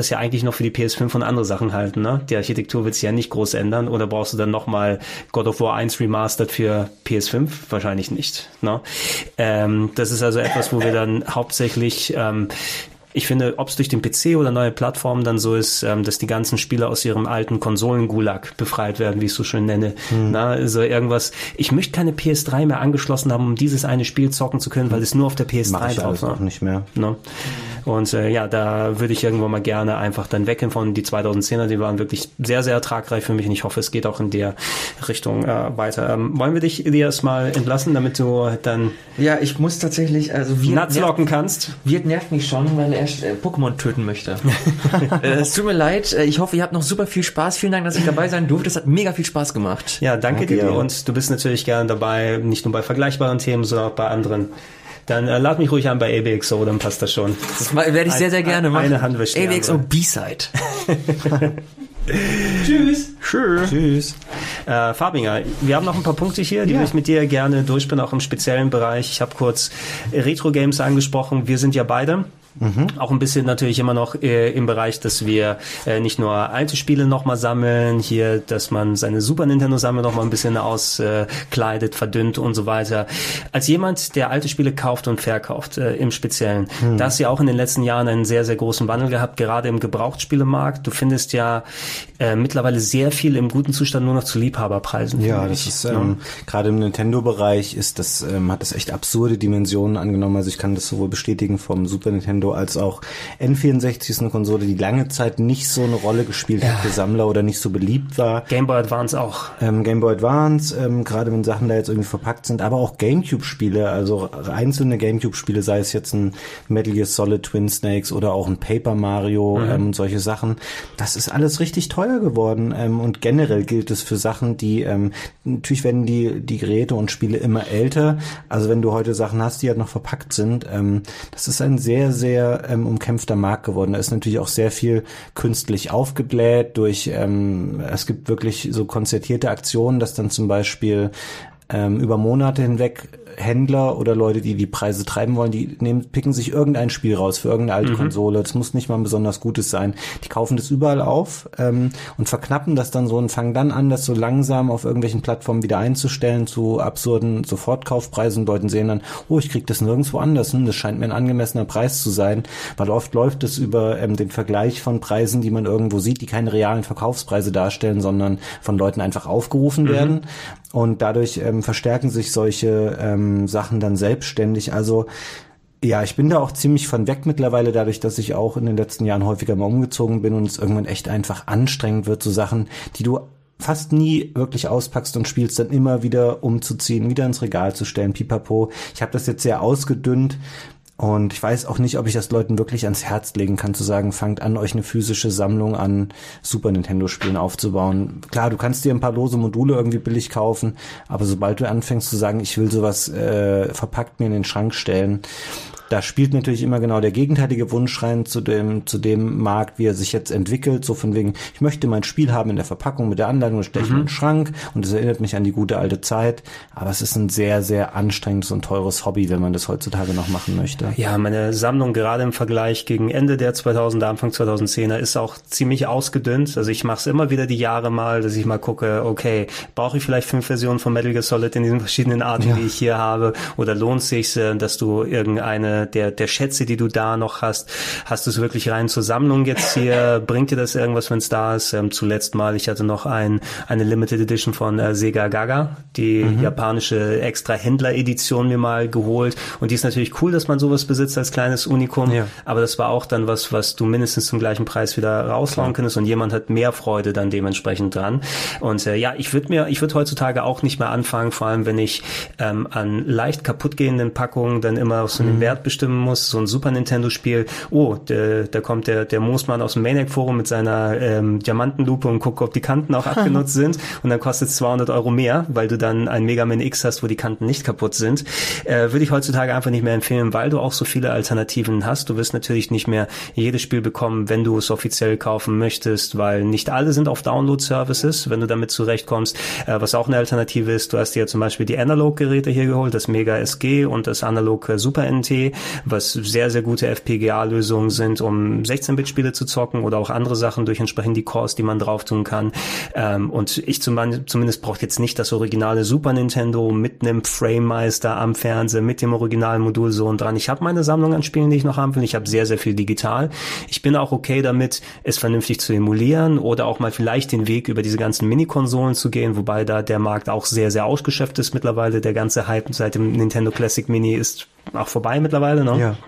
das ja eigentlich noch für die P S fünf und andere Sachen halten, ne? Die Architektur wird sich ja nicht groß ändern, oder brauchst du dann nochmal God of War eins Remastered für P S fünf? Wahrscheinlich nicht, ne? Ähm, das ist also etwas, wo wir dann hauptsächlich ähm, ich finde, ob es durch den P C oder neue Plattformen dann so ist, ähm, dass die ganzen Spieler aus ihrem alten Konsolen-Gulag befreit werden, wie ich es so schön nenne. Hm. Na, also irgendwas. Ich möchte keine P S drei mehr angeschlossen haben, um dieses eine Spiel zocken zu können, weil es nur auf der P S drei drauf ist. Auch nicht mehr. Ne? Und äh, ja, da würde ich irgendwann mal gerne einfach dann weggehen von die zweitausendzehner, die waren wirklich sehr, sehr ertragreich für mich und ich hoffe, es geht auch in der Richtung äh, weiter. Ähm, wollen wir dich, Elias, mal entlassen, damit du dann ja, ich muss tatsächlich, also Wirt Nuts locken kannst? Wirt nervt mich schon, weil er äh, Pokémon töten möchte. äh, es tut mir leid, ich hoffe, ihr habt noch super viel Spaß. Vielen Dank, dass ich dabei sein durfte. Es hat mega viel Spaß gemacht. Ja, danke, danke dir. dir. Und du bist natürlich gerne dabei, nicht nur bei vergleichbaren Themen, sondern auch bei anderen. Dann äh, lad mich ruhig an bei A B X O, dann passt das schon. Das werde ich sehr, sehr gerne machen. Eine Hand wäscht die A B X O B-Side. Tschüss. Tschüss. Tschüss. Äh, Fabinger, wir haben noch ein paar Punkte hier, die ja. will ich mit dir gerne durchspielen, auch im speziellen Bereich. Ich habe kurz Retro-Games angesprochen. Wir sind ja beide Mhm. auch ein bisschen natürlich immer noch äh, im Bereich, dass wir äh, nicht nur alte Spiele nochmal sammeln, hier, dass man seine Super Nintendo-Sammlung nochmal ein bisschen auskleidet, äh, verdünnt und so weiter. Als jemand, der alte Spiele kauft und verkauft, äh, im Speziellen, mhm. da hast du ja auch in den letzten Jahren einen sehr, sehr großen Wandel gehabt, gerade im Gebrauchtspielemarkt. Du findest ja äh, mittlerweile sehr viel im guten Zustand nur noch zu Liebhaberpreisen. Ja, das ist ähm, ja. gerade im Nintendo-Bereich ist das ähm, hat das echt absurde Dimensionen angenommen. Also ich kann das sowohl bestätigen vom Super Nintendo als auch N vierundsechzig ist eine Konsole, die lange Zeit nicht so eine Rolle gespielt ja. hat für Sammler oder nicht so beliebt war. Game Boy Advance auch. Ähm, Game Boy Advance, ähm, gerade wenn Sachen da jetzt irgendwie verpackt sind, aber auch Gamecube-Spiele, also einzelne Gamecube-Spiele, sei es jetzt ein Metal Gear Solid Twin Snakes oder auch ein Paper Mario mhm. ähm, und solche Sachen. Das ist alles richtig teuer geworden ähm, und generell gilt es für Sachen, die ähm, natürlich werden die die Geräte und Spiele immer älter. Also wenn du heute Sachen hast, die halt noch verpackt sind, ähm, das ist ein sehr, sehr ähm, umkämpfter Markt geworden. Da ist natürlich auch sehr viel künstlich aufgebläht durch, ähm, es gibt wirklich so konzertierte Aktionen, dass dann zum Beispiel ähm, über Monate hinweg Händler oder Leute, die die Preise treiben wollen, die nehmen, picken sich irgendein Spiel raus für irgendeine alte mhm. Konsole. Das muss nicht mal ein besonders gutes sein. Die kaufen das überall auf ähm, und verknappen das dann so und fangen dann an, das so langsam auf irgendwelchen Plattformen wieder einzustellen zu absurden Sofortkaufpreisen. Leute sehen dann, oh, ich krieg das nirgendwo anders. Hm, das scheint mir ein angemessener Preis zu sein, weil oft läuft es über ähm, den Vergleich von Preisen, die man irgendwo sieht, die keine realen Verkaufspreise darstellen, sondern von Leuten einfach aufgerufen mhm. werden. Und dadurch ähm, verstärken sich solche ähm, Sachen dann selbstständig. Also ja, ich bin da auch ziemlich von weg mittlerweile, dadurch, dass ich auch in den letzten Jahren häufiger mal umgezogen bin und es irgendwann echt einfach anstrengend wird, so Sachen, die du fast nie wirklich auspackst und spielst, dann immer wieder umzuziehen, wieder ins Regal zu stellen, pipapo. Ich habe das jetzt sehr ausgedünnt. Und ich weiß auch nicht, ob ich das Leuten wirklich ans Herz legen kann, zu sagen, fangt an, euch eine physische Sammlung an Super Nintendo-Spielen aufzubauen. Klar, du kannst dir ein paar lose Module irgendwie billig kaufen, aber sobald du anfängst zu sagen, ich will sowas äh, verpackt mir in den Schrank stellen, da spielt natürlich immer genau der gegenteilige Wunsch rein zu dem zu dem Markt, wie er sich jetzt entwickelt, so von wegen, ich möchte mein Spiel haben in der Verpackung mit der Anleitung, das stelle ich mhm. in den Schrank und das erinnert mich an die gute alte Zeit, aber es ist ein sehr, sehr anstrengendes und teures Hobby, wenn man das heutzutage noch machen möchte. Ja, meine Sammlung gerade im Vergleich gegen Ende der zweitausender, Anfang zweitausendzehner ist auch ziemlich ausgedünnt, also ich mache es immer wieder die Jahre mal, dass ich mal gucke, okay, brauche ich vielleicht fünf Versionen von Metal Gear Solid in diesen verschiedenen Arten, ja. die ich hier habe, oder lohnt es sich, dass du irgendeine der der Schätze, die du da noch hast, hast du es wirklich rein zur Sammlung jetzt hier? Bringt dir das irgendwas, wenn es da ist? Ähm, zuletzt mal, ich hatte noch ein eine Limited Edition von äh, Sega Gaga, die mhm. japanische Extra-Händler-Edition mir mal geholt und die ist natürlich cool, dass man sowas besitzt als kleines Unikum, ja. aber das war auch dann was, was du mindestens zum gleichen Preis wieder raushauen könntest und jemand hat mehr Freude dann dementsprechend dran und äh, ja, ich würde mir, ich würde heutzutage auch nicht mehr anfangen, vor allem wenn ich ähm, an leicht kaputtgehenden Packungen dann immer auf so einen mhm. Wert bestimmen muss, so ein Super Nintendo-Spiel, oh, der, da kommt der der Moosmann aus dem Maniac-Forum mit seiner ähm, Diamantenlupe und guckt, ob die Kanten auch abgenutzt sind und dann kostet es zweihundert Euro mehr, weil du dann ein Mega Man X hast, wo die Kanten nicht kaputt sind. Äh, würde ich heutzutage einfach nicht mehr empfehlen, weil du auch so viele Alternativen hast. Du wirst natürlich nicht mehr jedes Spiel bekommen, wenn du es offiziell kaufen möchtest, weil nicht alle sind auf Download-Services, wenn du damit zurechtkommst. Äh, was auch eine Alternative ist, du hast dir zum Beispiel die Analog-Geräte hier geholt, das Mega S G und das Analog Super N T. was sehr, sehr gute F P G A-Lösungen sind, um sechzehn-Bit-Spiele zu zocken oder auch andere Sachen durch entsprechend die Cores, die man drauf tun kann. Ähm, und ich zum, zumindest brauche jetzt nicht das originale Super Nintendo mit einem Frame-Meister am Fernseher, mit dem originalen Modul so und dran. Ich habe meine Sammlung an Spielen, die ich noch haben will. Ich habe sehr, sehr viel digital. Ich bin auch okay damit, es vernünftig zu emulieren oder auch mal vielleicht den Weg über diese ganzen Mini-Konsolen zu gehen, wobei da der Markt auch sehr, sehr ausgeschöpft ist mittlerweile. Der ganze Hype seit dem Nintendo Classic Mini ist auch vorbei mittlerweile, ne? Ja.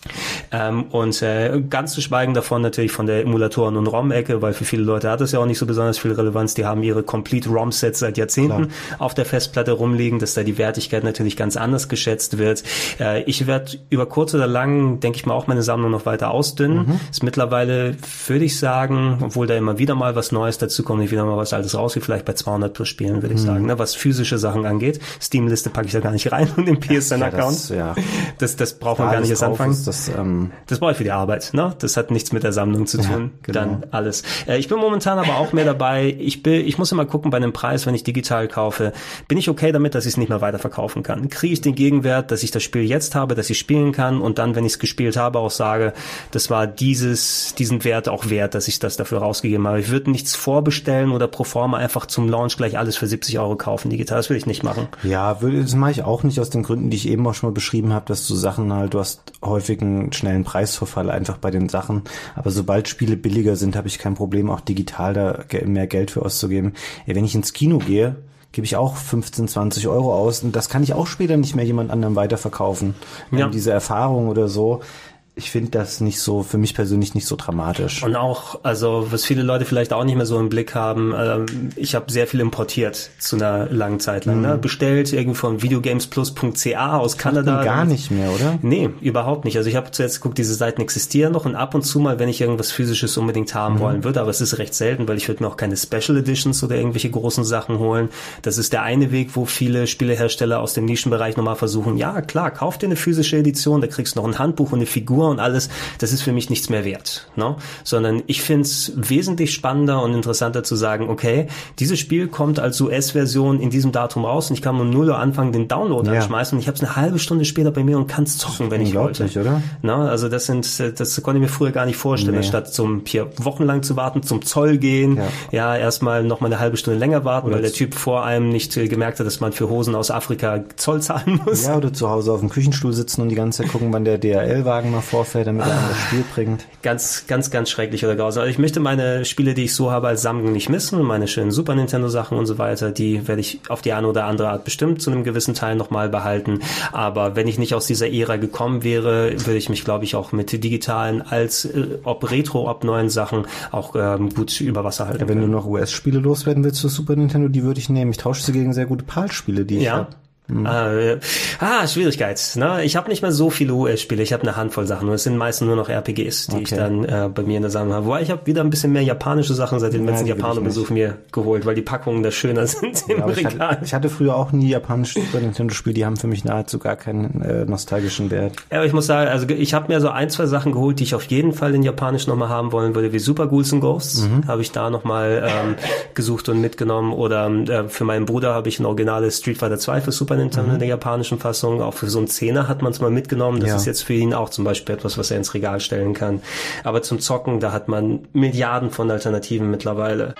Ähm, und äh, ganz zu schweigen davon natürlich von der Emulatoren- und ROM-Ecke, weil für viele Leute hat das ja auch nicht so besonders viel Relevanz. Die haben ihre Complete ROM-Sets seit Jahrzehnten Klar. auf der Festplatte rumliegen, dass da die Wertigkeit natürlich ganz anders geschätzt wird. Äh, ich werde über kurz oder lang, denke ich mal, auch meine Sammlung noch weiter ausdünnen. Mhm. Ist mittlerweile, würde ich sagen, obwohl da immer wieder mal was Neues dazu kommt, nicht wieder mal was Altes raus, wie vielleicht bei zweihundert plus Spielen, würde ich mhm. sagen, ne, was physische Sachen angeht. Steam-Liste packe ich da gar nicht rein und den P S N-Account. Ja, das, ja. das, das braucht man gar nicht erst anfangen. Das, ähm das brauche ich für die Arbeit, ne? Das hat nichts mit der Sammlung zu tun. Ja, genau. Dann alles. Äh, ich bin momentan aber auch mehr dabei. Ich bin, ich muss immer gucken bei einem Preis, wenn ich digital kaufe, bin ich okay damit, dass ich es nicht mehr weiterverkaufen kann. Kriege ich den Gegenwert, dass ich das Spiel jetzt habe, dass ich spielen kann und dann, wenn ich es gespielt habe, auch sage, das war dieses, diesen Wert auch wert, dass ich das dafür rausgegeben habe. Ich würde nichts vorbestellen oder pro forma einfach zum Launch gleich alles für siebzig Euro kaufen digital. Das will ich nicht machen. Ja, das mache ich auch nicht aus den Gründen, die ich eben auch schon mal beschrieben habe, dass du Sachen halt, du hast häufig einen schnellen Preisverfall einfach bei den Sachen. Aber sobald Spiele billiger sind, habe ich kein Problem, auch digital da mehr Geld für auszugeben. Ja, wenn ich ins Kino gehe, gebe ich auch fünfzehn, zwanzig Euro aus und das kann ich auch später nicht mehr jemand anderem weiterverkaufen. Ja. Diese Erfahrung oder so. Ich finde das nicht so, für mich persönlich nicht so dramatisch. Und auch, also was viele Leute vielleicht auch nicht mehr so im Blick haben, ähm, ich habe sehr viel importiert zu einer langen Zeit lang. Mhm. Ne? Bestellt irgendwie von videogamesplus punkt c a aus Kanada. Gar nicht mehr, oder? Nee, überhaupt nicht. Also ich habe zuerst geguckt, diese Seiten existieren noch und ab und zu mal, wenn ich irgendwas Physisches unbedingt haben mhm. wollen würde, aber es ist recht selten, weil ich würde mir auch keine Special Editions oder irgendwelche großen Sachen holen. Das ist der eine Weg, wo viele Spielehersteller aus dem Nischenbereich nochmal versuchen, ja klar, kauf dir eine physische Edition, da kriegst du noch ein Handbuch und eine Figur und alles, das ist für mich nichts mehr wert, ne? Sondern ich finde es wesentlich spannender und interessanter zu sagen, okay, dieses Spiel kommt als U S-Version in diesem Datum raus und ich kann um null Uhr anfangen, den Download ja. anschmeißen und ich habe es eine halbe Stunde später bei mir und kann es zocken, wenn ich wollte. Oder? Ne? Also das sind, das konnte ich mir früher gar nicht vorstellen, nee. Statt zum hier wochenlang zu warten, zum Zoll gehen, ja, ja erstmal noch mal eine halbe Stunde länger warten, oder weil der Typ vor einem nicht gemerkt hat, dass man für Hosen aus Afrika Zoll zahlen muss. Ja, oder zu Hause auf dem Küchenstuhl sitzen und die ganze Zeit gucken, wann der D H L-Wagen mal vorfällt, damit er ah, das Spiel bringt. Ganz, ganz, ganz schrecklich oder grausam. Also ich möchte meine Spiele, die ich so habe, als Sammlung nicht missen. Meine schönen Super Nintendo Sachen und so weiter, die werde ich auf die eine oder andere Art bestimmt zu einem gewissen Teil nochmal behalten. Aber wenn ich nicht aus dieser Ära gekommen wäre, würde ich mich, glaube ich, auch mit digitalen als äh, ob Retro, ob neuen Sachen auch ähm, gut über Wasser halten. Ja, wenn können. du noch U S-Spiele loswerden willst für Super Nintendo, die würde ich nehmen. Ich tausche sie gegen sehr gute PAL-Spiele, die ich ja. habe. Mhm. Äh, ah, Schwierigkeit. Ne? Ich habe nicht mehr so viele U S-Spiele. Ich habe eine Handvoll Sachen. Und es sind meistens nur noch R P Gs, die okay. ich dann äh, bei mir in der Sammlung habe. Wobei ich habe wieder ein bisschen mehr japanische Sachen seit dem letzten ja, Japaner-Besuch mir geholt, weil die Packungen da schöner sind im ja, Regal. Ich hatte, ich hatte früher auch nie japanische Super Nintendo-Spiele. Die haben für mich nahezu gar keinen äh, nostalgischen Wert. Ja, aber ich muss sagen, also ich habe mir so ein, zwei Sachen geholt, die ich auf jeden Fall in Japanisch nochmal haben wollen würde, wie Super Ghouls and Ghosts. Mhm. Habe ich da nochmal ähm, gesucht und mitgenommen. Oder äh, für meinen Bruder habe ich ein originales Street Fighter zwei für Super Nintendo mhm. in der japanischen Fassung. Auch für so einen Zehner hat man es mal mitgenommen. Das ja. ist jetzt für ihn auch zum Beispiel etwas, was er ins Regal stellen kann. Aber zum Zocken, da hat man Milliarden von Alternativen mittlerweile.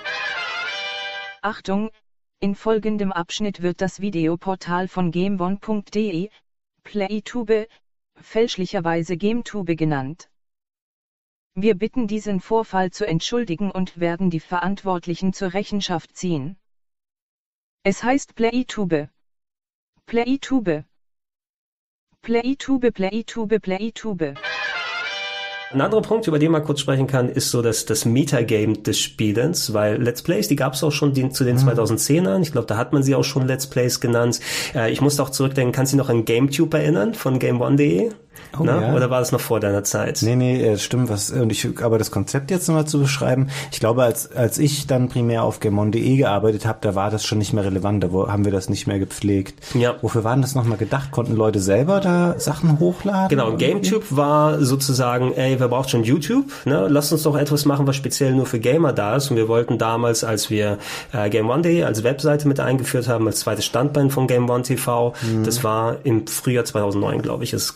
Achtung! In folgendem Abschnitt wird das Videoportal von GameOne punkt de, PlayTube, fälschlicherweise GameTube genannt. Wir bitten diesen Vorfall zu entschuldigen und werden die Verantwortlichen zur Rechenschaft ziehen. Es heißt PlayTube. PlayTube. PlayTube, PlayTube, PlayTube. Ein anderer Punkt, über den man kurz sprechen kann, ist so das, das Metagame des Spielens, weil Let's Plays, die gab es auch schon die, zu den mhm. zweitausendzehnern. Ich glaube, da hat man sie auch schon Let's Plays genannt. Äh, ich musste auch zurückdenken, kannst du dich noch an GameTube erinnern von Game One punkt de? Oh, ja. Oder war das noch vor deiner Zeit? Nee, nee, stimmt. Was, und ich, aber das Konzept jetzt nochmal zu beschreiben, ich glaube, als, als ich dann primär auf GameOne punkt de gearbeitet habe, da war das schon nicht mehr relevant, da haben wir das nicht mehr gepflegt. Ja. Wofür war denn das nochmal gedacht? Konnten Leute selber da Sachen hochladen? Genau, GameTube war sozusagen, ey, wer braucht schon YouTube? Ne? Lass uns doch etwas machen, was speziell nur für Gamer da ist. Und wir wollten damals, als wir äh, GameOne punkt de als Webseite mit eingeführt haben, als zweites Standbein von GameOne T V, mhm. das war im Frühjahr zweitausendneun, glaube ich, ist es gestartet.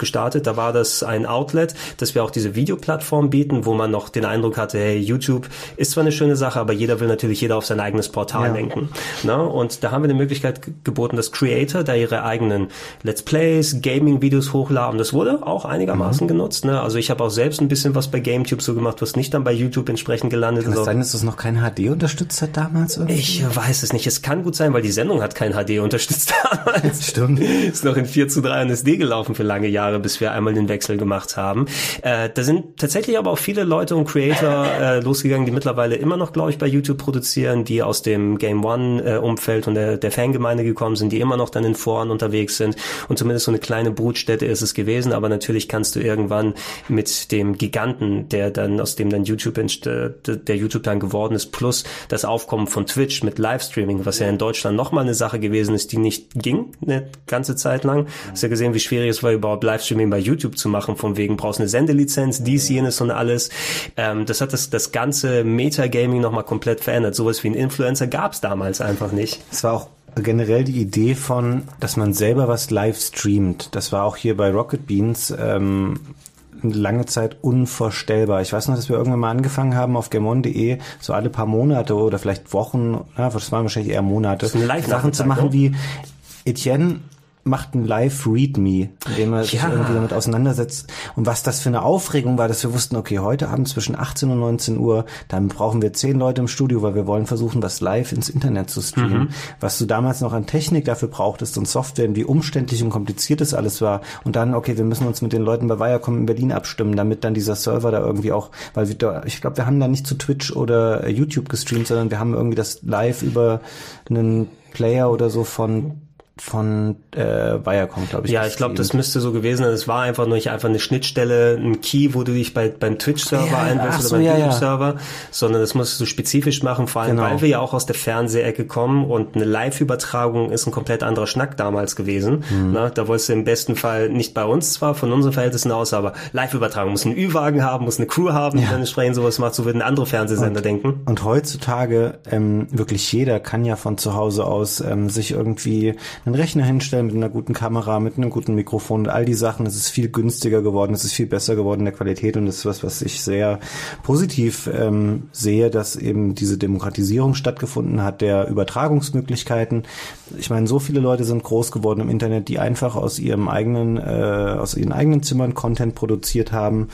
da war das ein Outlet, dass wir auch diese Videoplattform bieten, wo man noch den Eindruck hatte, hey, YouTube ist zwar eine schöne Sache, aber jeder will natürlich jeder auf sein eigenes Portal ja. lenken. Na, und da haben wir die Möglichkeit g- geboten, dass Creator da ihre eigenen Let's Plays, Gaming-Videos hochladen. Das wurde auch einigermaßen mhm. genutzt. Ne? Also ich habe auch selbst ein bisschen was bei GameTube so gemacht, was nicht dann bei YouTube entsprechend gelandet ist. Kann es sein, dass das noch kein H D unterstützt hat damals? Irgendwie? Ich weiß es nicht. Es kann gut sein, weil die Sendung hat kein H D unterstützt damals. Stimmt. Ist noch in vier zu drei N S D gelaufen für lange Jahre, bis wir einmal den Wechsel gemacht haben. Äh, da sind tatsächlich aber auch viele Leute und Creator äh, losgegangen, die mittlerweile immer noch, glaube ich, bei YouTube produzieren, die aus dem Game One-Umfeld äh, und der, der Fangemeinde gekommen sind, die immer noch dann in Foren unterwegs sind. Und zumindest so eine kleine Brutstätte ist es gewesen. Aber natürlich kannst du irgendwann mit dem Giganten, der dann, aus dem dann YouTube, äh, der YouTube dann geworden ist, plus das Aufkommen von Twitch mit Livestreaming, was ja in Deutschland nochmal eine Sache gewesen ist, die nicht ging, eine ganze Zeit lang. Hast ja gesehen, wie schwierig es war, überhaupt Livestreaming bei YouTube zu machen, von wegen brauchst eine Sendelizenz, dies, jenes und alles. Ähm, das hat das, das ganze Metagaming nochmal komplett verändert. Sowas wie ein Influencer gab es damals einfach nicht. Es war auch generell die Idee von, dass man selber was live streamt. Das war auch hier bei Rocket Beans ähm, lange Zeit unvorstellbar. Ich weiß noch, dass wir irgendwann mal angefangen haben auf gamon punkt de, so alle paar Monate oder vielleicht Wochen, ja, das waren wahrscheinlich eher Monate, Sachen zu machen wie Etienne macht ein Live-Readme, indem er sich ja. irgendwie damit auseinandersetzt. Und was das für eine Aufregung war, dass wir wussten, okay, heute Abend zwischen achtzehn und neunzehn Uhr, dann brauchen wir zehn Leute im Studio, weil wir wollen versuchen, das live ins Internet zu streamen. Mhm. Was du damals noch an Technik dafür brauchtest und Software, wie umständlich und kompliziert das alles war. Und dann, okay, wir müssen uns mit den Leuten bei Viacom in Berlin abstimmen, damit dann dieser Server da irgendwie auch, weil wir da, ich glaube, wir haben da nicht zu Twitch oder YouTube gestreamt, sondern wir haben irgendwie das live über einen Player oder so von von äh, Viacom, glaube ich. Ja, ich glaube, das müsste so gewesen sein. Es war einfach nur nicht einfach eine Schnittstelle, ein Key, wo du dich bei beim Twitch-Server ja, einwählst oder so, beim ja, YouTube-Server, ja. sondern das musst du spezifisch machen, vor allem, genau. weil wir ja auch aus der Fernsehecke kommen und eine Live-Übertragung ist ein komplett anderer Schnack damals gewesen. Mhm. Na, da wolltest du im besten Fall nicht bei uns zwar, von unseren Verhältnissen aus, aber Live-Übertragung muss einen Ü-Wagen haben, muss eine Crew haben, die ja. dann entsprechend sowas macht, so würden andere Fernsehsender und, denken. Und heutzutage, ähm, wirklich jeder kann ja von zu Hause aus ähm, sich irgendwie einen Rechner hinstellen, mit einer guten Kamera, mit einem guten Mikrofon und all die Sachen. Es ist viel günstiger geworden, es ist viel besser geworden in der Qualität und das ist was, was ich sehr positiv ähm, sehe, dass eben diese Demokratisierung stattgefunden hat, der Übertragungsmöglichkeiten. Ich meine, so viele Leute sind groß geworden im Internet, die einfach aus ihrem eigenen, äh, aus ihren eigenen Zimmern Content produziert haben.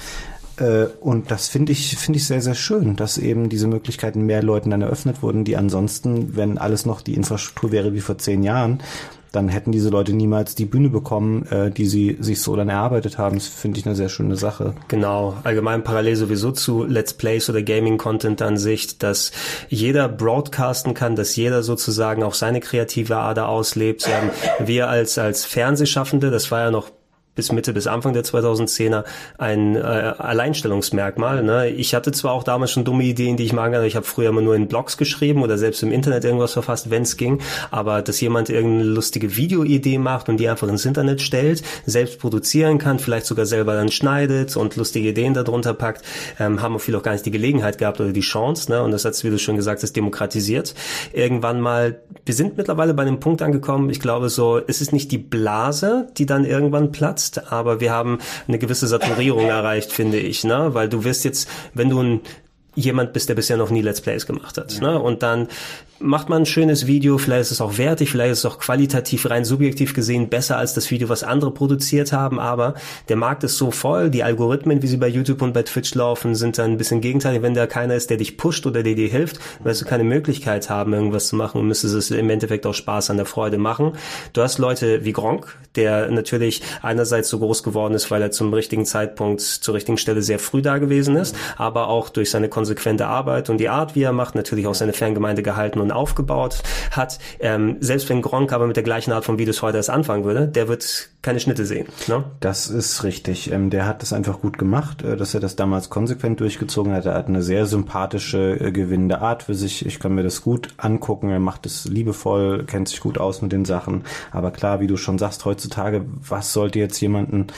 Und das finde ich, finde ich sehr, sehr schön, dass eben diese Möglichkeiten mehr Leuten dann eröffnet wurden, die ansonsten, wenn alles noch die Infrastruktur wäre wie vor zehn Jahren, dann hätten diese Leute niemals die Bühne bekommen, äh, die sie sich so dann erarbeitet haben. Das finde ich eine sehr schöne Sache. Genau, allgemein parallel sowieso zu Let's Plays oder Gaming-Content an sich, dass jeder broadcasten kann, dass jeder sozusagen auch seine kreative Ader auslebt. Ähm, wir als als Fernsehschaffende, das war ja noch bis Mitte, bis Anfang der zweitausendzehner ein äh, Alleinstellungsmerkmal. Ne? Ich hatte zwar auch damals schon dumme Ideen, die ich mag, ich habe früher immer nur in Blogs geschrieben oder selbst im Internet irgendwas verfasst, wenn es ging, aber dass jemand irgendeine lustige Videoidee macht und die einfach ins Internet stellt, selbst produzieren kann, vielleicht sogar selber dann schneidet und lustige Ideen darunter packt, ähm, haben auch viele auch gar nicht die Gelegenheit gehabt oder die Chance, ne? Und das hat, wie du schon gesagt hast, demokratisiert. Irgendwann mal, wir sind mittlerweile bei einem Punkt angekommen, ich glaube so, es ist nicht die Blase, die dann irgendwann platzt, aber wir haben eine gewisse Saturierung erreicht, finde ich, ne? Weil du wirst jetzt, wenn du ein jemand bist, der bisher noch nie Let's Plays gemacht hat, ja. ne? Und dann macht man ein schönes Video, vielleicht ist es auch wertig, vielleicht ist es auch qualitativ, rein subjektiv gesehen besser als das Video, was andere produziert haben, aber der Markt ist so voll, die Algorithmen, wie sie bei YouTube und bei Twitch laufen, sind dann ein bisschen gegenteilig. Wenn da keiner ist, der dich pusht oder der dir hilft, wirst du keine Möglichkeit haben, irgendwas zu machen und müsstest es im Endeffekt auch Spaß an der Freude machen. Du hast Leute wie Gronkh, der natürlich einerseits so groß geworden ist, weil er zum richtigen Zeitpunkt zur richtigen Stelle sehr früh da gewesen ist, aber auch durch seine konsequente Arbeit und die Art, wie er macht, natürlich auch seine Fangemeinde gehalten und aufgebaut hat. Ähm, selbst wenn Gronkh aber mit der gleichen Art von Videos heute erst anfangen würde, der wird keine Schnitte sehen. Ne? Das ist richtig. Ähm, der hat das einfach gut gemacht, äh, dass er das damals konsequent durchgezogen hat. Er hat eine sehr sympathische, äh, gewinnende Art für sich. Ich kann mir das gut angucken. Er macht es liebevoll, kennt sich gut aus mit den Sachen. Aber klar, wie du schon sagst, heutzutage, was sollte jetzt jemanden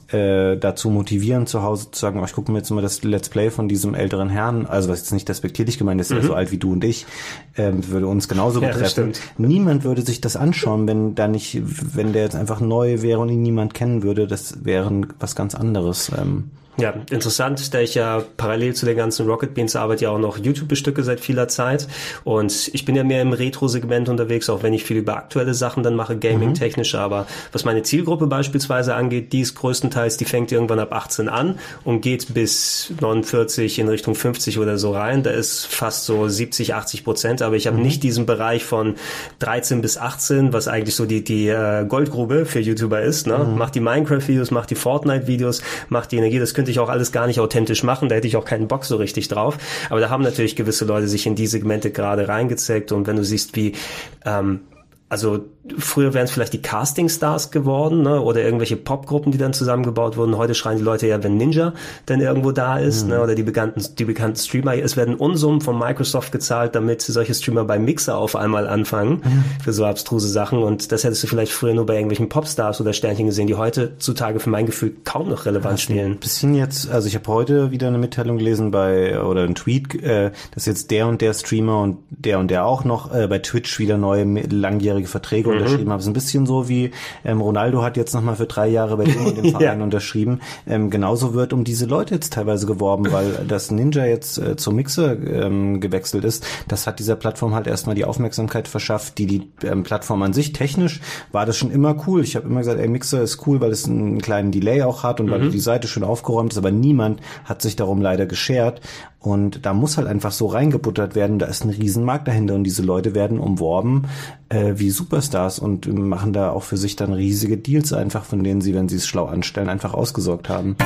äh, dazu motivieren, zu Hause zu sagen, oh, ich gucke mir jetzt mal das Let's Play von diesem älteren Herrn, also was jetzt nicht despektierlich gemeint ist, mhm. der so alt wie du und ich, ähm, würde uns genauso ja, betreffen. Niemand würde sich das anschauen, wenn da nicht, wenn der jetzt einfach neu wäre und ihn niemand kennen würde, das wäre was ganz anderes. Ähm, Ja, interessant, da ich ja parallel zu der ganzen Rocket Beans Arbeit ja auch noch YouTube bestücke seit vieler Zeit und ich bin ja mehr im Retro-Segment unterwegs, auch wenn ich viel über aktuelle Sachen dann mache, Gaming-technisch, mhm. aber was meine Zielgruppe beispielsweise angeht, die ist größtenteils, die fängt irgendwann ab achtzehn an und geht bis neunundvierzig in Richtung fünfzig oder so rein, da ist fast so siebzig, achtzig Prozent, aber ich habe mhm. nicht diesen Bereich von dreizehn bis achtzehn, was eigentlich so die die äh, Goldgrube für YouTuber ist, ne? Mhm. Macht die Minecraft-Videos, macht die Fortnite-Videos, macht die Energie, das könnte ich auch alles gar nicht authentisch machen, da hätte ich auch keinen Bock so richtig drauf, aber da haben natürlich gewisse Leute sich in die Segmente gerade reingezeckt und wenn du siehst, wie ähm, also früher wären es vielleicht die Casting-Stars geworden, ne, oder irgendwelche Popgruppen, die dann zusammengebaut wurden. Heute schreien die Leute ja, wenn Ninja denn irgendwo da ist, mhm. ne, oder die bekannten, die bekannten Streamer. Es werden Unsummen von Microsoft gezahlt, damit solche Streamer bei Mixer auf einmal anfangen mhm. für so abstruse Sachen. Und das hättest du vielleicht früher nur bei irgendwelchen Popstars oder Sternchen gesehen, die heutzutage für mein Gefühl kaum noch relevant spielen. Ein bisschen jetzt, also ich habe heute wieder eine Mitteilung gelesen bei, oder einen Tweet, äh, dass jetzt der und der Streamer und der und der auch noch äh, bei Twitch wieder neue langjährige Verträge mhm. unterschrieben haben. Es ist ein bisschen so wie ähm, Ronaldo hat jetzt nochmal für drei Jahre bei dem und dem Verein ja. unterschrieben. Ähm, genauso wird um diese Leute jetzt teilweise geworben, weil das Ninja jetzt äh, zur Mixer ähm, gewechselt ist. Das hat dieser Plattform halt erstmal die Aufmerksamkeit verschafft, die die ähm, Plattform an sich technisch war das schon immer cool. Ich habe immer gesagt, ey, Mixer ist cool, weil es einen kleinen Delay auch hat und mhm. weil die Seite schön aufgeräumt ist, aber niemand hat sich darum leider geschert. Und da muss halt einfach so reingebuttert werden, da ist ein Riesenmarkt dahinter und diese Leute werden umworben äh, wie Superstars und machen da auch für sich dann riesige Deals einfach, von denen sie, wenn sie es schlau anstellen, einfach ausgesorgt haben.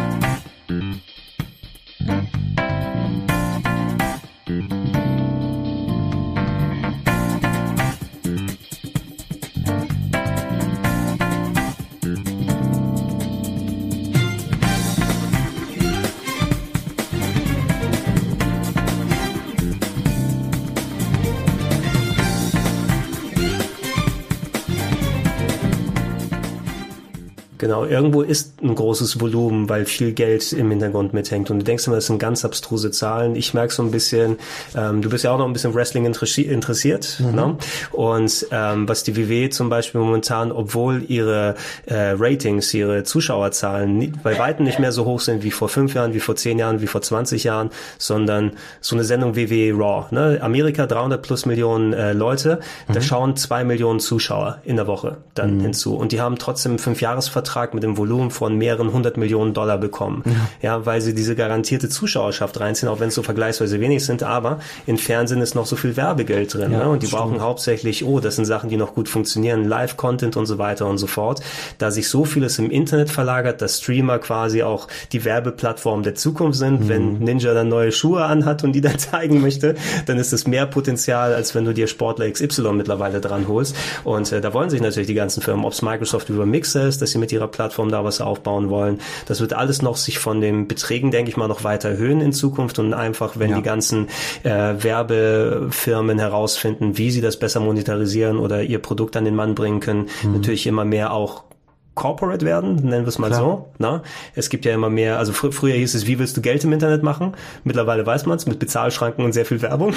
Genau, irgendwo ist ein großes Volumen, weil viel Geld im Hintergrund mithängt. Und du denkst immer, das sind ganz abstruse Zahlen. Ich merke so ein bisschen, ähm, du bist ja auch noch ein bisschen Wrestling interessi- interessiert. Mhm. Ne? Und ähm, was die W W E zum Beispiel momentan, obwohl ihre äh, Ratings, ihre Zuschauerzahlen nie, bei weitem nicht mehr so hoch sind wie vor fünf Jahren, wie vor zehn Jahren, wie vor zwanzig Jahren, sondern so eine Sendung W W E Raw. Ne? Amerika, dreihundert plus Millionen äh, Leute, mhm. da schauen zwei Millionen Zuschauer in der Woche dann mhm. hinzu. Und die haben trotzdem einen Fünfjahresvertrag mit dem Volumen von mehreren hundert Millionen Dollar bekommen. Ja. ja, weil sie diese garantierte Zuschauerschaft reinziehen, auch wenn es so vergleichsweise wenig sind, aber im Fernsehen ist noch so viel Werbegeld drin. Ja, ne? Und die stimmt. brauchen hauptsächlich, oh, das sind Sachen, die noch gut funktionieren, Live-Content und so weiter und so fort. Da sich so vieles im Internet verlagert, dass Streamer quasi auch die Werbeplattform der Zukunft sind. Mhm. Wenn Ninja dann neue Schuhe anhat und die dann zeigen möchte, dann ist es mehr Potenzial, als wenn du dir Sportler X Y mittlerweile dran holst. Und äh, da wollen sich natürlich die ganzen Firmen, ob es Microsoft über Mixer ist, dass sie mit ihrer Plattform da was aufbauen wollen. Das wird alles noch sich von den Beträgen, denke ich mal, noch weiter erhöhen in Zukunft und einfach, wenn ja. die ganzen äh, Werbefirmen herausfinden, wie sie das besser monetarisieren oder ihr Produkt an den Mann bringen können, mhm. natürlich immer mehr auch corporate werden, nennen wir es mal Klar. so. Na? Es gibt ja immer mehr, also fr- früher hieß es, wie willst du Geld im Internet machen? Mittlerweile weiß man es, mit Bezahlschranken und sehr viel Werbung.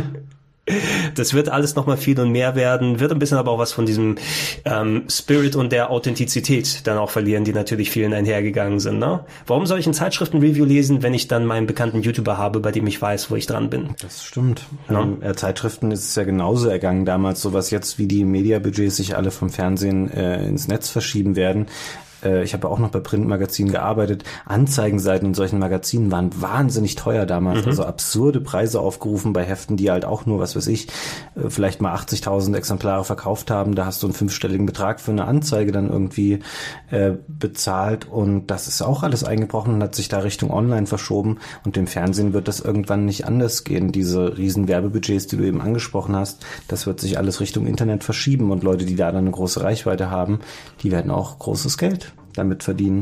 Das wird alles nochmal viel und mehr werden, wird ein bisschen aber auch was von diesem ähm, Spirit und der Authentizität dann auch verlieren, die natürlich vielen einhergegangen sind. Ne? Warum soll ich ein Zeitschriften-Review lesen, wenn ich dann meinen bekannten YouTuber habe, bei dem ich weiß, wo ich dran bin? Das stimmt. Ja? Ähm, äh, Zeitschriften ist es ja genauso ergangen damals, sowas jetzt wie die Mediabudgets sich alle vom Fernsehen äh, ins Netz verschieben werden. Ich habe auch noch bei Printmagazinen gearbeitet. Anzeigenseiten in solchen Magazinen waren wahnsinnig teuer damals. Mhm. Also absurde Preise aufgerufen bei Heften, die halt auch nur, was weiß ich, vielleicht mal achtzigtausend Exemplare verkauft haben. Da hast du einen fünfstelligen Betrag für eine Anzeige dann irgendwie äh, bezahlt. Und das ist auch alles eingebrochen und hat sich da Richtung Online verschoben. Und im Fernsehen wird das irgendwann nicht anders gehen. Diese riesen Werbebudgets, die du eben angesprochen hast, das wird sich alles Richtung Internet verschieben. Und Leute, die da dann eine große Reichweite haben, die werden auch großes Geld damit verdienen.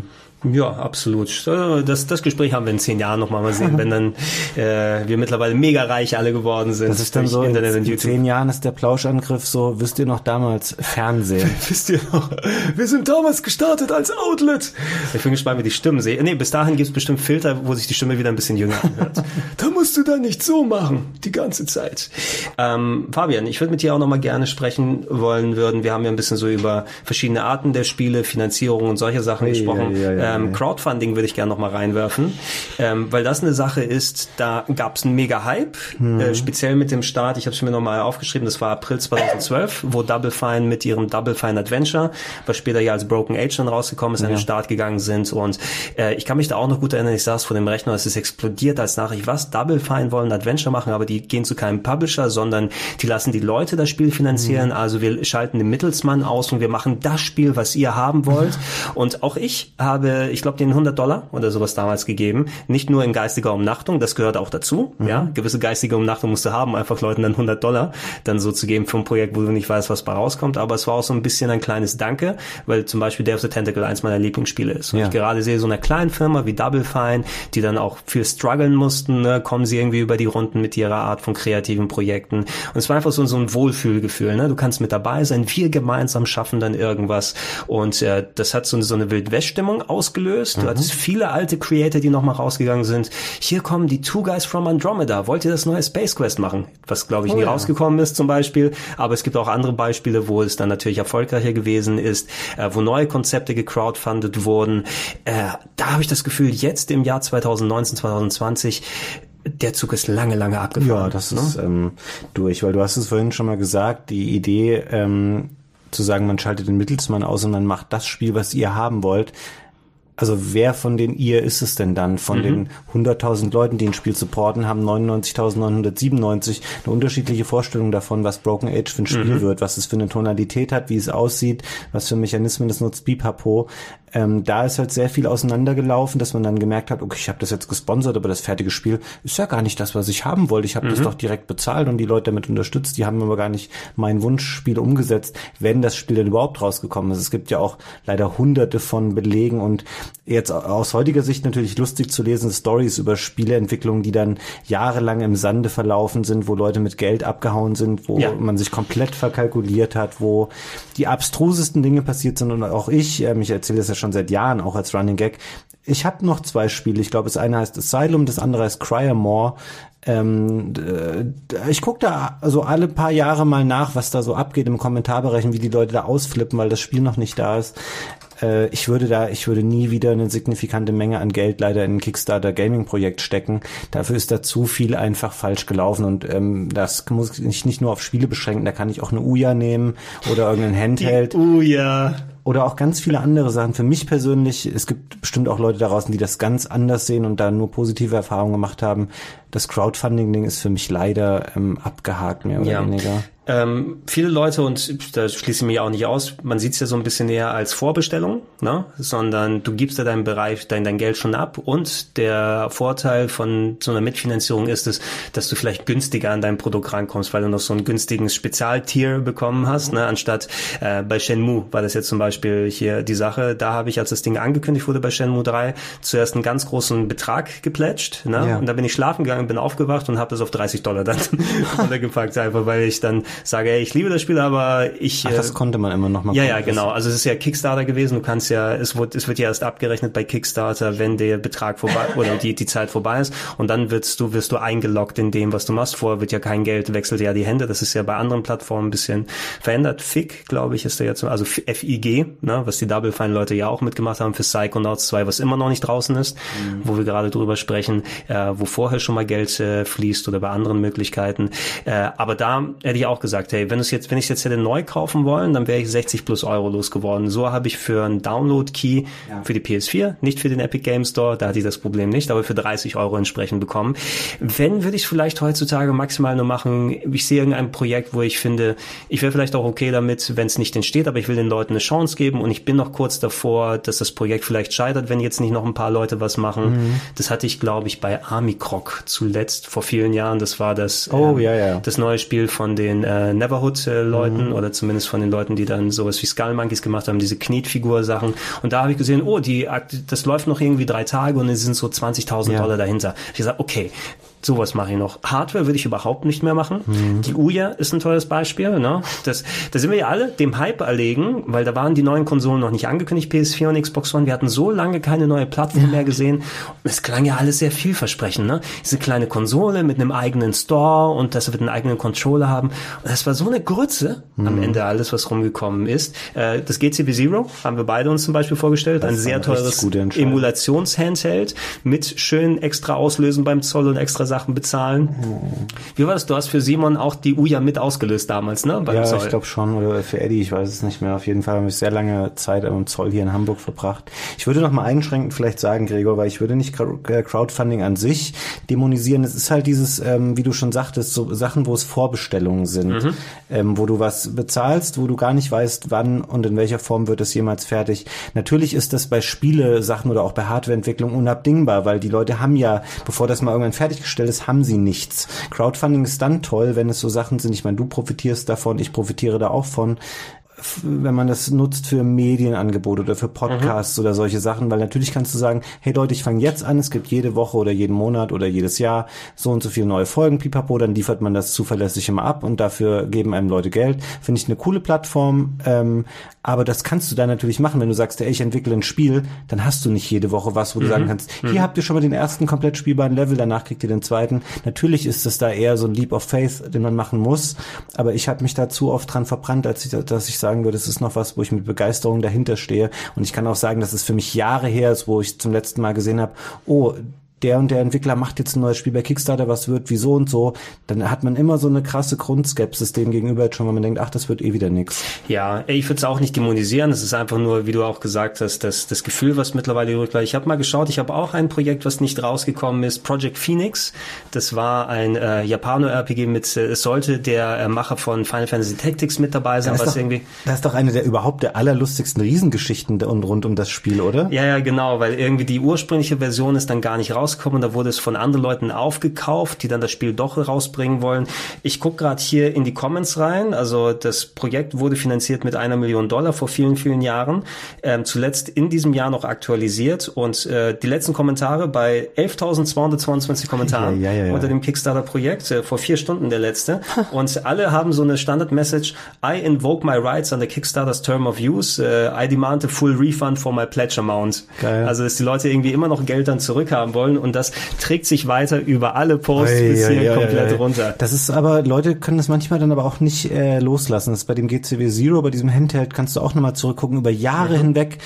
Ja, absolut. Das, das Gespräch haben wir in zehn Jahren nochmal mal sehen, wenn dann äh, wir mittlerweile mega reich alle geworden sind. Das ist dann so, Internet in, in zehn Jahren ist der Plauschangriff so, wisst ihr noch damals, Fernsehen. Wisst ihr noch, wir sind damals gestartet als Outlet. Ich bin gespannt, wie die Stimmen sehen. Nee, bis dahin gibt es bestimmt Filter, wo sich die Stimme wieder ein bisschen jünger anhört. Da musst du dann nicht so machen, die ganze Zeit. Ähm, Fabian, ich würde mit dir auch nochmal gerne sprechen wollen würden. Wir haben ja ein bisschen so über verschiedene Arten der Spiele, Finanzierung und solche Sachen hey, gesprochen. Ja, ja, ja. Ähm, Crowdfunding würde ich gerne noch mal reinwerfen, ähm, weil das eine Sache ist, da gab es einen mega Hype, hm. äh, speziell mit dem Start, ich habe es mir noch mal aufgeschrieben, das war April zweitausendzwölf, wo Double Fine mit ihrem Double Fine Adventure, was später ja als Broken Age dann rausgekommen ist, ja. an den Start gegangen sind und äh, ich kann mich da auch noch gut erinnern, ich saß vor dem Rechner, es ist explodiert als Nachricht, was, Double Fine wollen Adventure machen, aber die gehen zu keinem Publisher, sondern die lassen die Leute das Spiel finanzieren, hm. also wir schalten den Mittelsmann aus und wir machen das Spiel, was ihr haben wollt und auch ich habe, ich glaube, den hundert Dollar oder sowas damals gegeben. Nicht nur in geistiger Umnachtung, das gehört auch dazu. Mhm. Ja, gewisse geistige Umnachtung musst du haben, einfach Leuten dann hundert Dollar dann so zu geben für ein Projekt, wo du nicht weißt, was bei rauskommt. Aber es war auch so ein bisschen ein kleines Danke, weil zum Beispiel Day of the Tentacle eins meiner Lieblingsspiele ist. Und ja. ich gerade sehe so einer kleinen Firma wie Double Fine, die dann auch viel strugglen mussten, ne, kommen sie irgendwie über die Runden mit ihrer Art von kreativen Projekten. Und es war einfach so, so ein Wohlfühlgefühl. Ne? Du kannst mit dabei sein, wir gemeinsam schaffen dann irgendwas. Und äh, das hat so eine, so eine Wildwest-Stimmung ausgelöst. Du mhm. hattest viele alte Creator, die nochmal rausgegangen sind. Hier kommen die Two Guys from Andromeda. Wollt ihr das neue Space Quest machen? Was, glaube ich, oh, nie ja. rausgekommen ist zum Beispiel. Aber es gibt auch andere Beispiele, wo es dann natürlich erfolgreicher gewesen ist, äh, wo neue Konzepte gecrowdfundet wurden. Äh, da habe ich das Gefühl, jetzt im Jahr zweitausendneunzehn, zweitausendzwanzig, der Zug ist lange, lange abgefahren. Ja, das ne? ist ähm, durch, weil du hast es vorhin schon mal gesagt, die Idee, ähm, zu sagen, man schaltet den Mittelsmann aus und man macht das Spiel, was ihr haben wollt. Also wer von den ihr ist es denn dann? Von mhm. den hunderttausend Leuten, die ein Spiel supporten, haben neunundneunzigtausendneunhundertsiebenundneunzig eine unterschiedliche Vorstellung davon, was Broken Age für ein Spiel mhm. wird, was es für eine Tonalität hat, wie es aussieht, was für Mechanismen es nutzt, pipapo. Ähm, da ist halt sehr viel auseinandergelaufen, dass man dann gemerkt hat, okay, ich habe das jetzt gesponsert, aber das fertige Spiel ist ja gar nicht das, was ich haben wollte. Ich habe mhm. das doch direkt bezahlt und die Leute damit unterstützt. Die haben aber gar nicht mein Wunschspiel umgesetzt, wenn das Spiel denn überhaupt rausgekommen ist. Es gibt ja auch leider hunderte von Belegen und jetzt aus heutiger Sicht natürlich lustig zu lesen, Stories über Spieleentwicklungen, die dann jahrelang im Sande verlaufen sind, wo Leute mit Geld abgehauen sind, wo ja. man sich komplett verkalkuliert hat, wo die abstrusesten Dinge passiert sind und auch ich, ähm, ich erzähle das ja schon seit Jahren, auch als Running Gag, ich habe noch zwei Spiele, ich glaube, das eine heißt Asylum, das andere heißt Cryamore. Ähm, ich gucke da also alle paar Jahre mal nach, was da so abgeht im Kommentarbereich, wie die Leute da ausflippen, weil das Spiel noch nicht da ist. Äh, ich würde da, ich würde nie wieder eine signifikante Menge an Geld leider in ein Kickstarter-Gaming-Projekt stecken. Dafür ist da zu viel einfach falsch gelaufen und ähm, das muss ich nicht nur auf Spiele beschränken, da kann ich auch eine Ouya nehmen oder irgendeinen Handheld. Die Ouya. Oder auch ganz viele andere Sachen. Für mich persönlich, es gibt bestimmt auch Leute da draußen, die das ganz anders sehen und da nur positive Erfahrungen gemacht haben. Das Crowdfunding-Ding ist für mich leider ähm, abgehakt, mehr oder ja. weniger. Ähm, viele Leute, und da schließe ich mich auch nicht aus, man sieht es ja so ein bisschen eher als Vorbestellung, ne? Sondern du gibst ja deinen Bereich, dein, dein Geld schon ab und der Vorteil von so einer Mitfinanzierung ist es, dass du vielleicht günstiger an dein Produkt rankommst, weil du noch so einen günstigen Spezialtier bekommen hast, ne? Anstatt äh, bei Shenmue war das jetzt zum Beispiel hier die Sache, da habe ich, als das Ding angekündigt wurde bei Shenmue drei, zuerst einen ganz großen Betrag geplätscht, ne? Ja. Und da bin ich schlafen gegangen, bin aufgewacht und habe das auf dreißig Dollar dann runtergepackt, einfach weil ich dann sage, ey, ich liebe das Spiel, aber ich... Ach, das äh, konnte man immer noch mal... Ja, ja, genau. Also es ist ja Kickstarter gewesen. Du kannst ja, es wird, es wird ja erst abgerechnet bei Kickstarter, wenn der Betrag vorbei oder die die Zeit vorbei ist. Und dann wirst du wirst du eingeloggt in dem, was du machst. Vorher wird ja kein Geld, wechselt ja die Hände. Das ist ja bei anderen Plattformen ein bisschen verändert. F I G, glaube ich, ist der jetzt, also F I G, ne, was die Double Fine Leute ja auch mitgemacht haben für Psychonauts zwei, was immer noch nicht draußen ist, mhm. wo wir gerade drüber sprechen, äh, wo vorher schon mal Geld äh, fließt oder bei anderen Möglichkeiten. Äh, aber da hätte ich auch gesagt, hey, wenn es jetzt, wenn ich jetzt hätte neu kaufen wollen, dann wäre ich sechzig plus Euro losgeworden. So habe ich für einen Download-Key ja. für die P S vier, nicht für den Epic Game Store, da hatte ich das Problem nicht, aber für dreißig Euro entsprechend bekommen. Wenn, würde ich es vielleicht heutzutage maximal nur machen, ich sehe irgendein Projekt, wo ich finde, ich wäre vielleicht auch okay damit, wenn es nicht entsteht, aber ich will den Leuten eine Chance geben und ich bin noch kurz davor, dass das Projekt vielleicht scheitert, wenn jetzt nicht noch ein paar Leute was machen. Mhm. Das hatte ich, glaube ich, bei Army Croc zuletzt vor vielen Jahren. Das war das, oh, ähm, ja, ja. das neue Spiel von den äh, Neverhood-Leuten, mhm. oder zumindest von den Leuten, die dann sowas wie Skull Monkeys gemacht haben, diese Knetfigur-Sachen. Und da habe ich gesehen, oh, die das läuft noch irgendwie drei Tage und es sind so zwanzigtausend ja. Dollar dahinter. Ich gesagt, okay, sowas mache ich noch. Hardware würde ich überhaupt nicht mehr machen. Mhm. Die Ouya ist ein tolles Beispiel. Ne? Das, da sind wir ja alle dem Hype erlegen, weil da waren die neuen Konsolen noch nicht angekündigt, P S vier und Xbox One. Wir hatten so lange keine neue Plattform ja. mehr gesehen. Es klang ja alles sehr vielversprechend. Ne? Diese kleine Konsole mit einem eigenen Store und das wird einen eigenen Controller haben. Und das war so eine Grütze mhm. am Ende alles, was rumgekommen ist. Äh, das G C V Zero haben wir beide uns zum Beispiel vorgestellt. Das ein sehr teures Emulations-Handheld mit schön extra Auslösen beim Zoll und extra Sachen bezahlen. Wie war das? Du hast für Simon auch die Ouya mit ausgelöst damals, ne? Beim ja, Zoll. Ich glaube schon. Oder für Eddie, ich weiß es nicht mehr. Auf jeden Fall habe ich sehr lange Zeit am Zoll hier in Hamburg verbracht. Ich würde noch mal einschränkend vielleicht sagen, Gregor, weil ich würde nicht Crowdfunding an sich dämonisieren. Es ist halt dieses, ähm, wie du schon sagtest, so Sachen, wo es Vorbestellungen sind, mhm. ähm, wo du was bezahlst, wo du gar nicht weißt, wann und in welcher Form wird es jemals fertig. Natürlich ist das bei Spiele-Sachen oder auch bei Hardwareentwicklung unabdingbar, weil die Leute haben ja, bevor das mal irgendwann fertiggestellt ist, haben sie nichts. Crowdfunding ist dann toll, wenn es so Sachen sind, ich meine, du profitierst davon, ich profitiere da auch von, wenn man das nutzt für Medienangebote oder für Podcasts mhm. oder solche Sachen, weil natürlich kannst du sagen, hey Leute, ich fange jetzt an, es gibt jede Woche oder jeden Monat oder jedes Jahr so und so viele neue Folgen, pipapo, dann liefert man das zuverlässig immer ab und dafür geben einem Leute Geld. Finde ich eine coole Plattform, ähm, aber das kannst du dann natürlich machen, wenn du sagst, ey, ich entwickle ein Spiel, dann hast du nicht jede Woche was, wo mhm. du sagen kannst, hier mhm. habt ihr schon mal den ersten komplett spielbaren Level, danach kriegt ihr den zweiten. Natürlich ist das da eher so ein Leap of Faith, den man machen muss, aber ich habe mich da zu oft dran verbrannt, als ich, dass ich sagen würde, es ist noch was, wo ich mit Begeisterung dahinter stehe. Und ich kann auch sagen, dass es für mich Jahre her ist, wo ich zum letzten Mal gesehen habe, oh, der und der Entwickler macht jetzt ein neues Spiel bei Kickstarter, was wird, wieso und so, dann hat man immer so eine krasse Grundskepsis dem gegenüber jetzt schon, weil man denkt, ach, das wird eh wieder nix. Ja, ich würde es auch nicht dämonisieren, es ist einfach nur, wie du auch gesagt hast, das, das Gefühl, was mittlerweile übrig bleibt. Ich habe mal geschaut, ich habe auch ein Projekt, was nicht rausgekommen ist, Project Phoenix. Das war ein äh, Japano-R P G mit, äh, es sollte der äh, Macher von Final Fantasy Tactics mit dabei sein, was doch, irgendwie... Das ist doch eine der überhaupt der allerlustigsten Riesengeschichten rund um das Spiel, oder? Ja, ja, genau, weil irgendwie die ursprüngliche Version ist dann gar nicht rausgekommen, da wurde es von anderen Leuten aufgekauft, die dann das Spiel doch rausbringen wollen. Ich gucke gerade hier in die Comments rein, also das Projekt wurde finanziert mit einer Million Dollar vor vielen, vielen Jahren, ähm, zuletzt in diesem Jahr noch aktualisiert und äh, die letzten Kommentare bei elftausendzweihundertzweiundzwanzig Kommentaren ja, ja, ja. unter dem Kickstarter-Projekt, äh, vor vier Stunden der letzte und alle haben so eine Standard-Message, I invoke my rights under Kickstarter's term of use, uh, I demand a full refund for my pledge amount. Geil. Also dass die Leute irgendwie immer noch Geld dann zurückhaben wollen und das trägt sich weiter über alle Posts oi, bis hier oi, komplett oi, oi. runter. Das ist aber, Leute können das manchmal dann aber auch nicht äh, loslassen. Das ist bei dem G C V Zero, bei diesem Handheld kannst du auch nochmal zurückgucken, über Jahre mhm. hinweg,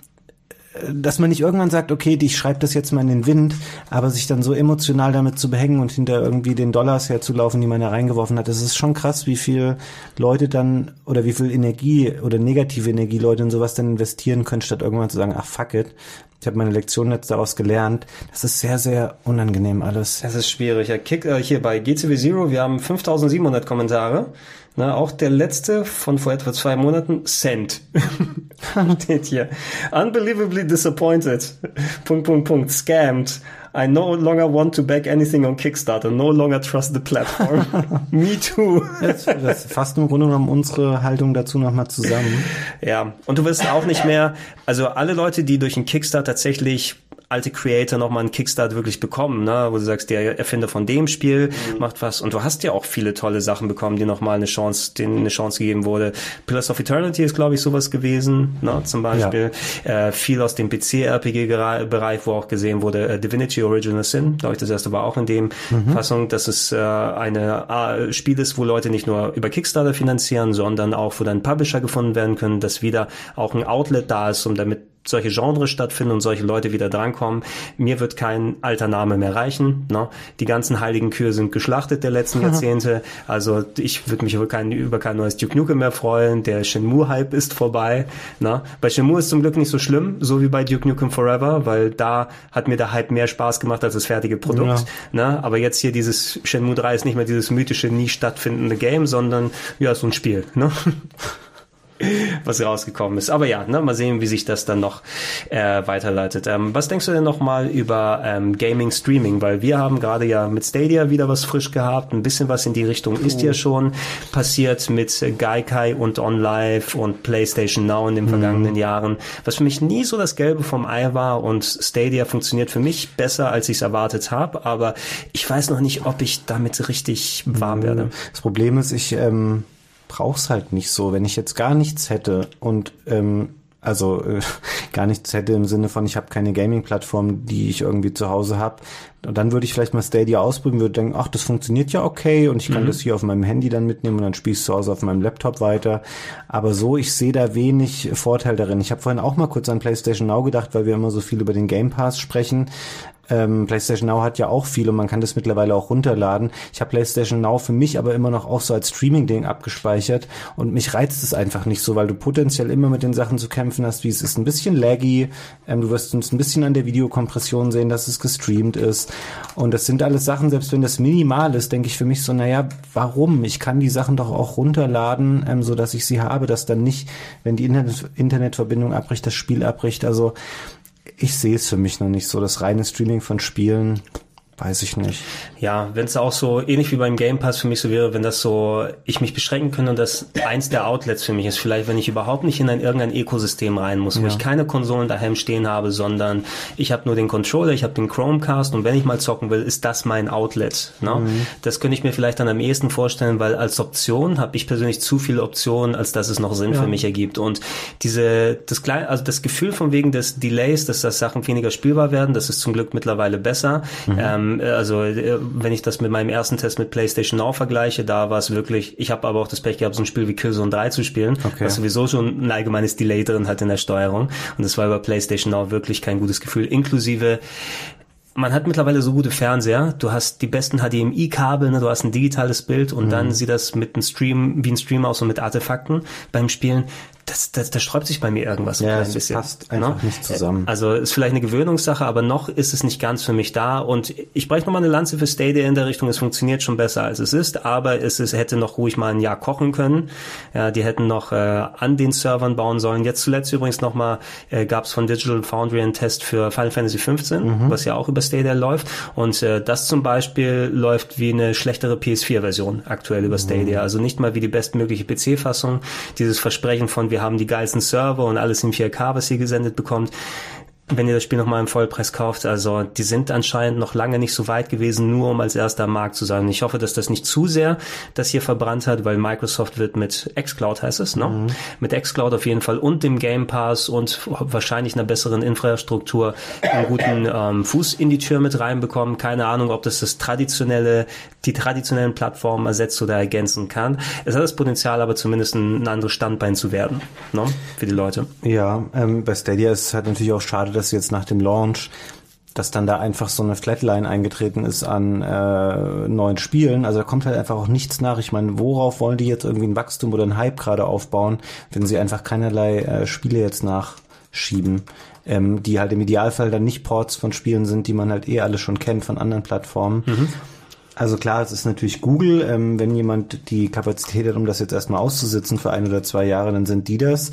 dass man nicht irgendwann sagt, okay, ich schreibe das jetzt mal in den Wind, aber sich dann so emotional damit zu behängen und hinter irgendwie den Dollars herzulaufen, die man da reingeworfen hat, das ist schon krass, wie viel Leute dann, oder wie viel Energie oder negative Energie Leute in sowas dann investieren können, statt irgendwann zu sagen, ach fuck it, ich habe meine Lektion jetzt daraus gelernt. Das ist sehr, sehr unangenehm alles. Das ist schwierig. Ja, Kick, äh, hier bei G C V Zero, wir haben fünftausendsiebenhundert Kommentare. Na, auch der letzte von vor etwa zwei Monaten, Send. Steht hier. Unbelievably disappointed. Punkt, Punkt, Punkt. Scammed. I no longer want to back anything on Kickstarter. No longer trust the platform. Me too. Das, das fasst im Grunde genommen unsere Haltung dazu nochmal zusammen. Ja, und du wirst auch nicht mehr, also alle Leute, die durch einen Kickstarter tatsächlich alte Creator nochmal einen Kickstart wirklich bekommen, ne, wo du sagst, der Erfinder von dem Spiel mhm. macht was und du hast ja auch viele tolle Sachen bekommen, die nochmal eine Chance, denen eine Chance gegeben wurde. Pillars of Eternity ist, glaube ich, sowas gewesen, ne, zum Beispiel. Ja. Äh, viel aus dem P C-R P G-Bereich, wo auch gesehen wurde, äh, Divinity Original Sin, glaube ich, das erste war auch in dem mhm. Fassung, dass es äh, eine äh, Spiel ist, wo Leute nicht nur über Kickstarter finanzieren, sondern auch, wo dann Publisher gefunden werden können, dass wieder auch ein Outlet da ist, um damit solche Genres stattfinden und solche Leute wieder drankommen. Mir wird kein alter Name mehr reichen. Ne? Die ganzen heiligen Kühe sind geschlachtet der letzten Jahrzehnte. Also ich würde mich über kein, über kein neues Duke Nukem mehr freuen. Der Shenmue-Hype ist vorbei. Ne? Bei Shenmue ist zum Glück nicht so schlimm, so wie bei Duke Nukem Forever, weil da hat mir der Hype mehr Spaß gemacht als das fertige Produkt. Ja. Ne? Aber jetzt hier dieses Shenmue drei ist nicht mehr dieses mythische, nie stattfindende Game, sondern ja, so ein Spiel. Ne? was rausgekommen ist. Aber ja, ne, mal sehen, wie sich das dann noch äh, weiterleitet. Ähm, was denkst du denn nochmal über ähm, Gaming-Streaming? Weil wir haben gerade ja mit Stadia wieder was frisch gehabt. Ein bisschen was in die Richtung ist ja schon passiert mit Gaikai und OnLive und PlayStation Now in den vergangenen mhm. Jahren. Was für mich nie so das Gelbe vom Ei war, und Stadia funktioniert für mich besser, als ich es erwartet habe. Aber ich weiß noch nicht, ob ich damit richtig warm werde. Das Problem ist, ich ähm, brauch's halt nicht so. Wenn ich jetzt gar nichts hätte und ähm, also äh, gar nichts hätte im Sinne von, ich habe keine Gaming-Plattform, die ich irgendwie zu Hause habe, dann würde ich vielleicht mal Stadia ausprobieren, würde denken, ach, das funktioniert ja okay und ich kann mhm. das hier auf meinem Handy dann mitnehmen und dann spiele ich es zu Hause auf meinem Laptop weiter. Aber so, ich sehe da wenig Vorteil darin. Ich habe vorhin auch mal kurz an PlayStation Now gedacht, weil wir immer so viel über den Game Pass sprechen. Ähm, PlayStation Now hat ja auch viel und man kann das mittlerweile auch runterladen. Ich habe PlayStation Now für mich aber immer noch auch so als Streaming-Ding abgespeichert und mich reizt es einfach nicht so, weil du potenziell immer mit den Sachen zu kämpfen hast, wie es ist ein bisschen laggy, ähm, du wirst uns ein bisschen an der Videokompression sehen, dass es gestreamt ist und das sind alles Sachen, selbst wenn das minimal ist, denke ich für mich so, naja, warum? Ich kann die Sachen doch auch runterladen, ähm, so dass ich sie habe, dass dann nicht, wenn die Internet- Internetverbindung abbricht, das Spiel abbricht, also ich sehe es für mich noch nicht so. Das reine Streaming von Spielen, weiß ich nicht. Ja, wenn es auch so ähnlich wie beim Game Pass für mich so wäre, wenn das so, ich mich beschränken könnte und das eins der Outlets für mich ist, vielleicht wenn ich überhaupt nicht in ein irgendein Ökosystem rein muss, ja. wo ich keine Konsolen daheim stehen habe, sondern ich habe nur den Controller, ich habe den Chromecast und wenn ich mal zocken will, ist das mein Outlet. Ne? Mhm. Das könnte ich mir vielleicht dann am ehesten vorstellen, weil als Option habe ich persönlich zu viele Optionen, als dass es noch Sinn ja. für mich ergibt. Und diese, das kleine, also das Gefühl von wegen des Delays, dass das Sachen weniger spielbar werden, das ist zum Glück mittlerweile besser. Mhm. Ähm, Also wenn ich das mit meinem ersten Test mit PlayStation Now vergleiche, da war es wirklich, ich habe aber auch das Pech gehabt, so ein Spiel wie Killzone drei zu spielen, okay. was sowieso schon ein allgemeines Delay drin hat in der Steuerung. Und das war über PlayStation Now wirklich kein gutes Gefühl, inklusive man hat mittlerweile so gute Fernseher, du hast die besten H D M I-Kabel, ne? Du hast ein digitales Bild und mhm. dann sieht das mit einem Stream, wie ein Stream aus und mit Artefakten beim Spielen. Das, das, das sträubt sich bei mir irgendwas so ja, ein es bisschen. passt einfach ne? nicht zusammen. Also ist vielleicht eine Gewöhnungssache, aber noch ist es nicht ganz für mich da. Und ich breche nochmal eine Lanze für Stadia in der Richtung, es funktioniert schon besser als es ist, aber es ist, hätte noch ruhig mal ein Jahr kochen können. Ja, die hätten noch äh, an den Servern bauen sollen. Jetzt zuletzt übrigens nochmal äh, gab es von Digital Foundry einen Test für Final Fantasy fünfzehn, mhm. was ja auch über Stadia läuft. Und äh, das zum Beispiel läuft wie eine schlechtere P S vier Version aktuell über Stadia. Mhm. Also nicht mal wie die bestmögliche P C-Fassung. Dieses Versprechen von, wir haben die geilsten Server und alles in vier K, was ihr gesendet bekommt. Wenn ihr das Spiel nochmal im Vollpreis kauft, also die sind anscheinend noch lange nicht so weit gewesen, nur um als erster am Markt zu sein. Ich hoffe, dass das nicht zu sehr das hier verbrannt hat, weil Microsoft wird mit xCloud, heißt es, ne? Mhm. Mit xCloud auf jeden Fall und dem Game Pass und wahrscheinlich einer besseren Infrastruktur einen guten ähm, Fuß in die Tür mit reinbekommen. Keine Ahnung, ob das das traditionelle, die traditionellen Plattformen ersetzt oder ergänzen kann. Es hat das Potenzial, aber zumindest ein, ein anderes Standbein zu werden, ne? Für die Leute. Ja, ähm, bei Stadia ist es halt natürlich auch schade, dass jetzt nach dem Launch, dass dann da einfach so eine Flatline eingetreten ist an äh, neuen Spielen. Also da kommt halt einfach auch nichts nach. Ich meine, worauf wollen die jetzt irgendwie ein Wachstum oder ein Hype gerade aufbauen, wenn sie einfach keinerlei äh, Spiele jetzt nachschieben, ähm, die halt im Idealfall dann nicht Ports von Spielen sind, die man halt eh alle schon kennt von anderen Plattformen. Mhm. Also klar, es ist natürlich Google. Ähm, wenn jemand die Kapazität hat, um das jetzt erstmal auszusitzen für ein oder zwei Jahre, dann sind die das.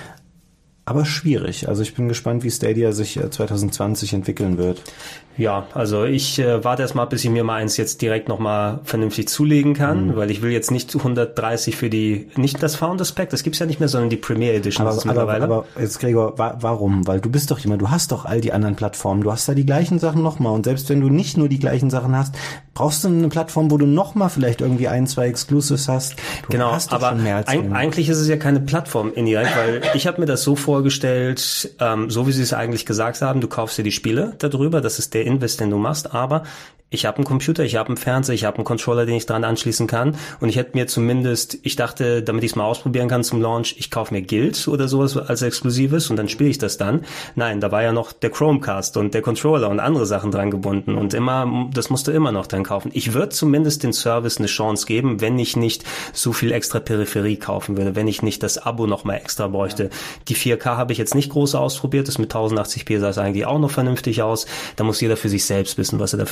Aber schwierig. Also ich bin gespannt, wie Stadia sich zwanzig zwanzig entwickeln wird. Ja, also ich äh, warte erst mal, bis ich mir mal eins jetzt direkt nochmal vernünftig zulegen kann, mhm. weil ich will jetzt nicht hundertdreißig für die, nicht das Founders Pack, das gibt's ja nicht mehr, sondern die Premier Edition. Aber, mittlerweile. aber, aber jetzt Gregor, wa- warum? Weil du bist doch jemand, du hast doch all die anderen Plattformen, du hast da die gleichen Sachen nochmal und selbst wenn du nicht nur die gleichen Sachen hast, brauchst du eine Plattform, wo du nochmal vielleicht irgendwie ein, zwei Exclusives hast. Du genau, hast doch aber schon mehr als ein, eigentlich ist es ja keine Plattform indirekt, weil ich habe mir das so vorgestellt, ähm, so wie sie es eigentlich gesagt haben, du kaufst dir die Spiele darüber, das ist der Invest, den du machst, aber ich habe einen Computer, ich habe einen Fernseher, ich habe einen Controller, den ich dran anschließen kann und ich hätte mir zumindest, ich dachte, damit ich es mal ausprobieren kann zum Launch, ich kaufe mir Guild oder sowas als Exklusives und dann spiele ich das dann. Nein, da war ja noch der Chromecast und der Controller und andere Sachen dran gebunden und immer, das musst du immer noch dann kaufen. Ich würde zumindest den Service eine Chance geben, wenn ich nicht so viel extra Peripherie kaufen würde, wenn ich nicht das Abo nochmal extra bräuchte. Die vier K habe ich jetzt nicht groß ausprobiert, das mit tausendachtzig p sah es eigentlich auch noch vernünftig aus. Da muss jeder für sich selbst wissen, was er dafür zahlen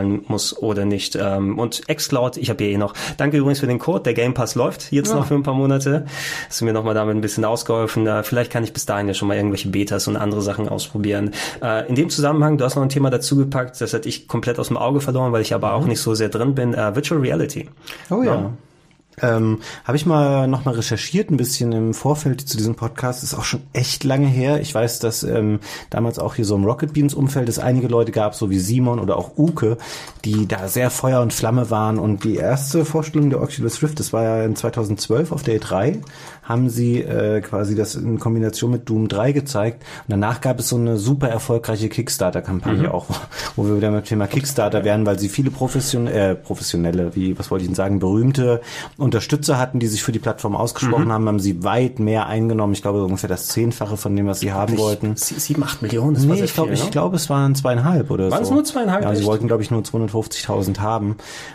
sein muss oder nicht. Ähm, und xCloud, ich habe hier eh noch. Danke übrigens für den Code. Der Game Pass läuft jetzt ja. noch für ein paar Monate. Hast du mir nochmal damit ein bisschen ausgeholfen. Äh, vielleicht kann ich bis dahin ja schon mal irgendwelche Betas und andere Sachen ausprobieren. Äh, in dem Zusammenhang, du hast noch ein Thema dazu gepackt, das hatte ich komplett aus dem Auge verloren, weil ich aber auch nicht so sehr drin bin. Äh, Virtual Reality. Oh ja. ja. Ähm, habe ich mal noch mal recherchiert, ein bisschen im Vorfeld zu diesem Podcast, ist auch schon echt lange her. Ich weiß, dass ähm, damals auch hier so im Rocket Beans Umfeld es einige Leute gab, so wie Simon oder auch Uke, die da sehr Feuer und Flamme waren. Und die erste Vorstellung der Oculus Rift, das war ja in zweitausendzwölf auf der E drei, haben sie äh, quasi das in Kombination mit Doom drei gezeigt. Und danach gab es so eine super erfolgreiche Kickstarter-Kampagne mhm. auch, wo wir wieder mit dem Thema Kickstarter wären, weil sie viele profession äh, professionelle, wie, was wollte ich denn sagen, berühmte Unterstützer hatten, die sich für die Plattform ausgesprochen mhm. haben, haben sie weit mehr eingenommen. Ich glaube ungefähr das Zehnfache von dem, was sie haben ich, wollten. Sieben, acht Millionen, das nee, war sehr ich glaube, viel, ich glaube, es waren zweieinhalb oder waren so. Waren es nur zweieinhalb? Ja, echt? sie wollten, glaube ich, nur zweihundertfünfzigtausend haben.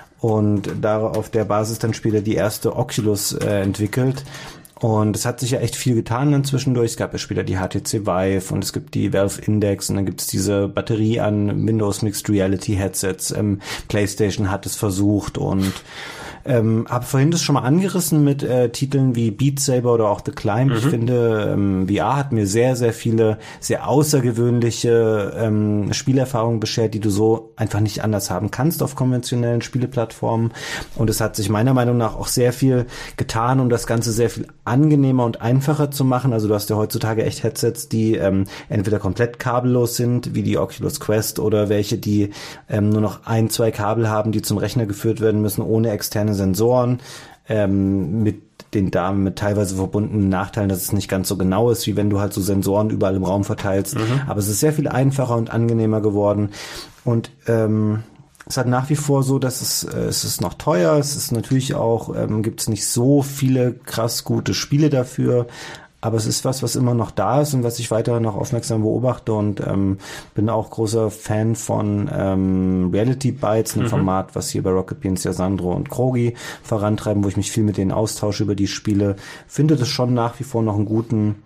Und da auf der Basis dann später die erste Oculus äh, entwickelt. Und es hat sich ja echt viel getan dann zwischendurch. Es gab ja später die H T C Vive und es gibt die Valve Index und dann gibt es diese Batterie an Windows Mixed Reality Headsets. Ähm, PlayStation hat es versucht und Ähm, habe vorhin das schon mal angerissen mit äh, Titeln wie Beat Saber oder auch The Climb. Mhm. Ich finde, ähm, V R hat mir sehr, sehr viele sehr außergewöhnliche ähm, Spielerfahrungen beschert, die du so einfach nicht anders haben kannst auf konventionellen Spieleplattformen. Und es hat sich meiner Meinung nach auch sehr viel getan, um das Ganze sehr viel angenehmer und einfacher zu machen. Also du hast ja heutzutage echt Headsets, die ähm, entweder komplett kabellos sind, wie die Oculus Quest, oder welche, die ähm, nur noch ein, zwei Kabel haben, die zum Rechner geführt werden müssen, ohne externe Sensoren, ähm, mit den damit teilweise verbundenen Nachteilen, dass es nicht ganz so genau ist, wie wenn du halt so Sensoren überall im Raum verteilst. Mhm. Aber es ist sehr viel einfacher und angenehmer geworden. Und ähm, es hat nach wie vor so, dass es äh, es ist noch teuer. Es ist natürlich auch, ähm, gibt es nicht so viele krass gute Spiele dafür. Aber es ist was, was immer noch da ist und was ich weiter noch aufmerksam beobachte und ähm, bin auch großer Fan von ähm, Reality Bytes, einem mhm. Format, was hier bei Rocket Beans ja Sandro und Krogi vorantreiben, wo ich mich viel mit denen austausche über die Spiele. Finde das schon nach wie vor noch einen guten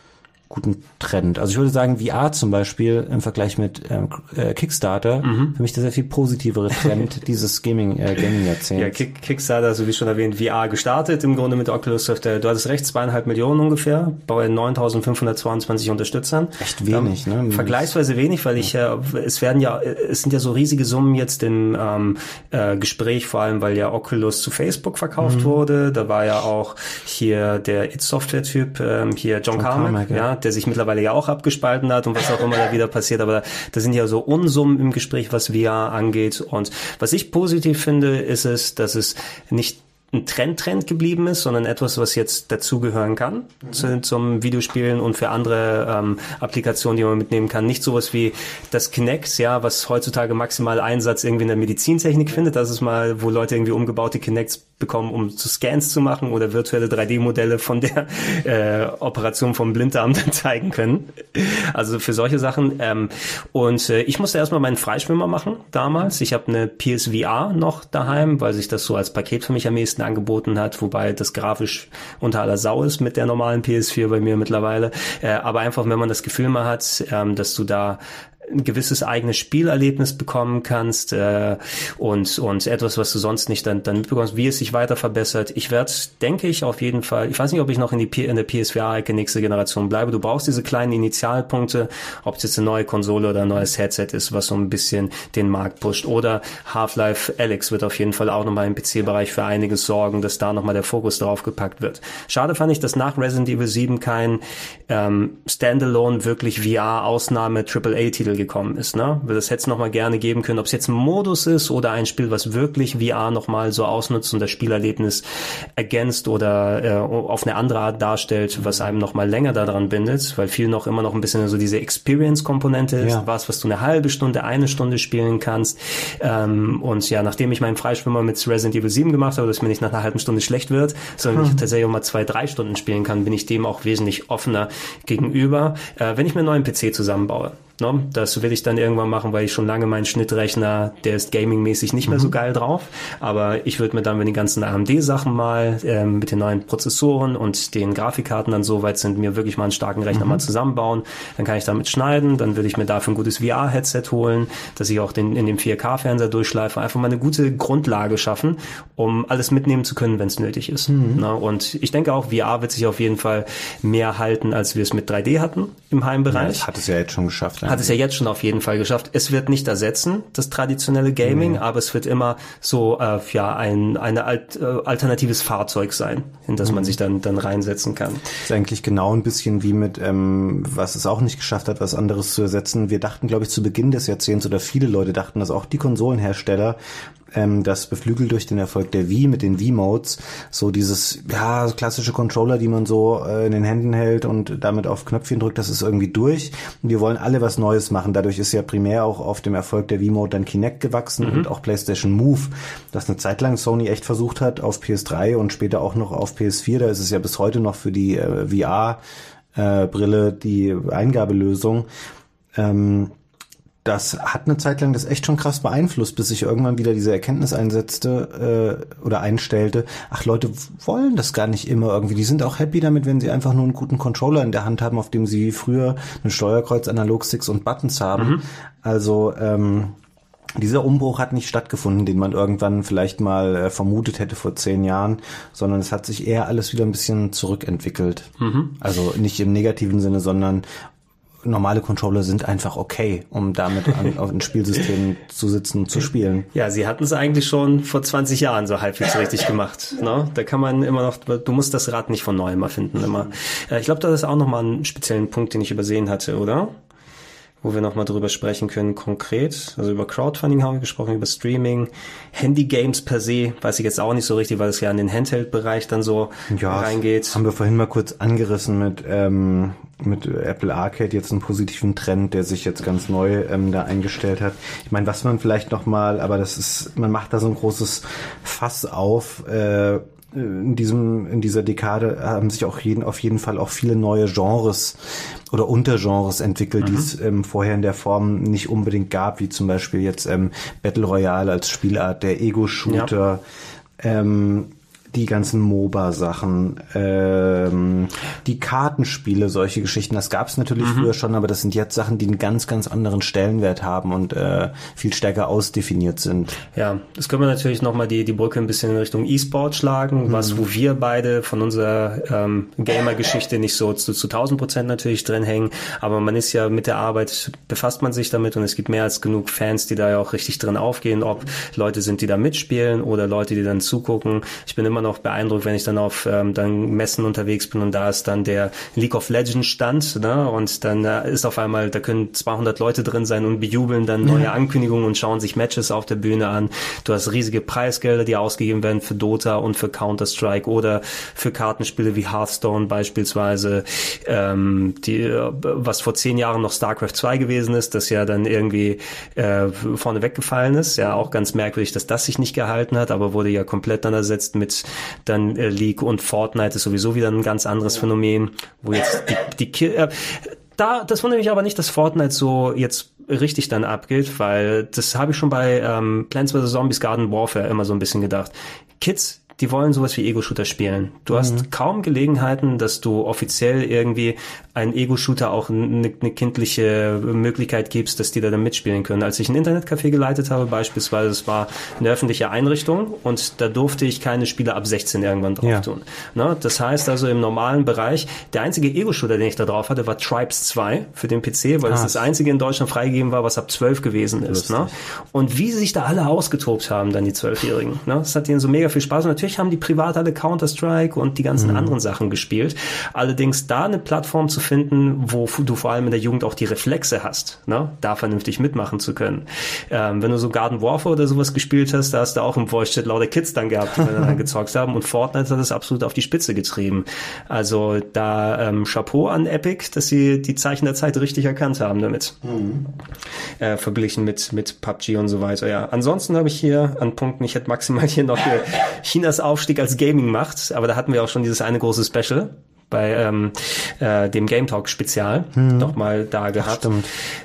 guten Trend. Also ich würde sagen, V R zum Beispiel im Vergleich mit ähm, äh, Kickstarter, mhm. für mich der sehr viel positivere Trend dieses Gaming äh, Gaming-Jahrzehnts. Ja, Kick, Kickstarter, so wie schon erwähnt, V R gestartet im Grunde mit Oculus Rift. Du hattest recht, zweieinhalb Millionen ungefähr, bei neuntausendfünfhundertzweiundzwanzig Unterstützern. Echt wenig, ähm, ne? Vergleichsweise wenig, weil ich, äh, es werden ja, es sind ja so riesige Summen jetzt im ähm, äh, Gespräch, vor allem, weil ja Oculus zu Facebook verkauft mhm. wurde. Da war ja auch hier der It-Software-Typ, ähm, hier John, John Carmack, Carmack ja. ja, der sich mittlerweile ja auch abgespalten hat und was auch immer da wieder passiert, aber da, da sind ja so Unsummen im Gespräch, was V R angeht. Und was ich positiv finde, ist es, dass es nicht ein Trend-Trend geblieben ist, sondern etwas, was jetzt dazugehören kann mhm. zu, zum Videospielen und für andere ähm, Applikationen, die man mitnehmen kann. Nicht sowas wie das Kinect, ja, was heutzutage maximal Einsatz irgendwie in der Medizintechnik mhm. findet. Das ist mal, wo Leute irgendwie umgebaute Kinects bekommen, um zu Scans zu machen oder virtuelle drei D Modelle von der äh, Operation vom Blinddarm dann zeigen können. Also für solche Sachen. Ähm, und äh, ich musste erstmal meinen Freischwimmer machen damals. Ich habe eine P S V R noch daheim, weil sich das so als Paket für mich am ehesten angeboten hat, wobei das grafisch unter aller Sau ist mit der normalen P S vier bei mir mittlerweile. Äh, aber einfach, wenn man das Gefühl mal hat, ähm, dass du da ein gewisses eigenes Spielerlebnis bekommen kannst äh, und und etwas, was du sonst nicht dann dann mitbekommst, wie es sich weiter verbessert. Ich werde, denke ich, auf jeden Fall, ich weiß nicht, ob ich noch in die P- in der P S V R-Ecke nächste Generation bleibe. Du brauchst diese kleinen Initialpunkte, ob es jetzt eine neue Konsole oder ein neues Headset ist, was so ein bisschen den Markt pusht. Oder Half-Life Alyx wird auf jeden Fall auch nochmal im P C-Bereich für einiges sorgen, dass da nochmal der Fokus drauf gepackt wird. Schade fand ich, dass nach Resident Evil sieben kein ähm, Standalone wirklich V R-Ausnahme Triple A-Titel gekommen ist, ne? Das hätte es nochmal gerne geben können, ob es jetzt ein Modus ist oder ein Spiel, was wirklich V R nochmal so ausnutzt und das Spielerlebnis ergänzt oder äh, auf eine andere Art darstellt, was einem nochmal länger daran bindet, weil viel noch immer noch ein bisschen so diese Experience-Komponente ist, ja. was, was du eine halbe Stunde, eine Stunde spielen kannst. Ähm, und ja, nachdem ich meinen Freischwimmer mit Resident Evil sieben gemacht habe, dass mir nicht nach einer halben Stunde schlecht wird, sondern hm. ich tatsächlich auch mal zwei, drei Stunden spielen kann, bin ich dem auch wesentlich offener gegenüber. Äh, wenn ich mir einen neuen P C zusammenbaue, Ne? Das will ich dann irgendwann machen, weil ich schon lange meinen Schnittrechner, der ist gamingmäßig nicht mehr mhm. so geil drauf. Aber ich würde mir dann, wenn die ganzen A M D-Sachen mal ähm, mit den neuen Prozessoren und den Grafikkarten dann so weit sind, mir wirklich mal einen starken Rechner mhm. mal zusammenbauen. Dann kann ich damit schneiden. Dann würde ich mir dafür ein gutes V R-Headset holen, dass ich auch den, in dem vier K-Fernseher durchschleife. Einfach mal eine gute Grundlage schaffen, um alles mitnehmen zu können, wenn es nötig ist. Mhm. Ne? Und ich denke auch, V R wird sich auf jeden Fall mehr halten, als wir es mit drei D hatten im Heimbereich. Ja, das hat es ja jetzt schon geschafft. Hat es ja jetzt schon auf jeden Fall geschafft. Es wird nicht ersetzen, das traditionelle Gaming, nee. aber es wird immer so äh, ja ein eine alt, äh, alternatives Fahrzeug sein, in das mhm. man sich dann dann reinsetzen kann. Das ist eigentlich genau ein bisschen wie mit, ähm, was es auch nicht geschafft hat, was anderes zu ersetzen. Wir dachten, glaube ich, zu Beginn des Jahrzehnts, oder viele Leute dachten, dass auch die Konsolenhersteller ähm, das beflügelt durch den Erfolg der Wii mit den Wii-Modes, so dieses, ja, klassische Controller, die man so äh, in den Händen hält und damit auf Knöpfchen drückt, das ist irgendwie durch. Und wir wollen alle was Neues machen. Dadurch ist ja primär auch auf dem Erfolg der Wii-Mode dann Kinect gewachsen mhm. und auch PlayStation Move, das eine Zeit lang Sony echt versucht hat auf P S drei und später auch noch auf P S vier. Da ist es ja bis heute noch für die äh, V R-Brille äh, die Eingabelösung. Ähm, Das hat eine Zeit lang das echt schon krass beeinflusst, bis sich irgendwann wieder diese Erkenntnis einsetzte äh, oder einstellte. Ach, Leute wollen das gar nicht immer irgendwie. Die sind auch happy damit, wenn sie einfach nur einen guten Controller in der Hand haben, auf dem sie früher ein Steuerkreuz, Analogsticks und Buttons haben. Mhm. Also ähm, dieser Umbruch hat nicht stattgefunden, den man irgendwann vielleicht mal äh, vermutet hätte vor zehn Jahren, sondern es hat sich eher alles wieder ein bisschen zurückentwickelt. Mhm. Also nicht im negativen Sinne, sondern normale Controller sind einfach okay, um damit an, auf ein Spielsystem zu sitzen und zu spielen. Ja, sie hatten es eigentlich schon vor zwanzig Jahren so halbwegs richtig gemacht. Ne? Da kann man immer noch, du musst das Rad nicht von neuem erfinden immer. Äh, ich glaube, das ist auch nochmal einen speziellen Punkt, den ich übersehen hatte, oder? Wo wir nochmal drüber sprechen können, konkret. Also über Crowdfunding haben wir gesprochen, über Streaming. Handy-Games per se, weiß ich jetzt auch nicht so richtig, weil es ja in den Handheld-Bereich dann so ja, reingeht. Haben wir vorhin mal kurz angerissen mit ähm, mit Apple Arcade, jetzt einen positiven Trend, der sich jetzt ganz neu ähm, da eingestellt hat. Ich meine, was man vielleicht nochmal, aber das ist, man macht da so ein großes Fass auf, äh, in diesem, in dieser Dekade haben sich auch jeden, auf jeden Fall auch viele neue Genres oder Untergenres entwickelt, mhm. die es ähm, vorher in der Form nicht unbedingt gab, wie zum Beispiel jetzt ähm, Battle Royale als Spielart, der Ego-Shooter, ja. ähm, die ganzen MOBA-Sachen, ähm, die Kartenspiele, solche Geschichten, das gab es natürlich mhm. früher schon, aber das sind jetzt Sachen, die einen ganz, ganz anderen Stellenwert haben und äh, viel stärker ausdefiniert sind. Ja, das können wir natürlich nochmal die die Brücke ein bisschen in Richtung E-Sport schlagen, mhm. was, wo wir beide von unserer ähm, Gamer-Geschichte nicht so zu, zu tausend Prozent natürlich drin hängen, aber man ist ja mit der Arbeit, befasst man sich damit und es gibt mehr als genug Fans, die da ja auch richtig drin aufgehen, ob Leute sind, die da mitspielen oder Leute, die dann zugucken. Ich bin immer noch beeindruckt, wenn ich dann auf ähm, dann Messen unterwegs bin und da ist dann der League of Legends Stand, ne? Und dann äh, ist auf einmal, da können zweihundert Leute drin sein und bejubeln dann neue ja. Ankündigungen und schauen sich Matches auf der Bühne an. Du hast riesige Preisgelder, die ausgegeben werden für Dota und für Counter-Strike oder für Kartenspiele wie Hearthstone beispielsweise, ähm, die, was vor zehn Jahren noch StarCraft zwei gewesen ist, das ja dann irgendwie äh, vorne weggefallen ist. Ja, auch ganz merkwürdig, dass das sich nicht gehalten hat, aber wurde ja komplett dann ersetzt mit dann äh, League und Fortnite ist sowieso wieder ein ganz anderes Phänomen, wo jetzt die, die äh, da, das wundert mich aber nicht, dass Fortnite so jetzt richtig dann abgeht, weil das habe ich schon bei ähm, Plants versus. Zombies Garden Warfare immer so ein bisschen gedacht. Kids, die wollen sowas wie Ego-Shooter spielen. Du hast mhm. kaum Gelegenheiten, dass du offiziell irgendwie einen Ego-Shooter auch eine, eine kindliche Möglichkeit gibst, dass die da dann mitspielen können. Als ich ein Internetcafé geleitet habe, beispielsweise, es war eine öffentliche Einrichtung und da durfte ich keine Spiele ab sechzehn irgendwann drauf ja. tun. Ne? Das heißt also im normalen Bereich, der einzige Ego-Shooter, den ich da drauf hatte, war Tribes zwei für den P C, weil es ah. das einzige in Deutschland freigegeben war, was ab zwölf gewesen ist. Ne? Und wie sich da alle ausgetobt haben, dann die Zwölfjährigen. Ne? Das hat ihnen so mega viel Spaß und natürlich haben die privat alle Counter-Strike und die ganzen mhm. anderen Sachen gespielt. Allerdings da eine Plattform zu finden, wo du vor allem in der Jugend auch die Reflexe hast, ne, da vernünftig mitmachen zu können. Ähm, wenn du so Garden Warfare oder sowas gespielt hast, da hast du auch im Voice-Chat lauter Kids dann gehabt, die dann gezockt haben und Fortnite hat das absolut auf die Spitze getrieben. Also da ähm, Chapeau an Epic, dass sie die Zeichen der Zeit richtig erkannt haben damit. Mhm. Äh, verglichen mit mit P U B G und so weiter. Ja. Ansonsten habe ich hier an Punkten, ich hätte maximal hier noch hier Chinas Aufstieg als Gaming-Macht, aber da hatten wir auch schon dieses eine große Special bei ähm, äh, dem Game Talk Spezial hm. nochmal da gehabt.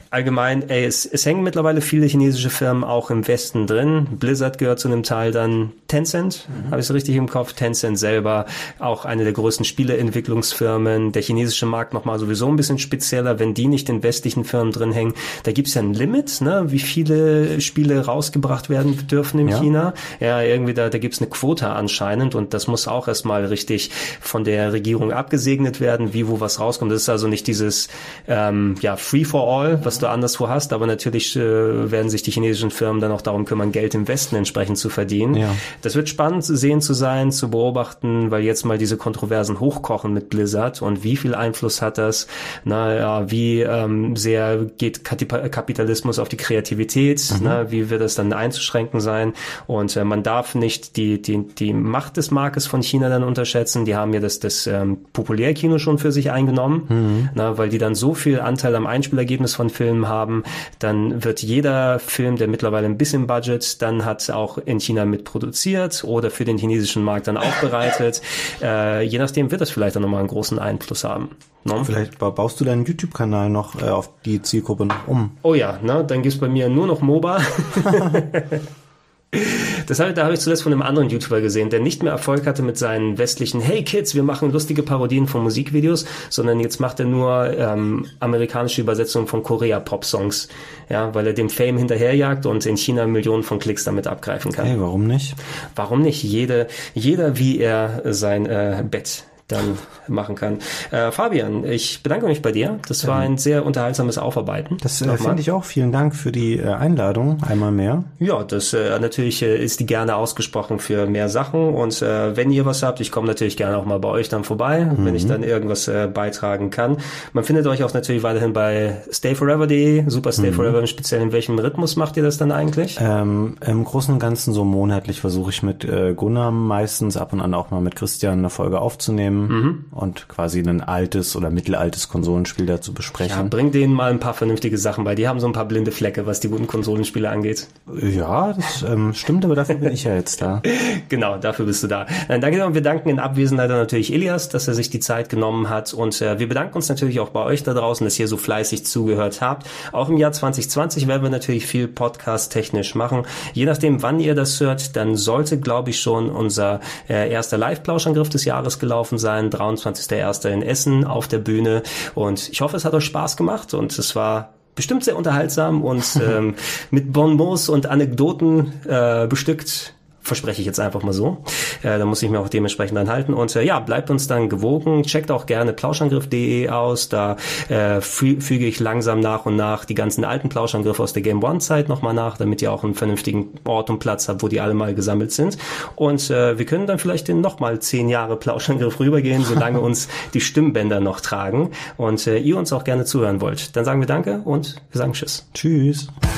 allgemein, ey, es, es hängen mittlerweile viele chinesische Firmen auch im Westen drin. Blizzard gehört zu einem Teil dann Tencent, mhm. habe ich so richtig im Kopf. Tencent selber, auch eine der größten Spieleentwicklungsfirmen. Der chinesische Markt nochmal sowieso ein bisschen spezieller, wenn die nicht in westlichen Firmen drin hängen. Da gibt's ja ein Limit, ne, wie viele Spiele rausgebracht werden dürfen in ja. China. Ja, irgendwie da, da gibt's eine Quote anscheinend und das muss auch erstmal richtig von der Regierung abgesegnet werden, wie wo was rauskommt. Das ist also nicht dieses ähm, ja Free for all, was du anderswo hast, aber natürlich äh, werden sich die chinesischen Firmen dann auch darum kümmern, Geld im Westen entsprechend zu verdienen. Ja. Das wird spannend zu sehen zu sein, zu beobachten, weil jetzt mal diese Kontroversen hochkochen mit Blizzard und wie viel Einfluss hat das? Na ja, wie ähm, sehr geht Kapitalismus auf die Kreativität? Mhm. Na, wie wird das dann einzuschränken sein? Und äh, man darf nicht die die die Macht des Marktes von China dann unterschätzen. Die haben ja das das ähm, Populärkino schon für sich eingenommen, mhm. na, weil die dann so viel Anteil am Einspielergebnis von Filmen haben, dann wird jeder Film, der mittlerweile ein bisschen Budget dann hat, auch in China mitproduziert oder für den chinesischen Markt dann aufbereitet. äh, je nachdem wird das vielleicht dann nochmal einen großen Einfluss haben. No? Vielleicht baust du deinen YouTube-Kanal noch äh, auf die Zielgruppe noch um. Oh ja, ne? Dann gibt's bei mir nur noch MOBA. Das habe, da habe ich zuletzt von einem anderen YouTuber gesehen, der nicht mehr Erfolg hatte mit seinen westlichen Hey Kids, wir machen lustige Parodien von Musikvideos, sondern jetzt macht er nur ähm, amerikanische Übersetzungen von Korea-Pop-Songs, ja, weil er dem Fame hinterherjagt und in China Millionen von Klicks damit abgreifen kann. Hey, warum nicht? Warum nicht? Jede, jeder wie er sein äh, Bett dann machen kann. Äh, Fabian, ich bedanke mich bei dir. Das war ein sehr unterhaltsames Aufarbeiten. Das äh, finde ich auch. Vielen Dank für die äh, Einladung. Einmal mehr. Ja, das äh, natürlich äh, ist die gerne ausgesprochen für mehr Sachen. Und äh, wenn ihr was habt, ich komme natürlich gerne auch mal bei euch dann vorbei, mhm. wenn ich dann irgendwas äh, beitragen kann. Man findet euch auch natürlich weiterhin bei stay forever punkt de, Super Stay mhm. Forever. Speziell in welchem Rhythmus macht ihr das dann eigentlich? Ähm, im Großen und Ganzen so monatlich versuche ich mit äh, Gunnar meistens, ab und an auch mal mit Christian eine Folge aufzunehmen. Mhm. Und quasi ein altes oder mittelaltes Konsolenspiel da zu besprechen. Ja, bring denen mal ein paar vernünftige Sachen bei. Die haben so ein paar blinde Flecke, was die guten Konsolenspiele angeht. Ja, das ähm, stimmt, aber dafür bin ich ja jetzt da. Genau, dafür bist du da. Dann danke und wir danken in Abwesenheit natürlich Elias, dass er sich die Zeit genommen hat. Und äh, wir bedanken uns natürlich auch bei euch da draußen, dass ihr so fleißig zugehört habt. Auch im Jahr zwanzig zwanzig werden wir natürlich viel Podcast-technisch machen. Je nachdem, wann ihr das hört, dann sollte, glaube ich, schon unser äh, erster Live-Plauschangriff des Jahres gelaufen sein. dreiundzwanzigster erster in Essen auf der Bühne und ich hoffe, es hat euch Spaß gemacht und es war bestimmt sehr unterhaltsam und ähm, mit Bonmots und Anekdoten äh, bestückt. Verspreche ich jetzt einfach mal so. Äh, da muss ich mir auch dementsprechend dann halten. Und äh, ja, bleibt uns dann gewogen. Checkt auch gerne plauschangriff punkt de aus. Da äh, fü- füge ich langsam nach und nach die ganzen alten Plauschangriffe aus der Game One-Zeit nochmal nach, damit ihr auch einen vernünftigen Ort und Platz habt, wo die alle mal gesammelt sind. Und äh, wir können dann vielleicht in nochmal zehn Jahre Plauschangriff rübergehen, solange uns die Stimmbänder noch tragen und äh, ihr uns auch gerne zuhören wollt. Dann sagen wir Danke und wir sagen Tschüss. Tschüss.